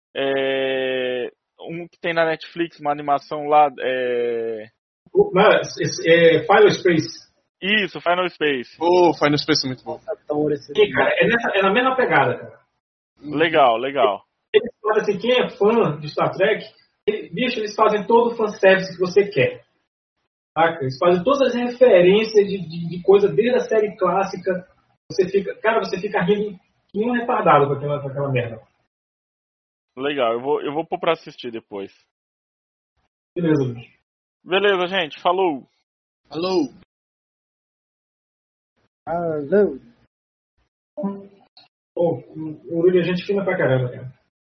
Speaker 3: um que tem na Netflix, uma animação lá...
Speaker 1: Final Space.
Speaker 3: Isso, Final Space.
Speaker 8: Final Space é muito bom.
Speaker 1: Sim, cara, é na mesma pegada, cara.
Speaker 3: Legal.
Speaker 1: Eles falam assim, quem é fã de Star Trek, eles fazem todo o fanservice que você quer. Saca? Eles fazem todas as referências de coisa desde a série clássica. Você fica rindo que um retardado com aquela merda.
Speaker 3: Legal, eu vou pôr pra assistir depois.
Speaker 1: Beleza, bicho.
Speaker 3: Beleza, gente. Falou.
Speaker 8: Alô.
Speaker 2: Alô.
Speaker 1: O Uri é gente fina pra caramba, cara.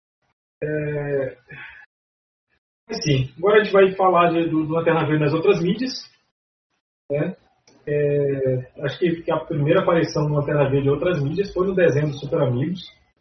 Speaker 1: Assim, agora a gente vai falar do Lanterna Verde nas outras mídias, né? Acho que a primeira aparição do Lanterna Verde em outras mídias foi no desenho dos Super Amigos.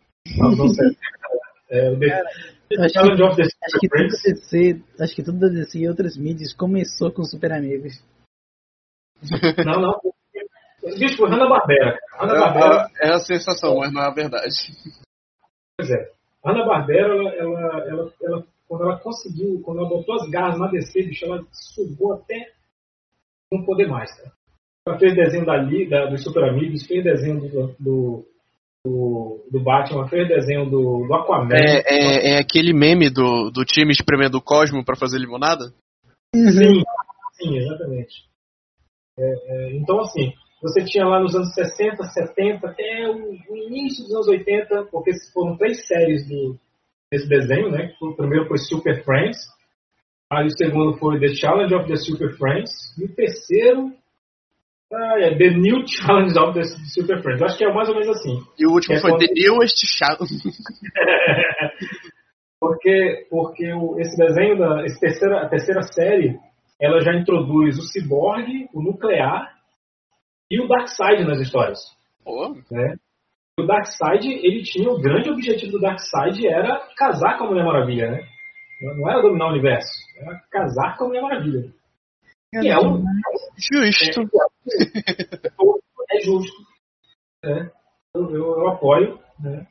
Speaker 2: Acho que tudo da DC e outras mídias começou com Super Amigos.
Speaker 1: Não. Bicho, foi Hanna-Barbera.
Speaker 8: É a sensação, mas não é a verdade.
Speaker 1: Pois é. Hanna-Barbera, ela, quando ela conseguiu, quando ela botou as garras na DC, bicho, ela sugou até não poder mais, cara. Ela fez desenho dos Super Amigos, fez desenho do Batman, fez desenho do Aquaman.
Speaker 8: É aquele meme do time espremendo o Cosmo pra fazer limonada?
Speaker 1: Sim, exatamente. Então, assim, você tinha lá nos anos 60, 70, até o início dos anos 80, porque foram 3 séries desse desenho, né? O primeiro foi Super Friends, aí o segundo foi The Challenge of the Super Friends, e o terceiro The New Challenge of the Super Friends. Eu acho que é mais ou menos assim.
Speaker 8: E o último foi The Newest Challenge.
Speaker 1: Porque esse desenho, a terceira série, ela já introduz o Cyborg, o Nuclear e o Darkseid nas histórias. Né? O Darkseid, ele tinha o grande objetivo do Darkseid era casar com a Mulher Maravilha, né? Não era dominar o universo, era casar com a Mulher Maravilha. E é
Speaker 8: justo.
Speaker 1: É justo. Eu apoio, né?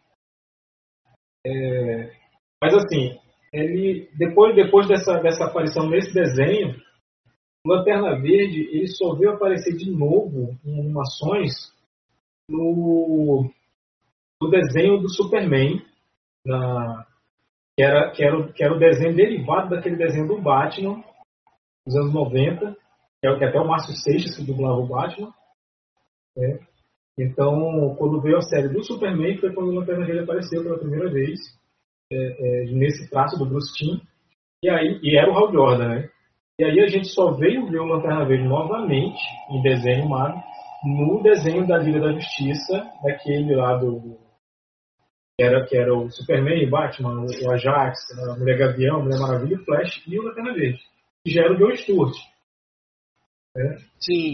Speaker 1: Mas assim, ele depois dessa aparição nesse desenho, o Lanterna Verde ele só veio aparecer de novo em animações no desenho do Superman, que era o desenho derivado daquele desenho do Batman dos anos 90, que até o Márcio Seixas que dublava o Batman. Né? Então, quando veio a série do Superman, foi quando o Lanterna Verde apareceu pela primeira vez, nesse traço do Bruce Timm, e era o Hal Jordan, né? E aí a gente só veio ver o Lanterna Verde novamente em desenho animado no desenho da Liga da Justiça, daquele lá que era o Superman, o Batman, o Ajax, a Mulher Gavião, a Mulher Maravilha, o Flash e o Lanterna Verde, que já era o John Stewart. Né?
Speaker 8: Sim.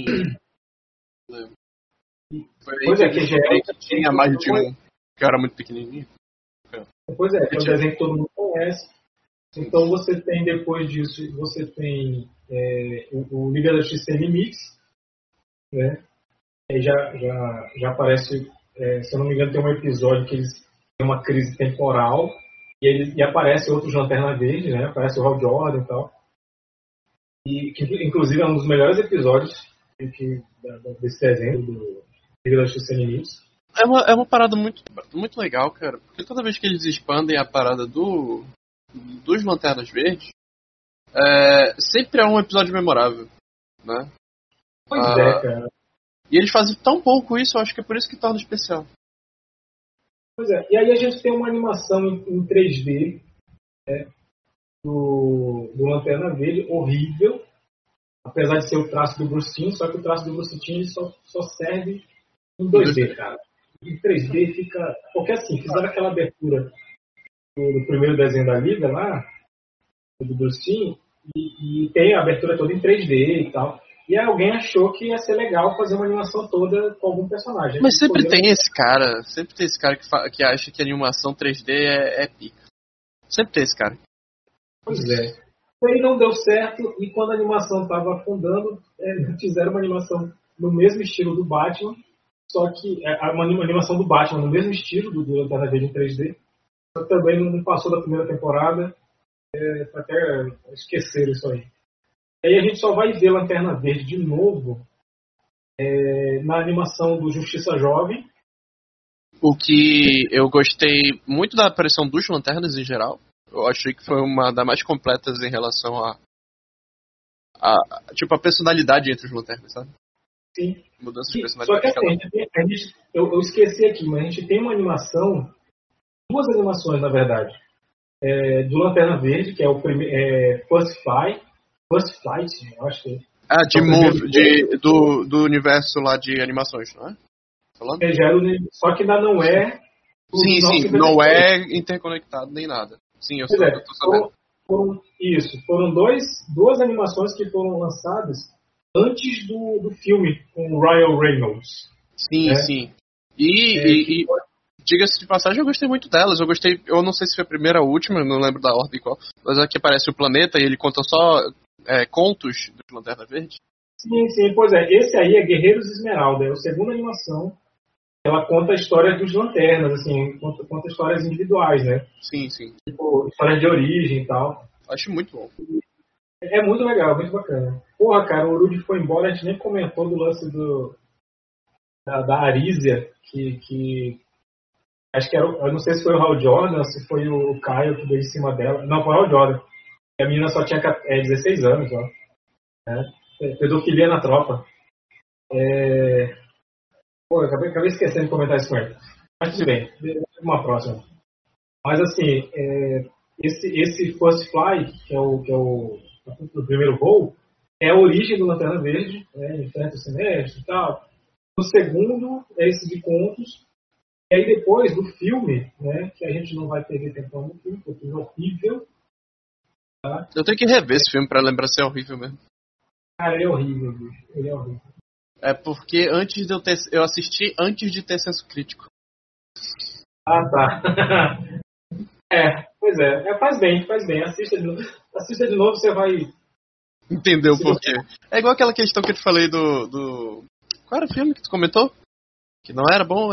Speaker 1: Pois é, que já era...
Speaker 8: Tinha mais de um, que era muito pequenininho.
Speaker 1: Pois é, que é um desenho que todo mundo conhece. Então você tem, depois disso, você tem o Liga da Justiça Sem Limites, né? Aí já aparece, se eu não me engano, tem um episódio que eles têm uma crise temporal e aparece outros Lanterna Verde, né? Aparece o Hal Jordan e tal. E que inclusive é um dos melhores episódios desse desenho do Liga da Justiça Sem Limites.
Speaker 8: É uma parada muito, muito legal, cara. Porque toda vez que eles expandem a parada dos Lanternas Verdes, sempre é um episódio memorável, né?
Speaker 1: Pois é, cara.
Speaker 8: E eles fazem tão pouco isso, eu acho que é por isso que torna especial.
Speaker 1: Pois é, e aí a gente tem uma animação em 3D, né, do Lanterna Verde, horrível, apesar de ser o traço do Bruce Timm, só que o traço do Bruce Timm só serve em 2D, cara. Em 3D fica... Porque assim, fizeram aquela abertura do primeiro desenho da Liga lá, do Bruce Timm, e tem a abertura toda em 3D e tal. E aí alguém achou que ia ser legal fazer uma animação toda com algum personagem.
Speaker 8: Mas sempre tem esse cara que acha que a animação 3D é pica. Sempre tem esse cara.
Speaker 1: Pois é. Aí não deu certo, e quando a animação estava afundando, fizeram uma animação no mesmo estilo do Batman, só que uma animação do Batman no mesmo estilo do Lanterna Verde em 3D, só que também não passou da primeira temporada, até esqueceram isso aí. Aí a gente só vai ver Lanterna Verde de novo na animação do Justiça Jovem.
Speaker 8: O que eu gostei muito da aparição dos Lanternas em geral. Eu achei que foi uma das mais completas em relação a personalidade entre os Lanternas, sabe?
Speaker 1: Sim.
Speaker 8: Mudança de personalidade.
Speaker 1: Só que assim, eu esqueci aqui, mas a gente tem uma animação, 2 animações na verdade, do Lanterna Verde, que é o primeiro, Pacify, First Flight, eu acho que
Speaker 8: do universo lá de animações, não é? Falando?
Speaker 1: Só que ainda não é.
Speaker 8: Sim, não é interconectado nem nada. Sim, eu tô sabendo.
Speaker 1: Foram duas animações que foram lançadas antes do filme com o Ryan Reynolds.
Speaker 8: Sim. E diga-se de passagem, eu gostei muito delas. Eu não sei se foi a primeira ou a última, não lembro da ordem qual. Mas aqui aparece o planeta e ele conta só contos do Lanterna Verde.
Speaker 1: Sim, pois é. Esse aí é Guerreiros Esmeralda, é a segunda animação. Ela conta a história dos lanternas, assim, conta histórias individuais, né?
Speaker 8: Sim.
Speaker 1: Tipo, história de origem e tal.
Speaker 8: Acho muito bom.
Speaker 1: É muito legal, muito bacana. Porra, cara, o Rudy foi embora, a gente nem comentou do lance da Arísia, que acho que era, eu não sei se foi o Hal Jordan ou se foi o Caio que veio em cima dela. Não, foi o Hal Jordan. A menina só tinha 16 anos, ó. Pedofilia na tropa. Pô, eu acabei esquecendo de comentar isso com ele. Mas tudo bem, uma próxima. Mas assim, esse First Fly, que é o primeiro voo, é a origem do Lanterna Verde, né, enfrenta o Sinestro e tal. O segundo é esse de contos. E aí depois do filme, né, que a gente não vai perder tempo no filme, porque é horrível. Tá?
Speaker 8: Eu tenho que rever esse filme pra lembrar se é horrível mesmo.
Speaker 1: Cara, ele é horrível, bicho. Ele é horrível.
Speaker 8: É porque eu assisti antes de ter senso crítico.
Speaker 1: Ah, tá. Pois é. Faz bem. Assista de novo, você vai
Speaker 8: entender o porquê. É igual aquela questão que eu te falei do... Qual era o filme que tu comentou? Que não era bom?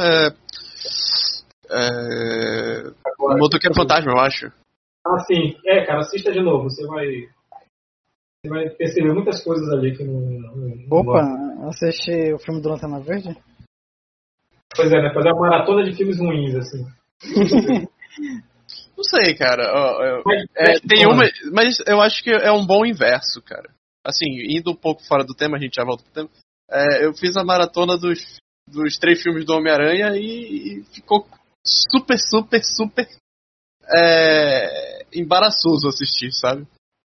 Speaker 8: O Motoqueiro Fantasma, eu acho.
Speaker 1: Ah, sim. Cara, assista de novo. Você vai perceber muitas coisas ali que não
Speaker 2: Opa, assiste o filme do Lanterna Verde?
Speaker 1: Pois é, né? Fazer uma maratona de filmes ruins, assim.
Speaker 8: Não sei, cara. Tem uma, mas eu acho que é um bom inverso, cara. Assim, indo um pouco fora do tema, a gente já volta pro tema. Eu fiz a maratona dos 3 filmes do Homem-Aranha e ficou super embaraçoso assistir, sabe?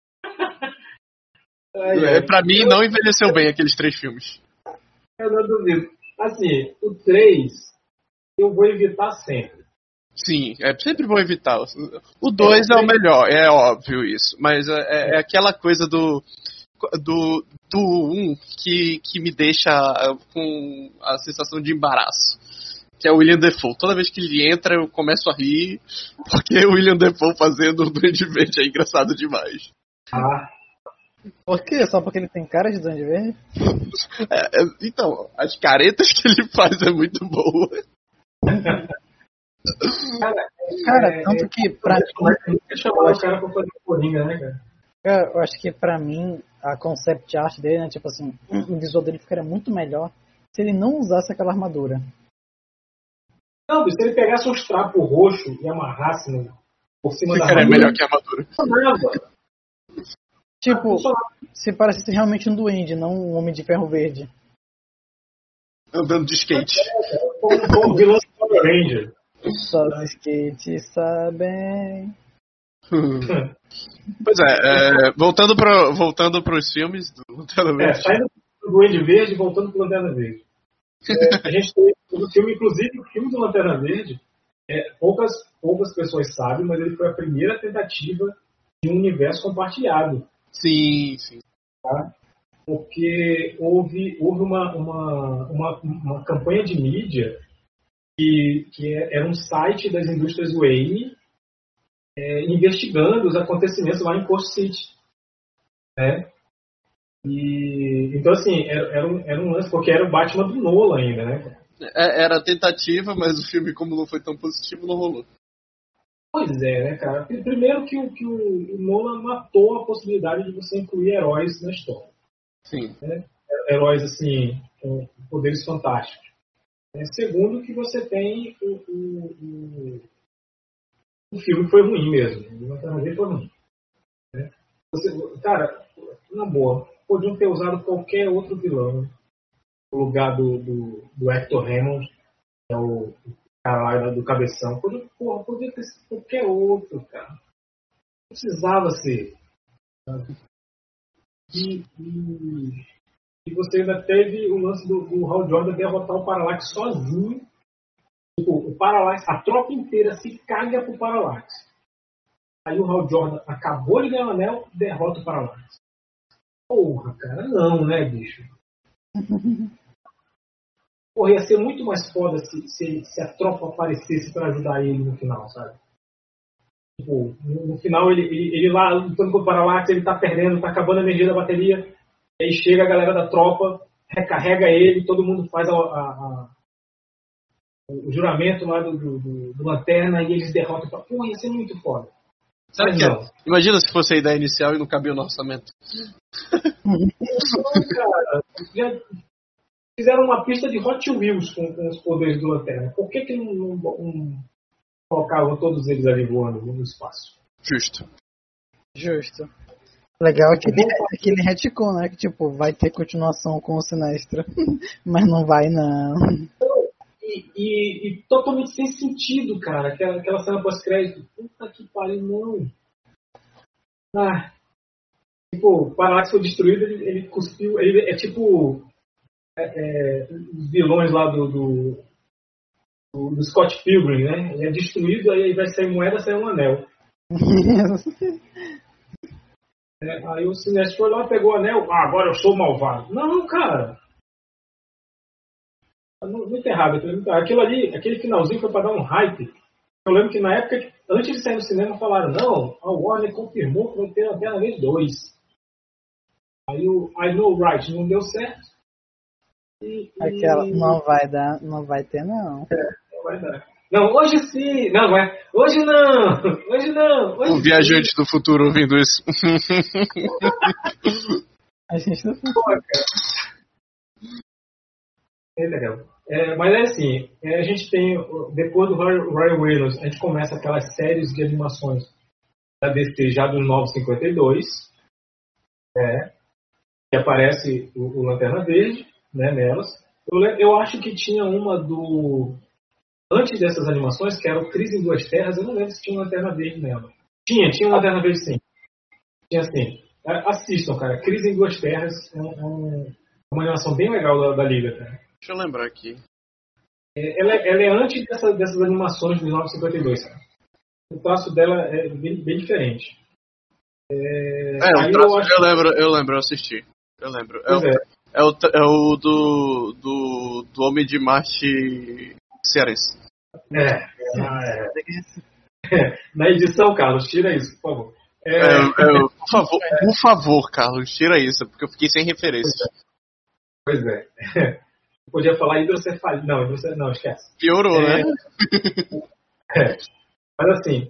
Speaker 8: Pra mim, não envelheceu bem aqueles 3 filmes.
Speaker 1: Eu não duvido. Assim, o 3 eu vou evitar sempre.
Speaker 8: Sim, sempre vou evitar. O 2 é o melhor, é óbvio isso. Mas é aquela coisa do 1 que me deixa com a sensação de embaraço. Que é o William Dafoe. Toda vez que ele entra, eu começo a rir, porque o William Dafoe fazendo o Duende Verde é engraçado demais.
Speaker 2: Por quê? Só porque ele tem cara de Duende Verde?
Speaker 8: Então, as caretas que ele faz é muito boa.
Speaker 2: Cara, tanto que pra mim...
Speaker 1: chamar o cara pra fazer Coringa, né, cara?
Speaker 2: Eu acho que pra mim, a concept art dele, né, tipo assim, o visual dele ficaria muito melhor se ele não usasse aquela armadura.
Speaker 1: Não, se ele pegasse uns trapos roxos e amarrasse por cima da
Speaker 8: armadura. É melhor que a armadura.
Speaker 2: Tipo, se parecesse realmente um duende, não um Homem de Ferro Verde.
Speaker 8: Andando de skate.
Speaker 1: Como vilão do Power Ranger.
Speaker 2: Só os skates sabem.
Speaker 8: Pois voltando pros filmes do Lanterna Verde.
Speaker 1: Saindo do Duende Verde e voltando pro Lanterna Verde. A gente tem o filme, inclusive o filme do Lanterna Verde, poucas pessoas sabem, mas ele foi a primeira tentativa de um universo compartilhado.
Speaker 8: Sim.
Speaker 1: Tá? Porque houve uma campanha de mídia que era um site das indústrias Wayne investigando os acontecimentos lá em Coast City. Né? Então, assim, era um lance, porque era o Batman do Nolan ainda, né?
Speaker 8: Era a tentativa, mas o filme, como não foi tão positivo, não rolou.
Speaker 1: Pois é, né, cara? Primeiro que o Nolan matou a possibilidade de você incluir heróis na história.
Speaker 8: Sim.
Speaker 1: Né? Heróis, assim, com poderes fantásticos. Segundo que você tem o filme foi ruim mesmo. O Lanterna Verde foi ruim. Né? Cara, na boa, podiam ter usado qualquer outro vilão no lugar do Hector Hammond, que é o cara lá do Cabeção. Podia ter sido qualquer outro, cara. Não precisava ser. E você ainda teve o lance do Hal Jordan derrotar o Parallax sozinho. Tipo, o Parallax, a tropa inteira se caga pro Parallax. Aí o Hal Jordan acabou de ganhar o anel, derrota o Parallax. Porra, cara, não, né, bicho? Porra, ia ser muito mais foda se a tropa aparecesse pra ajudar ele no final, sabe? Tipo, no final ele lá lutando com o Parallax, ele tá perdendo, tá acabando a energia da bateria. Aí chega a galera da tropa, recarrega ele, todo mundo faz o juramento lá do Lanterna e eles derrotam. Porra, ia ser muito foda.
Speaker 8: Sabe que imagina se fosse a ideia inicial e não cabia no orçamento.
Speaker 1: Não, cara. Já fizeram uma pista de Hot Wheels com os poderes do Lanterna. Por que não colocavam todos eles ali voando no espaço?
Speaker 8: Justo.
Speaker 2: Legal aquele retcon, né? Que tipo, vai ter continuação com o Sinestro. Mas não vai, não.
Speaker 1: E totalmente sem sentido, cara. Aquela cena pós-crédito. Puta que pariu, não. Tipo, o Parallax foi destruído, ele cuspiu. Ele é tipo os vilões lá do Scott Pilgrim, né? Ele é destruído, aí vai sair moeda, sai um anel. Aí o Sinestro foi lá, pegou o anel. Agora eu sou malvado. Não, cara. Muito errado. Aquilo ali, aquele finalzinho foi pra dar um hype. Eu lembro que na época, antes de sair no cinema, falaram: não, a Warner confirmou que vai ter Lanterna Verde 2. Aí o I Know Right não deu certo.
Speaker 2: Aquela não vai dar, não vai ter, não.
Speaker 1: Não vai dar. Não, hoje sim. Não, vai. Hoje não. Hoje não. Hoje
Speaker 8: o viajante do futuro ouvindo isso.
Speaker 2: A gente não sabe.
Speaker 1: É legal. Mas é assim, a gente tem, depois do Ryan Reynolds, a gente começa aquelas séries de animações da DC já dos 952, que aparece o Lanterna Verde, né, nelas. Eu acho que tinha uma antes dessas animações, que era o Crise em Duas Terras, eu não lembro se tinha uma Lanterna Verde nela. Tinha uma Lanterna Verde sim. Tinha sim. Assistam, cara. Crise em Duas Terras é uma animação bem legal da Liga, cara.
Speaker 8: Deixa eu lembrar aqui.
Speaker 1: Ela é antes dessas animações dos 952, cara. O traço dela é bem diferente.
Speaker 8: O traço, eu lembro, eu assisti. Eu lembro. É o do Homem de Marte cearense.
Speaker 1: Na edição, Carlos, tira isso, por favor.
Speaker 8: Por favor, Carlos, tira isso, porque eu fiquei sem referência.
Speaker 1: Pois é. Podia falar hidrocefalia. Não, esquece.
Speaker 8: Piorou, né?
Speaker 1: Mas assim,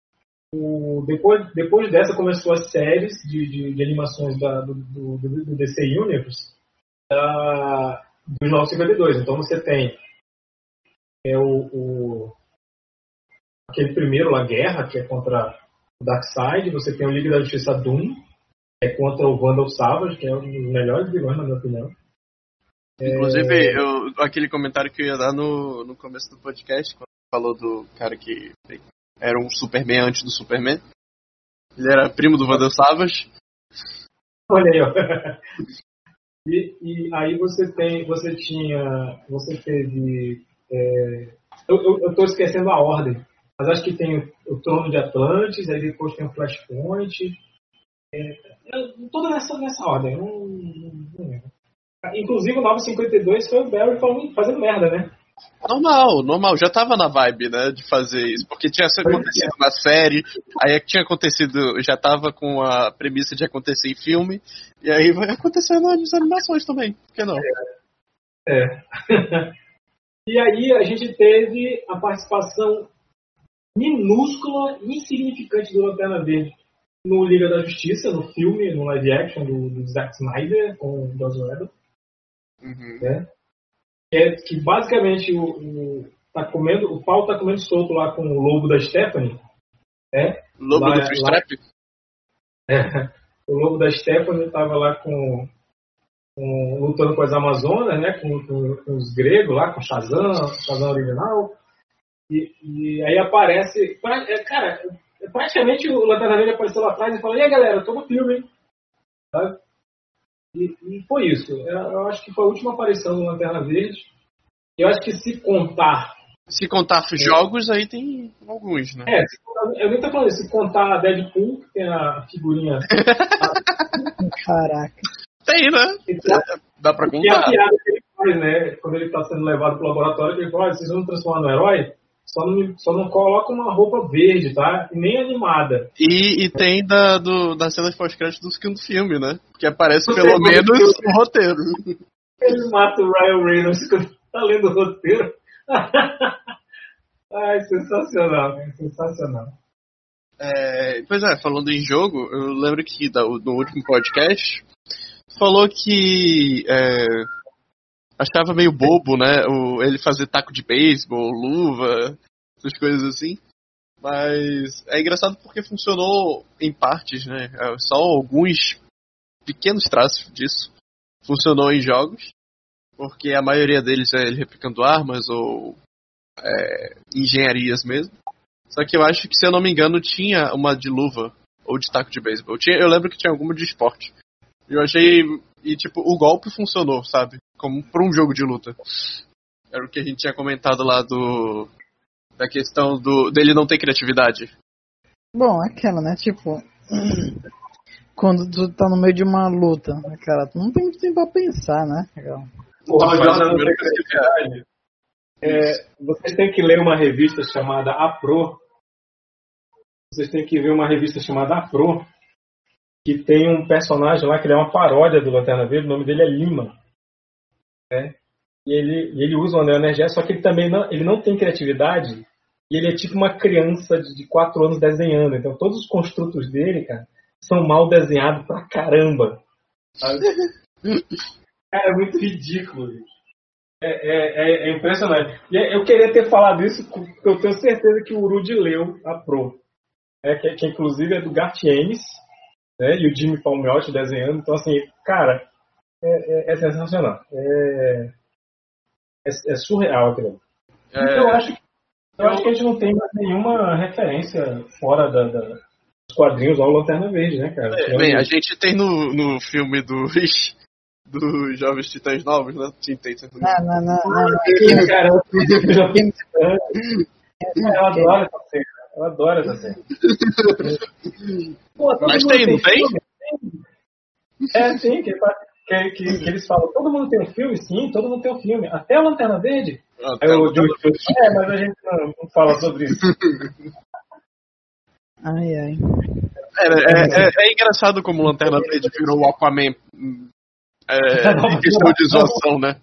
Speaker 1: depois dessa começou as séries de animações do DC Universe dos 952. Então você tem aquele primeiro lá, Guerra, que é contra o Darkseid. Você tem o Liga da Justiça Doom, que é contra o Vandal Savage, que é um dos melhores vilões, na minha opinião.
Speaker 8: Inclusive, aquele comentário que eu ia dar no começo do podcast, quando falou do cara que era um Superman antes do Superman. Ele era primo do Vandal Savage.
Speaker 1: Olha aí, ó. E aí você teve... Eu tô esquecendo a ordem, mas acho que tem o Trono de Atlantis, aí depois tem o Flashpoint. Toda nessa ordem, não lembro. Inclusive o 952 foi o Barry fazendo merda, né?
Speaker 8: Normal, já tava na vibe, né, de fazer isso, porque tinha acontecido na série, aí tinha acontecido, já tava com a premissa de acontecer em filme, e aí vai acontecer nas animações também, por que não?
Speaker 1: E aí a gente teve a participação minúscula, insignificante do Lanterna Verde no Liga da Justiça, no filme, no live action do Zack Snyder com o Joss Whedon. Que basicamente o pau tá comendo solto lá com o lobo da Stephanie.
Speaker 8: Lobo do Trap?
Speaker 1: O lobo da Stephanie tava lá lutando com as Amazonas, né? Com os gregos lá, com Shazam original. E aí aparece. Cara, praticamente o Lanterna Verde apareceu lá atrás e falou: e aí galera, eu tô no filme, hein? Sabe? E foi isso. Eu acho que foi a última aparição do Lanterna Verde. Eu acho que se contar
Speaker 8: jogos, aí tem alguns, né?
Speaker 1: Eu nem tô falando isso. Se contar Deadpool, que tem a figurinha.
Speaker 2: Caraca.
Speaker 8: Tem, né? Dá pra
Speaker 1: E a
Speaker 8: contar.
Speaker 1: piada que ele faz, né? Quando ele tá sendo levado pro laboratório, ele fala: vocês vão me transformar no herói? Só não coloca uma roupa verde, tá? E nem animada.
Speaker 8: E tem da cena de pós-crédito do segundo filme, né? Que aparece pelo menos no roteiro.
Speaker 1: Ele mata o Ryan Reynolds quando tá lendo o roteiro. Ai, sensacional, né? Sensacional.
Speaker 8: Pois é, falando em jogo, eu lembro que no último podcast falou que achava meio bobo, né? Ele fazer taco de beisebol, luva, essas coisas assim. Mas é engraçado porque funcionou em partes, né? Só alguns pequenos traços disso funcionou em jogos. Porque a maioria deles é ele replicando armas ou engenharias mesmo. Só que eu acho que, se eu não me engano, tinha uma de luva ou de taco de beisebol. Eu lembro que tinha alguma de esporte. Eu achei... E, tipo, o golpe funcionou, sabe? Como pra um jogo de luta. Era o que a gente tinha comentado lá da questão dele não ter criatividade.
Speaker 2: Bom, aquela, né? Tipo... Quando tu tá no meio de uma luta, cara, tu não tem muito tempo pra pensar, né?
Speaker 1: Vocês têm que ler uma revista chamada A-Pro. Vocês têm que ver uma revista chamada A-Pro, que tem um personagem lá que ele é uma paródia do Lanterna Verde. O nome dele é Lima, né? E ele usa o anel energético, só que ele também não tem criatividade. E ele é tipo uma criança de 4 anos desenhando. Então todos os construtos dele, cara, são mal desenhados pra caramba, sabe? Cara, é muito ridículo, gente. É impressionante. E eu queria ter falado isso porque eu tenho certeza que o Urudi leu a Pro. Que inclusive é do Garth Ennis, né, e o Jimmy Palmiotti desenhando. Então, assim, cara, é sensacional. É surreal aquilo. Eu acho que a gente não tem mais nenhuma referência fora dos quadrinhos ao Lanterna Verde, né, cara?
Speaker 8: Bem, a gente tem no filme dos Jovens Titãs Novos, né? Teen Titans.
Speaker 2: Não.
Speaker 1: Cara, eu adoro essa cena. Pô,
Speaker 8: mas tem, não tem?
Speaker 1: Sim, que eles falam, todo mundo tem um filme? Sim, todo mundo tem um filme. Até a Lanterna Verde. Mas a gente não fala sobre isso.
Speaker 2: Ai.
Speaker 8: É engraçado como o Lanterna Verde virou o Aquaman em questão de zoação, né?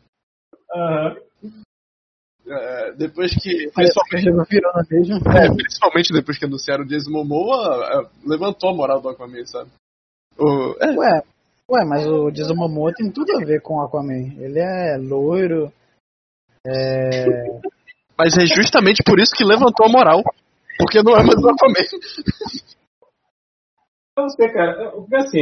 Speaker 8: Depois que... Principalmente depois que anunciaram o Jason Momoa, levantou a moral do Aquaman, sabe?
Speaker 2: Mas o Jason Momoa tem tudo a ver com o Aquaman. Ele é loiro.
Speaker 8: Mas é justamente por isso que levantou a moral. Porque não é mais o Aquaman.
Speaker 1: Eu não sei, cara. Porque assim,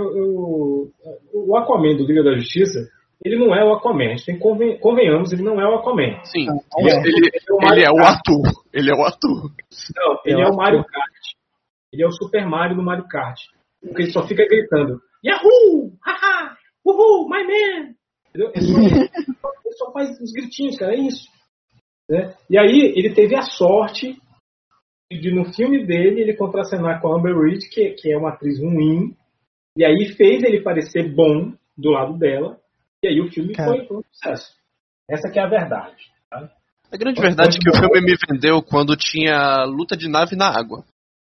Speaker 1: o Aquaman do Liga da Justiça, ele não é o Aquaman. A gente tem convenhamos, ele não é o Aquaman.
Speaker 8: Sim. Ele é o ator. Ele é o ator.
Speaker 1: Não, ele é o Mario Kart. Ele é o Super Mario no Mario Kart. Porque ele só fica gritando: Yahoo! Haha! Uhul! My man! Entendeu? Ele só faz os gritinhos, cara. É isso. Né? E aí, ele teve a sorte de no filme dele, ele contracenar com a Amber Reed, que é uma atriz ruim, e aí fez ele parecer bom do lado dela, e aí o filme foi um sucesso. Essa que é a verdade. Tá?
Speaker 8: A grande verdade é que o filme me vendeu quando tinha luta de nave na água.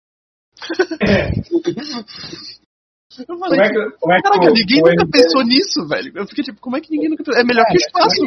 Speaker 8: Eu falei, caraca, ninguém nunca pensou nisso, velho. Eu fiquei tipo, como é que ninguém nunca pensou? É melhor que o espaço.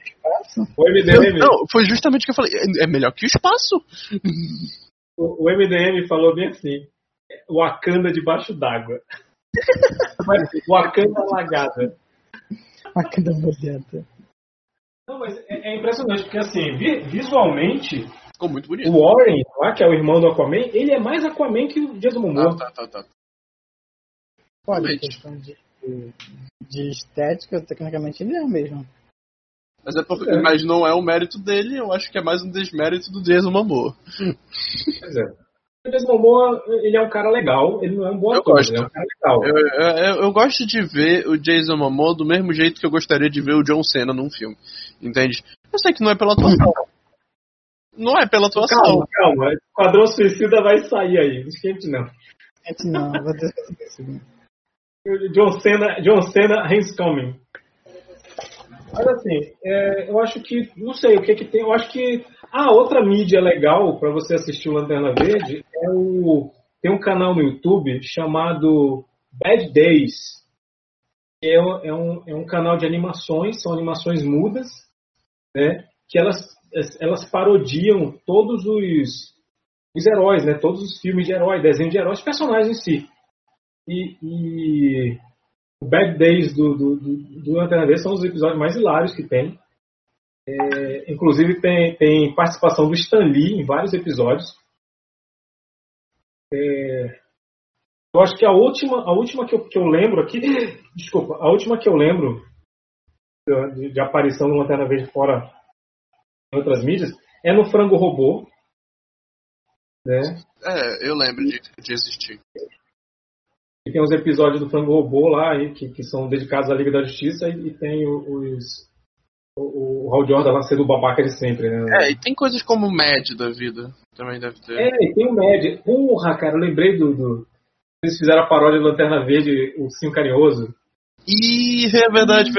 Speaker 8: Não, foi justamente o que eu falei. É melhor que o espaço.
Speaker 1: O MDM falou bem assim: Wakanda debaixo d'água. Wakanda alagada.
Speaker 2: Wakanda molhada.
Speaker 1: Não, mas é impressionante, porque assim, visualmente,
Speaker 8: ficou muito bonito.
Speaker 1: O Warren, lá, que é o irmão do Aquaman, ele é mais Aquaman que o Jason Momoa.
Speaker 8: Tá.
Speaker 2: Pode, questão de estética, tecnicamente ele é mesmo.
Speaker 8: Mas não é um mérito dele, eu acho que é mais um desmérito do Jason Momoa.
Speaker 1: Pois é. O Jason Momoa, ele é um cara legal, ele não é um bom ator, ele é um cara legal.
Speaker 8: Eu gosto de ver o Jason Momoa do mesmo jeito que eu gostaria de ver o John Cena num filme, entende? Eu sei que não é pela atuação. Não é pela atuação.
Speaker 1: Calma. Esquadrão Suicida vai sair aí, não esquente não.
Speaker 2: Não, vou dizer.
Speaker 1: John Cena, Hands Coming. Mas assim, eu acho que, não sei o que tem, eu acho que outra mídia legal para você assistir o Lanterna Verde tem um canal no YouTube chamado Bad Days. É um canal de animações, são animações mudas, né, que elas parodiam todos os heróis, né, todos os filmes de herói, desenhos de heróis, personagens em si. E o Bad Days do Lanterna Verde são os episódios mais hilários que tem. Inclusive tem participação do Stan Lee em vários episódios. Eu acho que a última que eu lembro aqui, desculpa, a última que eu lembro de aparição do Lanterna Verde fora em outras mídias é no Frango Robô, né?
Speaker 8: Eu lembro de existir.
Speaker 1: E tem os episódios do Frango Robô lá que são dedicados à Liga da Justiça e tem o Hal Jordan lá sendo o babaca de sempre, né?
Speaker 8: E tem coisas como o Mad da vida, também deve ter.
Speaker 1: E tem o Mad. Porra, cara, eu lembrei eles fizeram a paródia do Lanterna Verde, o Ursinho Carinhoso.
Speaker 8: É verdade.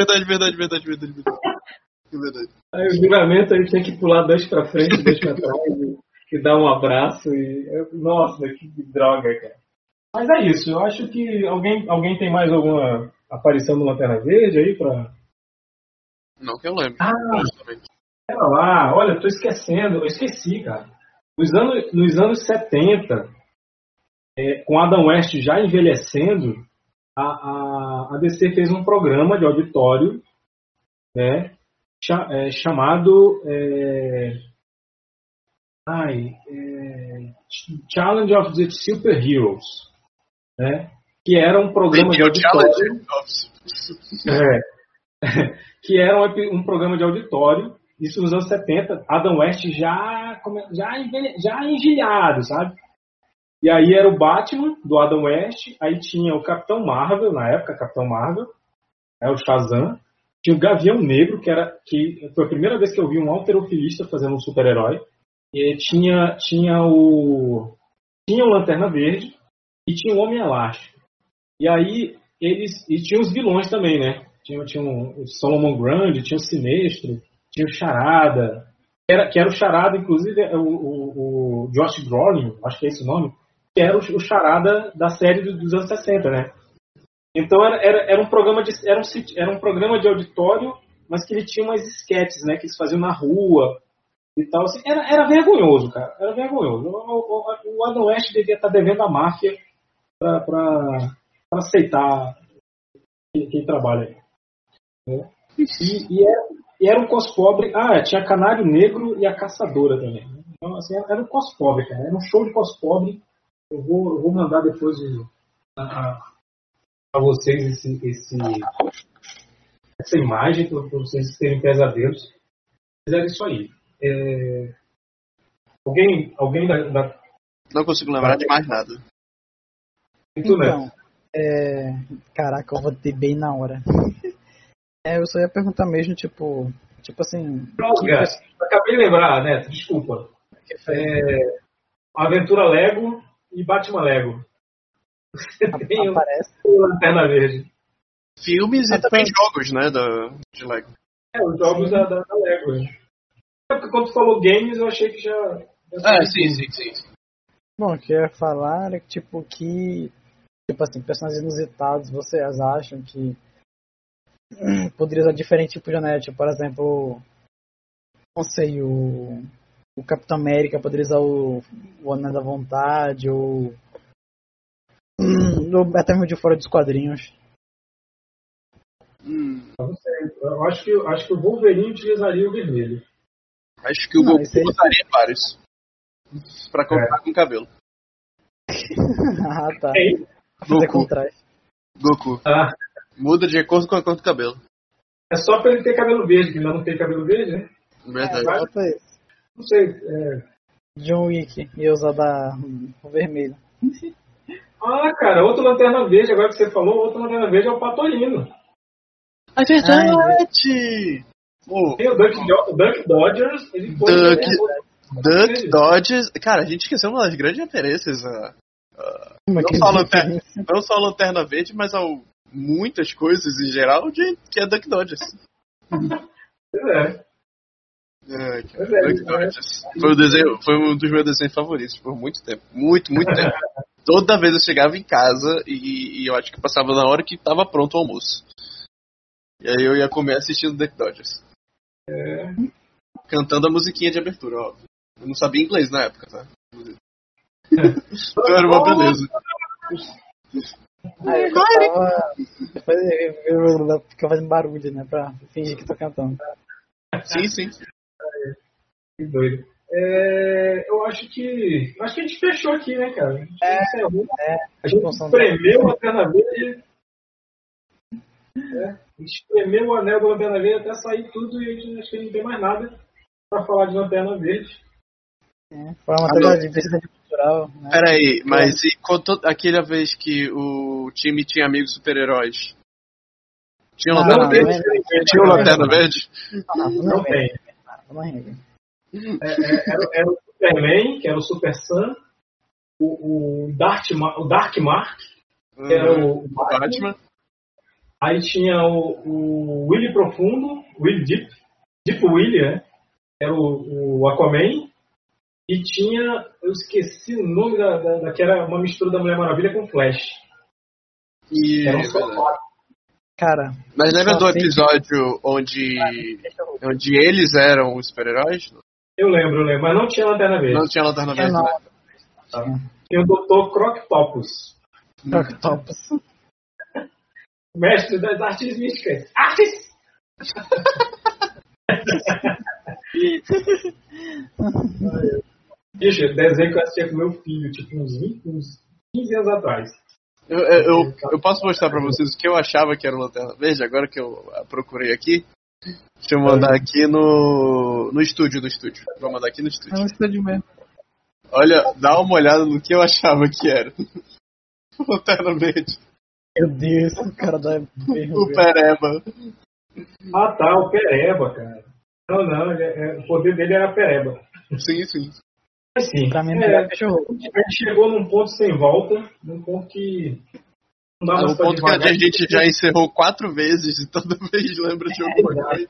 Speaker 1: Aí o julgamento aí tem que pular 2 pra frente, 2 pra trás e dar um abraço nossa, que droga, cara. Mas é isso, eu acho que alguém tem mais alguma aparição do Lanterna Verde aí pra...
Speaker 8: Não que eu lembre.
Speaker 1: Pera lá, olha, eu tô esquecendo, eu esqueci, cara. Nos anos 70, com Adam West já envelhecendo, a DC fez um programa de auditório, né, chamado Challenge of the Superheroes, né, que era um programa de auditório. Que era um programa de auditório, isso nos anos 70, Adam West já engelhado, sabe? E aí era o Batman, do Adam West, aí tinha o Capitão Marvel, na época, Capitão Marvel, o Shazam, tinha o Gavião Negro, que foi a primeira vez que eu vi um halterofilista fazendo um super-herói, e tinha o Lanterna Verde, e tinha o Homem-Elástico. E aí, tinha os vilões também, né? Tinha o Solomon Grundy, tinha o Sinestro, tinha o Charada, que era o Charada, inclusive, o Josh Brolin, acho que é esse o nome, que era o Charada da série dos anos 60, né? Então era um programa de auditório, mas que ele tinha umas esquetes, né? Que eles faziam na rua e tal. Assim, era vergonhoso, cara. Era vergonhoso. O Adam West devia estar devendo a máfia para aceitar quem trabalha aí. Né? E era um cospobre. Tinha Canário Negro e a Caçadora também. Então, assim, era um cospobre, cara. Era um show de cospobre. Eu vou mandar depois para vocês essa imagem, para vocês terem pesadelos. Fizeram isso aí. Alguém da...
Speaker 8: Não consigo lembrar de mais nada.
Speaker 1: Então,
Speaker 2: caraca, eu vou ter bem na hora. Eu só ia perguntar mesmo, tipo assim...
Speaker 1: Droga, acabei de lembrar, Neto, desculpa. Aventura Lego e Batman Lego.
Speaker 2: Aparece
Speaker 1: o Lanterna Verde.
Speaker 8: Filmes e também jogos, né, de Lego.
Speaker 1: Os jogos da Lego. Né? Porque quando tu falou games, eu achei que já...
Speaker 8: Sim.
Speaker 2: Bom, o que eu ia falar é que, assim, personagens inusitados, vocês acham que poderia usar diferente tipo de anel? Tipo, por exemplo, não sei, o Capitão América poderia usar o Anel da Vontade, ou até mesmo de fora dos quadrinhos.
Speaker 1: Não sei. Eu acho que o Wolverine utilizaria o vermelho.
Speaker 8: Acho que o Goku usaria vários. Pra colocar com cabelo.
Speaker 2: Tá. Fazer contraste.
Speaker 8: Goku. Muda de acordo com a cor do cabelo.
Speaker 1: É só pra ele ter cabelo verde, que ainda não tem cabelo verde, né?
Speaker 8: Verdade.
Speaker 1: Não sei.
Speaker 2: John Wick ia usar o vermelho.
Speaker 1: Ah, cara, outro Lanterna Verde, agora que você falou, outro Lanterna Verde é o Patolino.
Speaker 8: É verdade!
Speaker 1: Tem o Duck Dodgers, ele foi...
Speaker 8: Duck Dodgers... Cara, a gente esqueceu uma das grandes referências não só a Lanterna Verde, mas a muitas coisas em geral, que é Duck Dodgers. Duck Dodgers. Foi um dos meus desenhos favoritos por muito tempo. Muito tempo. Toda vez eu chegava em casa e eu acho que passava na hora que tava pronto o almoço. E aí eu ia comer assistindo Duck Dodgers. Cantando a musiquinha de abertura, óbvio. Eu não sabia inglês na época, tá? Então era uma beleza.
Speaker 2: Fica fazendo barulho, né? Pra fingir que tô cantando.
Speaker 8: Sim.
Speaker 1: Que doido. Eu acho que a gente fechou aqui, né, cara? A gente espremeu a Lanterna Verde. A gente espremeu o anel da Lanterna Verde até sair tudo e acho que não tem mais nada pra falar de Lanterna Verde.
Speaker 2: Foi uma matéria de diversidade cultural. Né?
Speaker 8: Peraí, mas e aquela vez que o time tinha amigos super-heróis? Tinha Lanterna Verde? Tinha Lanterna Verde?
Speaker 1: Não tem. Era o Superman, que era o Super Sam, o Dark Mark, que era o Batman. Aí tinha o Willy Profundo, Willy Deep Willy, né? Era o Aquaman. E tinha, eu esqueci o nome da que era uma mistura da Mulher Maravilha com Flash. Era um sofá.
Speaker 2: Cara,
Speaker 8: mas lembra do episódio onde eles eram os super-heróis?
Speaker 1: Eu lembro, mas não tinha Lanterna Verde.
Speaker 8: Não tinha Lanterna Verde, né?
Speaker 1: Tinha o Dr. Croctopus. Mestre das artes místicas. Artes! Bicho, desenho que eu assistia com meu filho, tipo uns 15 anos atrás.
Speaker 8: Eu posso mostrar pra vocês o que eu achava que era o Lanterna Verde, agora que eu procurei aqui. Deixa eu mandar aqui no estúdio. Vou mandar aqui no estúdio.
Speaker 2: É no estúdio mesmo.
Speaker 8: Olha, dá uma olhada no que eu achava que era. Lanterna Verde.
Speaker 2: Meu Deus, o cara da
Speaker 8: o Pereba.
Speaker 1: Ah tá, o Pereba, cara. Não, o poder dele era Pereba.
Speaker 8: Sim.
Speaker 1: Mas sim,
Speaker 2: pra mim é cachorro.
Speaker 1: A gente chegou num ponto sem volta, num ponto que não dá mais
Speaker 8: pra devagar. Que a gente já encerrou 4 vezes e toda vez lembra de alguma coisa.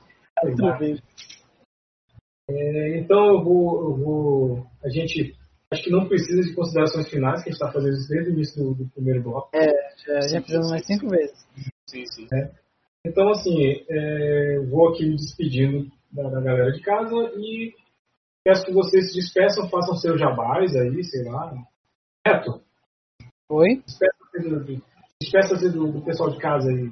Speaker 1: Então eu vou. A gente acho que não precisa de considerações finais, que a gente está fazendo isso desde o início do primeiro bloco.
Speaker 2: Já fizemos mais 5 vezes.
Speaker 8: Sim.
Speaker 1: Então assim, vou aqui me despedindo da galera de casa e peço que vocês se despeçam, façam seus jabás aí, sei lá. Neto?
Speaker 2: Oi?
Speaker 1: Despeça-se do pessoal de casa aí.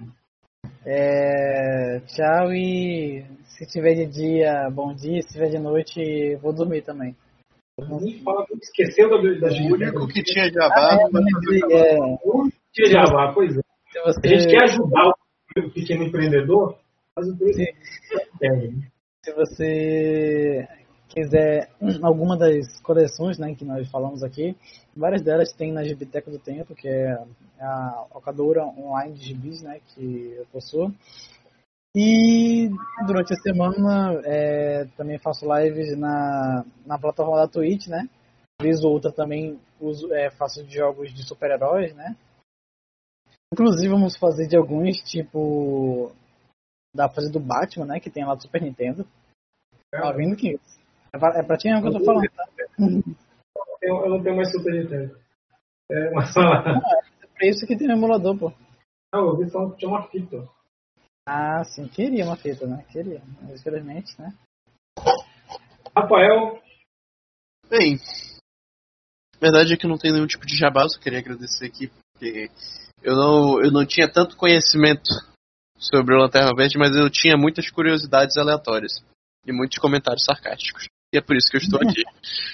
Speaker 2: Tchau e se tiver de dia, bom dia. Se tiver de noite, vou dormir também.
Speaker 1: Esqueceu da
Speaker 8: gente. O único que tinha jabá.
Speaker 1: Tinha jabá, pois é. A gente quer ajudar o pequeno empreendedor, mas o preço
Speaker 2: se você quiser alguma das coleções, né, que nós falamos aqui, várias delas tem na Gibiteca do Tempo, que é a locadora online de gibis, né, que eu possuo. E durante a semana também faço lives na plataforma da Twitch, né? Vez ou outra também faço de jogos de super-heróis, né? Inclusive vamos fazer de alguns, tipo da fase do Batman, né? Que tem lá do Super Nintendo. Tá vendo que é pra ti que eu tô falando, tá?
Speaker 1: Eu não tenho mais Super Nintendo. Mas
Speaker 2: é pra isso que tem um emulador, pô.
Speaker 1: Eu ouvi falar que tinha uma fita.
Speaker 2: Ah, sim, queria uma fita, né? Queria, mas infelizmente, né?
Speaker 1: Rafael?
Speaker 8: Bem, a verdade é que eu não tenho nenhum tipo de jabá, eu só queria agradecer aqui, porque eu não tinha tanto conhecimento sobre o Lanterna Verde, mas eu tinha muitas curiosidades aleatórias e muitos comentários sarcásticos. E é por isso que eu estou aqui.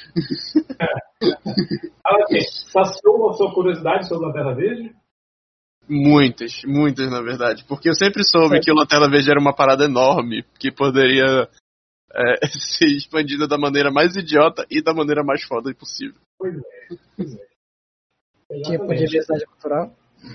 Speaker 1: Saciou a sua curiosidade sobre o Lanterna Verde?
Speaker 8: Muitas, na verdade. Porque eu sempre soube que o Lanterna Verde era uma parada enorme, que poderia ser expandida da maneira mais idiota e da maneira mais foda possível.
Speaker 1: Pois é.
Speaker 2: Tipo, diversidade cultural.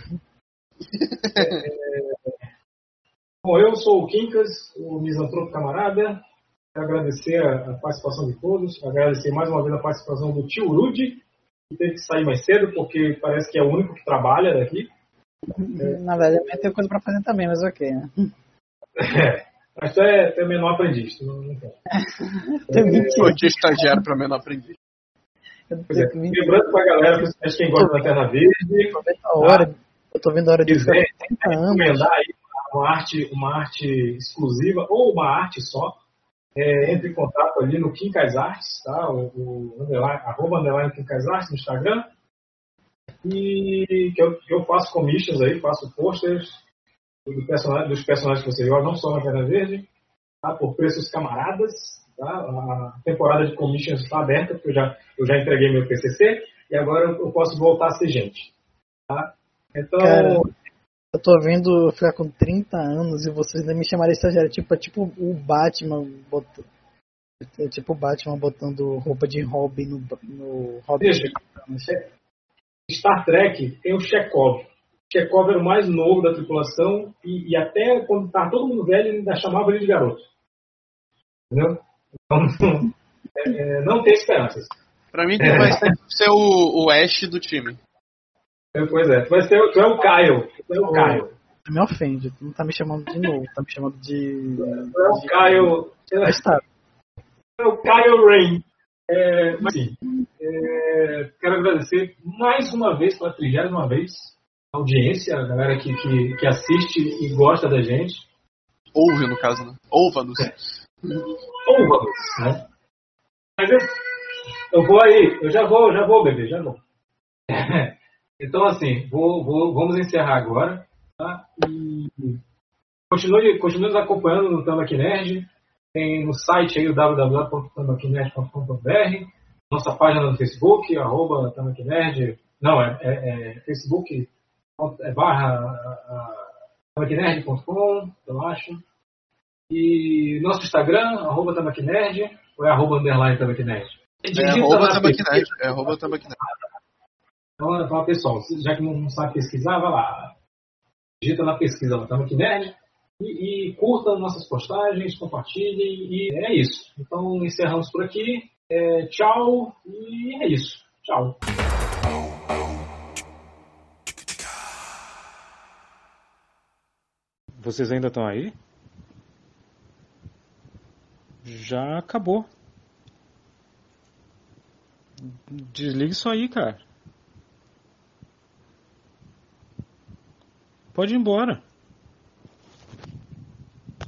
Speaker 1: Bom, eu sou o Quincas, o misantropo camarada. Quero agradecer a participação de todos, agradecer mais uma vez a participação do tio Rudy, que teve que sair mais cedo, porque parece que é o único que trabalha daqui.
Speaker 2: Na verdade, eu tenho coisa pra fazer também, mas ok, né?
Speaker 1: Mas tu é menor aprendiz, tu não quer.
Speaker 8: Sou de estagiário pra menor aprendiz.
Speaker 1: Lembrando pra galera, principalmente quem gosta da Terra Verde,
Speaker 2: eu tô vendo a hora de
Speaker 1: quiser
Speaker 2: 30 anos.
Speaker 1: encomendar aí uma arte exclusiva ou uma arte só, entre em contato ali no Quincas Arts, tá? @_ Quincas Arts no Instagram. E que eu faço commissions aí, faço posters dos personagens que você joga, não só na Terra Verde, tá? Por preços camaradas. Tá? A temporada de commissions está aberta, porque eu já entreguei meu PCC e agora eu posso voltar a ser gente. Tá? Então,
Speaker 2: cara, eu tô vendo eu ficar com 30 anos e vocês ainda me chamarem de estagiário. Tipo o Batman botando. Tipo o Batman botando roupa de Robin no Robin.
Speaker 1: Star Trek tem o Chekhov. Chekhov era o mais novo da tripulação e até quando estava todo mundo velho, ele ainda chamava ele de garoto. Entendeu? Então, não tem esperanças.
Speaker 8: Pra mim, tu vai ser o Ash do time.
Speaker 1: Pois é, tu é o Kyle. Tu é o Kyle.
Speaker 2: Tu me ofende, tu não tá me chamando de novo, tá me chamando de.
Speaker 1: Tu é o Kyle.
Speaker 2: Mas tá.
Speaker 1: Tu é o Kyle Rain. Mas sim, quero agradecer mais uma vez, pela 30ª vez, a audiência, a galera que assiste e gosta da gente.
Speaker 8: Ouve, no caso, né? Ouva-nos.
Speaker 1: Ouva-nos, né? Mas eu vou aí, eu já vou, bebê, já vou. Então, assim, vamos encerrar agora, tá? E continue nos acompanhando no Tambaqui Nerd. Tem no site aí o www.tambaquinerd.com.br, nossa página no Facebook, @tambaquinerd, não, Facebook /tambaquinerd.com, eu acho. E nosso Instagram, @tambaquinerd, ou é @_tambaquinerd?
Speaker 8: @tambaquinerd.
Speaker 1: Então, pessoal, já que não sabe pesquisar, vai lá. Digita na pesquisa lá, Tambaqui Nerd. E curtam nossas postagens, compartilhem, e é isso. Então encerramos por aqui. Tchau, e é isso. Tchau.
Speaker 12: Vocês ainda estão aí? Já acabou. Desliga isso aí, cara. Pode ir embora.